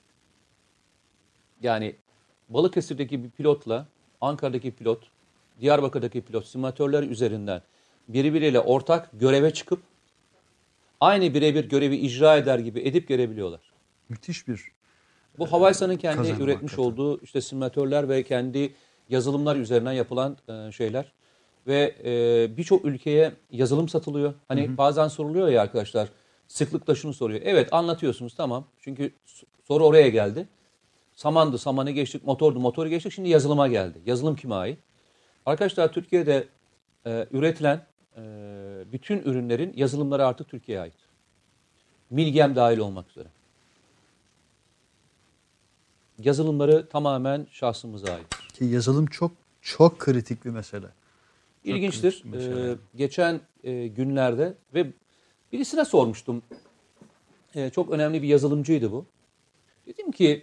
Yani Balıkesir'deki bir pilotla Ankara'daki pilot, Diyarbakır'daki pilot simülatörler üzerinden birbirleriyle ortak göreve çıkıp aynı birebir görevi icra eder gibi edip gelebiliyorlar. Müthiş bir Bu Havelsan'ın kendi kazanım üretmiş hakikaten. olduğu işte simülatörler ve kendi yazılımlar üzerinden yapılan şeyler. Ve birçok ülkeye yazılım satılıyor. Hani bazen soruluyor ya arkadaşlar, sıklıkla şunu soruyor. Evet, anlatıyorsunuz, tamam. Çünkü soru oraya geldi. Samandı, samanı geçtik, motordu, motoru geçtik. Şimdi yazılıma geldi. Yazılım kime ait? Arkadaşlar Türkiye'de üretilen bütün ürünlerin yazılımları artık Türkiye'ye ait. Milgem dahil olmak üzere. Yazılımları tamamen şahsımıza ait. Ki yazılım çok kritik bir mesele. İlginçtir. Geçen günlerde ve birisine sormuştum. Çok önemli bir yazılımcıydı bu. Dedim ki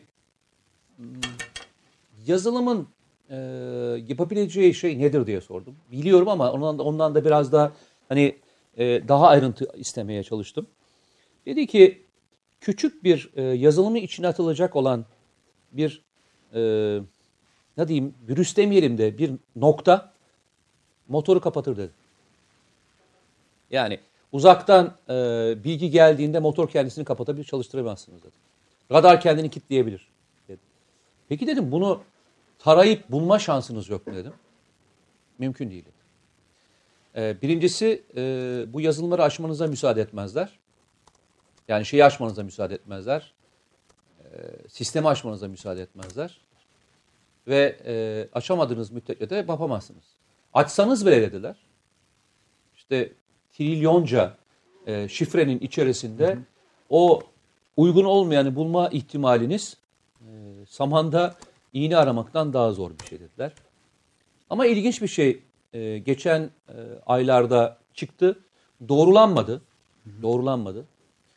yazılımın yapabileceği şey nedir diye sordum. Biliyorum ama ondan da biraz da hani daha ayrıntı istemeye çalıştım. Dedi ki küçük bir yazılımı içine atılacak olan bir ne diyeyim virüs demeyelim de bir nokta motoru kapatır dedi. Yani uzaktan bilgi geldiğinde motor kendisini kapatabilir, çalıştıramazsınız dedi. Radar kendini kilitleyebilir dedi. Peki dedim bunu tarayıp bulma şansınız yok mu dedim. Mümkün değil dedi. Birincisi bu yazılımları açmanıza müsaade etmezler. Yani şeyi açmanıza müsaade etmezler. Sistemi açmanıza müsaade etmezler. Ve açamadığınız müddetçe de yapamazsınız. Açsanız bile dediler. İşte trilyonca şifrenin içerisinde o uygun olmayanı bulma ihtimaliniz samanda iğne aramaktan daha zor bir şey dediler. Ama ilginç bir şey geçen aylarda çıktı. Doğrulanmadı. Doğrulanmadı.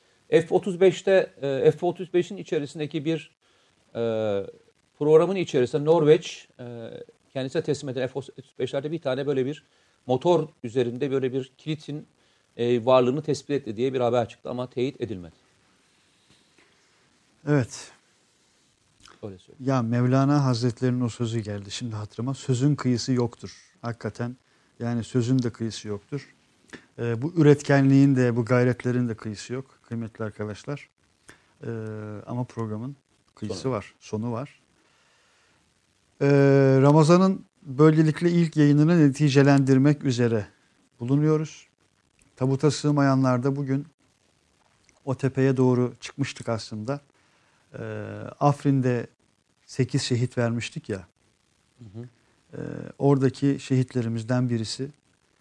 F-35'in içerisindeki bir programın içerisinde Norveç kendisine teslim eden F-35'lerde bir tane böyle bir motor üzerinde böyle bir kilitin varlığını tespit etti diye bir haber çıktı ama teyit edilmedi. Evet. Öyle söyleyeyim. Ya Mevlana Hazretleri'nin o sözü geldi şimdi hatırıma. Sözün kıyısı yoktur. Hakikaten yani sözün de kıyısı yoktur. Bu üretkenliğin de bu gayretlerin de kıyısı yok kıymetli arkadaşlar. Ama programın kıyısı var, sonu var. Ramazan'ın böylelikle ilk yayınını neticelendirmek üzere bulunuyoruz. Tabuta sığmayanlar da bugün o tepeye doğru çıkmıştık aslında. Afrin'de 8 şehit vermiştik ya. Oradaki şehitlerimizden birisi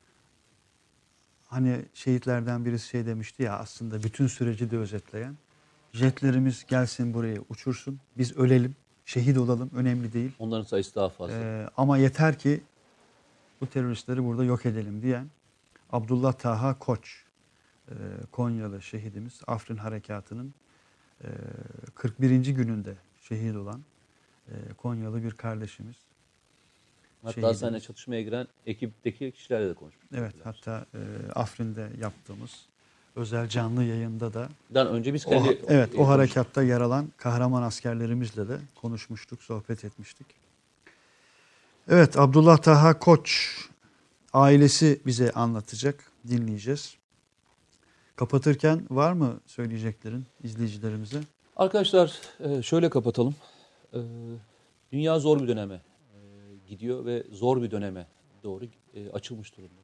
hani şehitlerden birisi şey demişti ya aslında bütün süreci de özetleyen. Jetlerimiz gelsin buraya uçursun. Biz ölelim, şehit olalım önemli değil. Onların sayısı daha fazla. Ama yeter ki bu teröristleri burada yok edelim diyen Abdullah Taha Koç, Konyalı şehidimiz, Afrin Harekatı'nın 41. gününde şehit olan Konyalı bir kardeşimiz. Hatta seninle çatışmaya giren ekipteki kişilerle de konuşmuştuk. Evet, hatta Afrin'de yaptığımız özel canlı yayında da önce biz kendi o harekatta yer alan kahraman askerlerimizle de konuşmuştuk, sohbet etmiştik. Evet, Abdullah Taha Koç ailesi bize anlatacak, dinleyeceğiz. Kapatırken var mı söyleyeceklerin izleyicilerimize? Arkadaşlar şöyle kapatalım. Dünya zor bir döneme gidiyor ve zor bir döneme doğru açılmış durumda.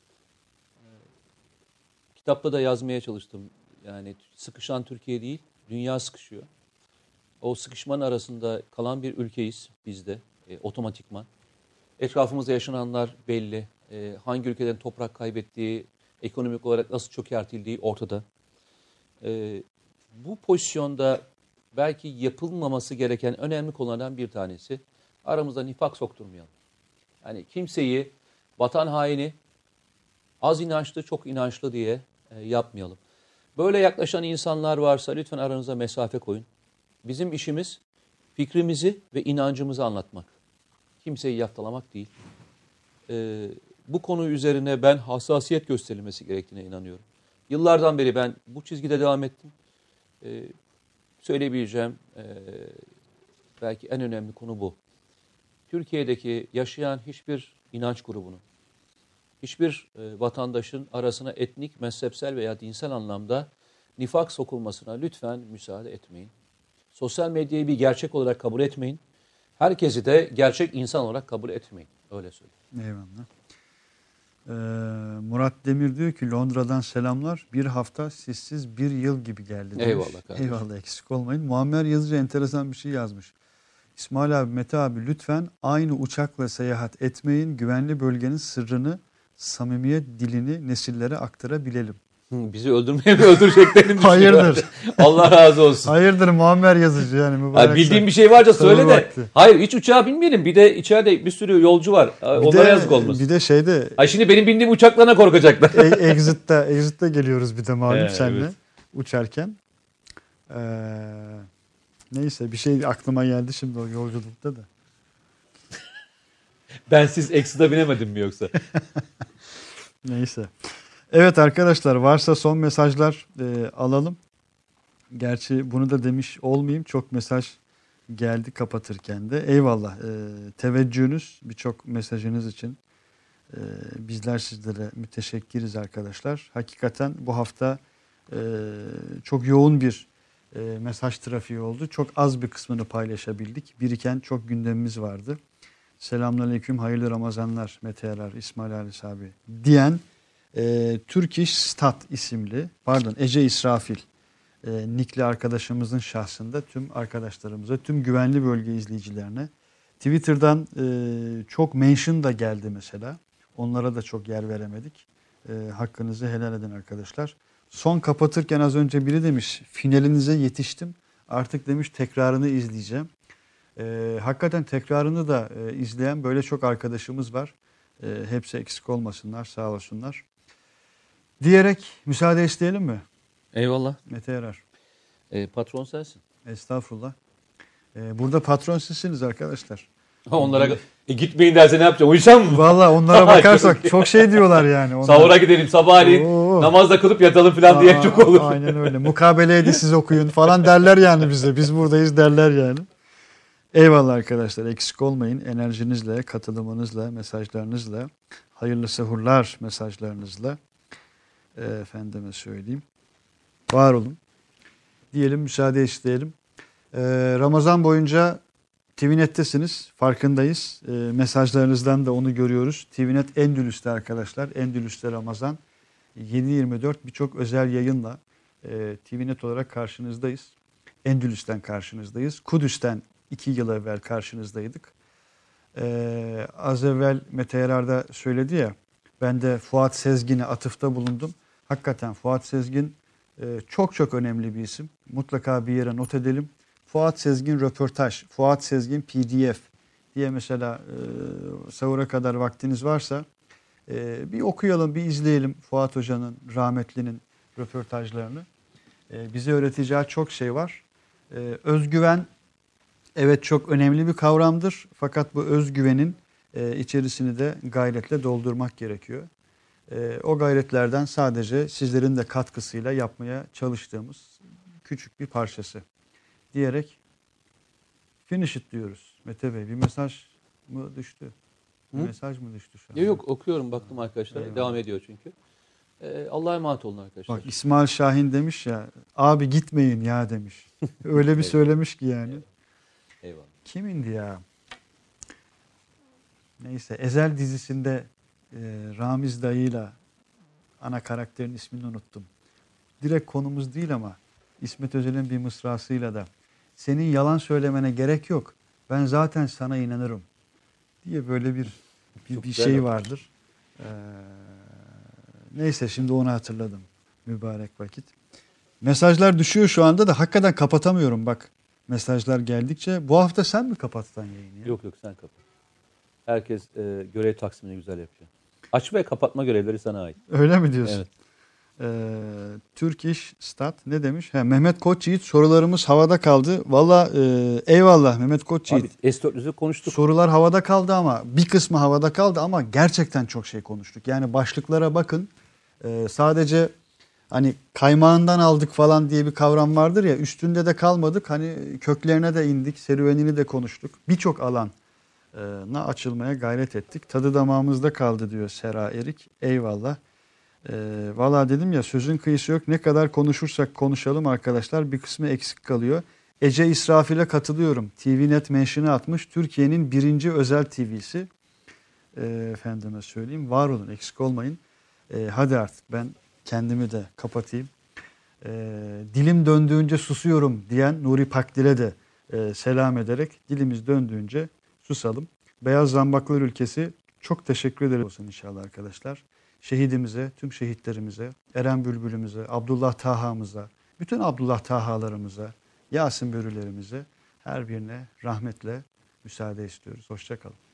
Kitapta da yazmaya çalıştım. Yani sıkışan Türkiye değil, dünya sıkışıyor. O sıkışmanın arasında kalan bir ülkeyiz biz de otomatikman. Etrafımızda yaşananlar belli. Hangi ülkeden toprak kaybettiği, ekonomik olarak nasıl çökertildiği ortada. Bu pozisyonda belki yapılmaması gereken önemli konulardan bir tanesi aramızda nifak sokturmayalım. Yani kimseyi vatan haini, az inançlı, çok inançlı diye yapmayalım. Böyle yaklaşan insanlar varsa lütfen aranıza mesafe koyun. Bizim işimiz fikrimizi ve inancımızı anlatmak. Kimseyi yaftalamak değil. Bu konu üzerine ben hassasiyet gösterilmesi gerektiğine inanıyorum. Yıllardan beri ben bu çizgide devam ettim. Söyleyebileceğim belki en önemli konu bu. Türkiye'deki yaşayan hiçbir inanç grubunun, hiçbir vatandaşın arasına etnik, mezhepsel veya dinsel anlamda nifak sokulmasına lütfen müsaade etmeyin. Sosyal medyayı bir gerçek olarak kabul etmeyin. Herkesi de gerçek insan olarak kabul etmeyin. Öyle söyleyeyim. Eyvallah. Murat Demir diyor ki Londra'dan selamlar. Bir hafta sizsiz bir yıl gibi geldi demiş. Eyvallah kardeşim. Eyvallah, eksik olmayın. Muammer Yazıcı enteresan bir şey yazmış. İsmail abi, Mete abi lütfen aynı uçakla seyahat etmeyin. Güvenli bölgenin sırrını samimiyet dilini nesillere aktarabilelim. Bizi öldürmeye mi öldüreceklerini Hayırdır. Allah razı olsun. Hayırdır Muammer Yazıcı yani mübarek. Yani bildiğin bir şey varsa söyle de. vakti. Hayır, hiç uçağa binmeyelim. Bir de içeride bir sürü yolcu var. Onlara yazık olmasın. Bir de şeyde Ay şimdi benim bindiğim uçaklarına korkacaklar. Exit'te geliyoruz bir de malum seninle evet. uçarken. Neyse bir şey aklıma geldi şimdi o yolculukta da. Ben siz Exit'a binemedim mi yoksa? Neyse. Evet arkadaşlar varsa son mesajlar alalım. Gerçi bunu da demiş olmayayım. Çok mesaj geldi kapatırken de. Eyvallah. Teveccühünüz, birçok mesajınız için bizler sizlere müteşekkiriz arkadaşlar. Hakikaten bu hafta çok yoğun bir mesaj trafiği oldu. Çok az bir kısmını paylaşabildik. Biriken çok gündemimiz vardı. Selamünaleyküm, hayırlı Ramazanlar Mete Yarar, İsmail Halis abi diyen Turkish Stat isimli, Ece İsrafil nickli arkadaşımızın şahsında tüm arkadaşlarımıza, tüm güvenli bölge izleyicilerine, Twitter'dan çok mention da geldi mesela. Onlara da çok yer veremedik. Hakkınızı helal edin arkadaşlar. Son kapatırken az önce biri demiş, finalinize yetiştim. Artık demiş tekrarını izleyeceğim. Hakikaten tekrarını da izleyen böyle çok arkadaşımız var. Hepsi eksik olmasınlar, sağ olsunlar. Diyerek müsaade isteyelim mi? Eyvallah. Mete Yarar. Patron sensin. Estağfurullah. Burada patron sizsiniz arkadaşlar. Onlara gitmeyin derse ne yapacağım? Uyuşan mı? Valla onlara bakarsak çok şey diyorlar yani. Onlar. Sahura gidelim sabahleyin namazda kılıp yatalım falan diye çok olur. Aynen öyle. Mukabeleyi de siz okuyun falan derler yani bize. Biz buradayız derler yani. Eyvallah arkadaşlar, eksik olmayın. Enerjinizle, katılımınızla, mesajlarınızla, hayırlı sahurlar mesajlarınızla efendime söyleyeyim. Var olun. Diyelim, müsaade isteyelim. Ramazan boyunca TVNet'tesiniz, farkındayız. Mesajlarınızdan da onu görüyoruz. TVNet Endülüs'te arkadaşlar. Endülüs'te Ramazan 7/24 birçok özel yayınla TVNet olarak karşınızdayız. Endülüs'ten karşınızdayız. Kudüs'ten 2 yıl evvel karşınızdaydık. Az evvel Mete Yarar da söyledi ya, ben de Fuat Sezgin'e atıfta bulundum. Hakikaten Fuat Sezgin çok çok önemli bir isim. Mutlaka bir yere not edelim. Fuat Sezgin röportaj, Fuat Sezgin PDF diye mesela sahura kadar vaktiniz varsa bir okuyalım, bir izleyelim Fuat Hoca'nın, rahmetlinin röportajlarını. Bize öğreteceği çok şey var. Özgüven evet çok önemli bir kavramdır. Fakat bu özgüvenin içerisini de gayretle doldurmak gerekiyor. O gayretlerden sadece sizlerin de katkısıyla yapmaya çalıştığımız küçük bir parçası diyerek finish it diyoruz. Mete Bey, bir mesaj mı düştü? Bir mesaj mı düştü şu an? Yok okuyorum, baktım arkadaşlar. Eyvallah. Devam ediyor çünkü. Allah'a emanet olun arkadaşlar. Bak İsmail Şahin demiş ya, abi gitmeyin ya demiş. Öyle bir söylemiş ki yani. Eyvallah. Kimindi ya? Neyse, Ezel dizisinde Ramiz dayıyla ana karakterin ismini unuttum. Direkt konumuz değil ama İsmet Özel'in bir mısrasıyla da senin yalan söylemene gerek yok. Ben zaten sana inanırım diye böyle bir şey vardır. Neyse şimdi onu hatırladım. Mübarek vakit. Mesajlar düşüyor şu anda da hakikaten kapatamıyorum bak. Mesajlar geldikçe. Bu hafta sen mi kapatsan yayını? Ya? Yok sen kapat. Herkes görev taksimini güzel yapıyor. Aç ve kapatma görevleri sana ait. Öyle mi diyorsun? Evet. Turkish Stat ne demiş? Mehmet Koçyiğit, sorularımız havada kaldı. Valla eyvallah Mehmet Koçyiğit. Abi S-400'ü konuştuk. Sorular havada kaldı ama bir kısmı havada kaldı ama gerçekten çok şey konuştuk. Yani başlıklara bakın. Sadece hani kaymağından aldık falan diye bir kavram vardır ya, üstünde de kalmadık. Hani köklerine de indik, serüvenini de konuştuk. Birçok alana açılmaya gayret ettik. Tadı damağımızda kaldı diyor Sera Erik. Eyvallah. Valla dedim ya, sözün kıyısı yok. Ne kadar konuşursak konuşalım arkadaşlar, bir kısmı eksik kalıyor. Ece İsrafil'e katılıyorum. TVNet mention'ı atmış. Türkiye'nin 1. özel TV'si. Efendime söyleyeyim. Var olun, eksik olmayın. Hadi artık ben kendimi de kapatayım. Dilim döndüğünce susuyorum diyen Nuri Pakdil'e de selam ederek dilimiz döndüğünce susalım. Beyaz Zambaklar ülkesi Çok teşekkür ederim olsun inşallah arkadaşlar. Şehidimize, tüm şehitlerimize, Eren Bülbül'ümüze, Abdullah Taha'mıza, bütün Abdullah Taha'larımıza, Yasin Börülerimize her birine rahmetle müsaade istiyoruz. Hoşça kalın.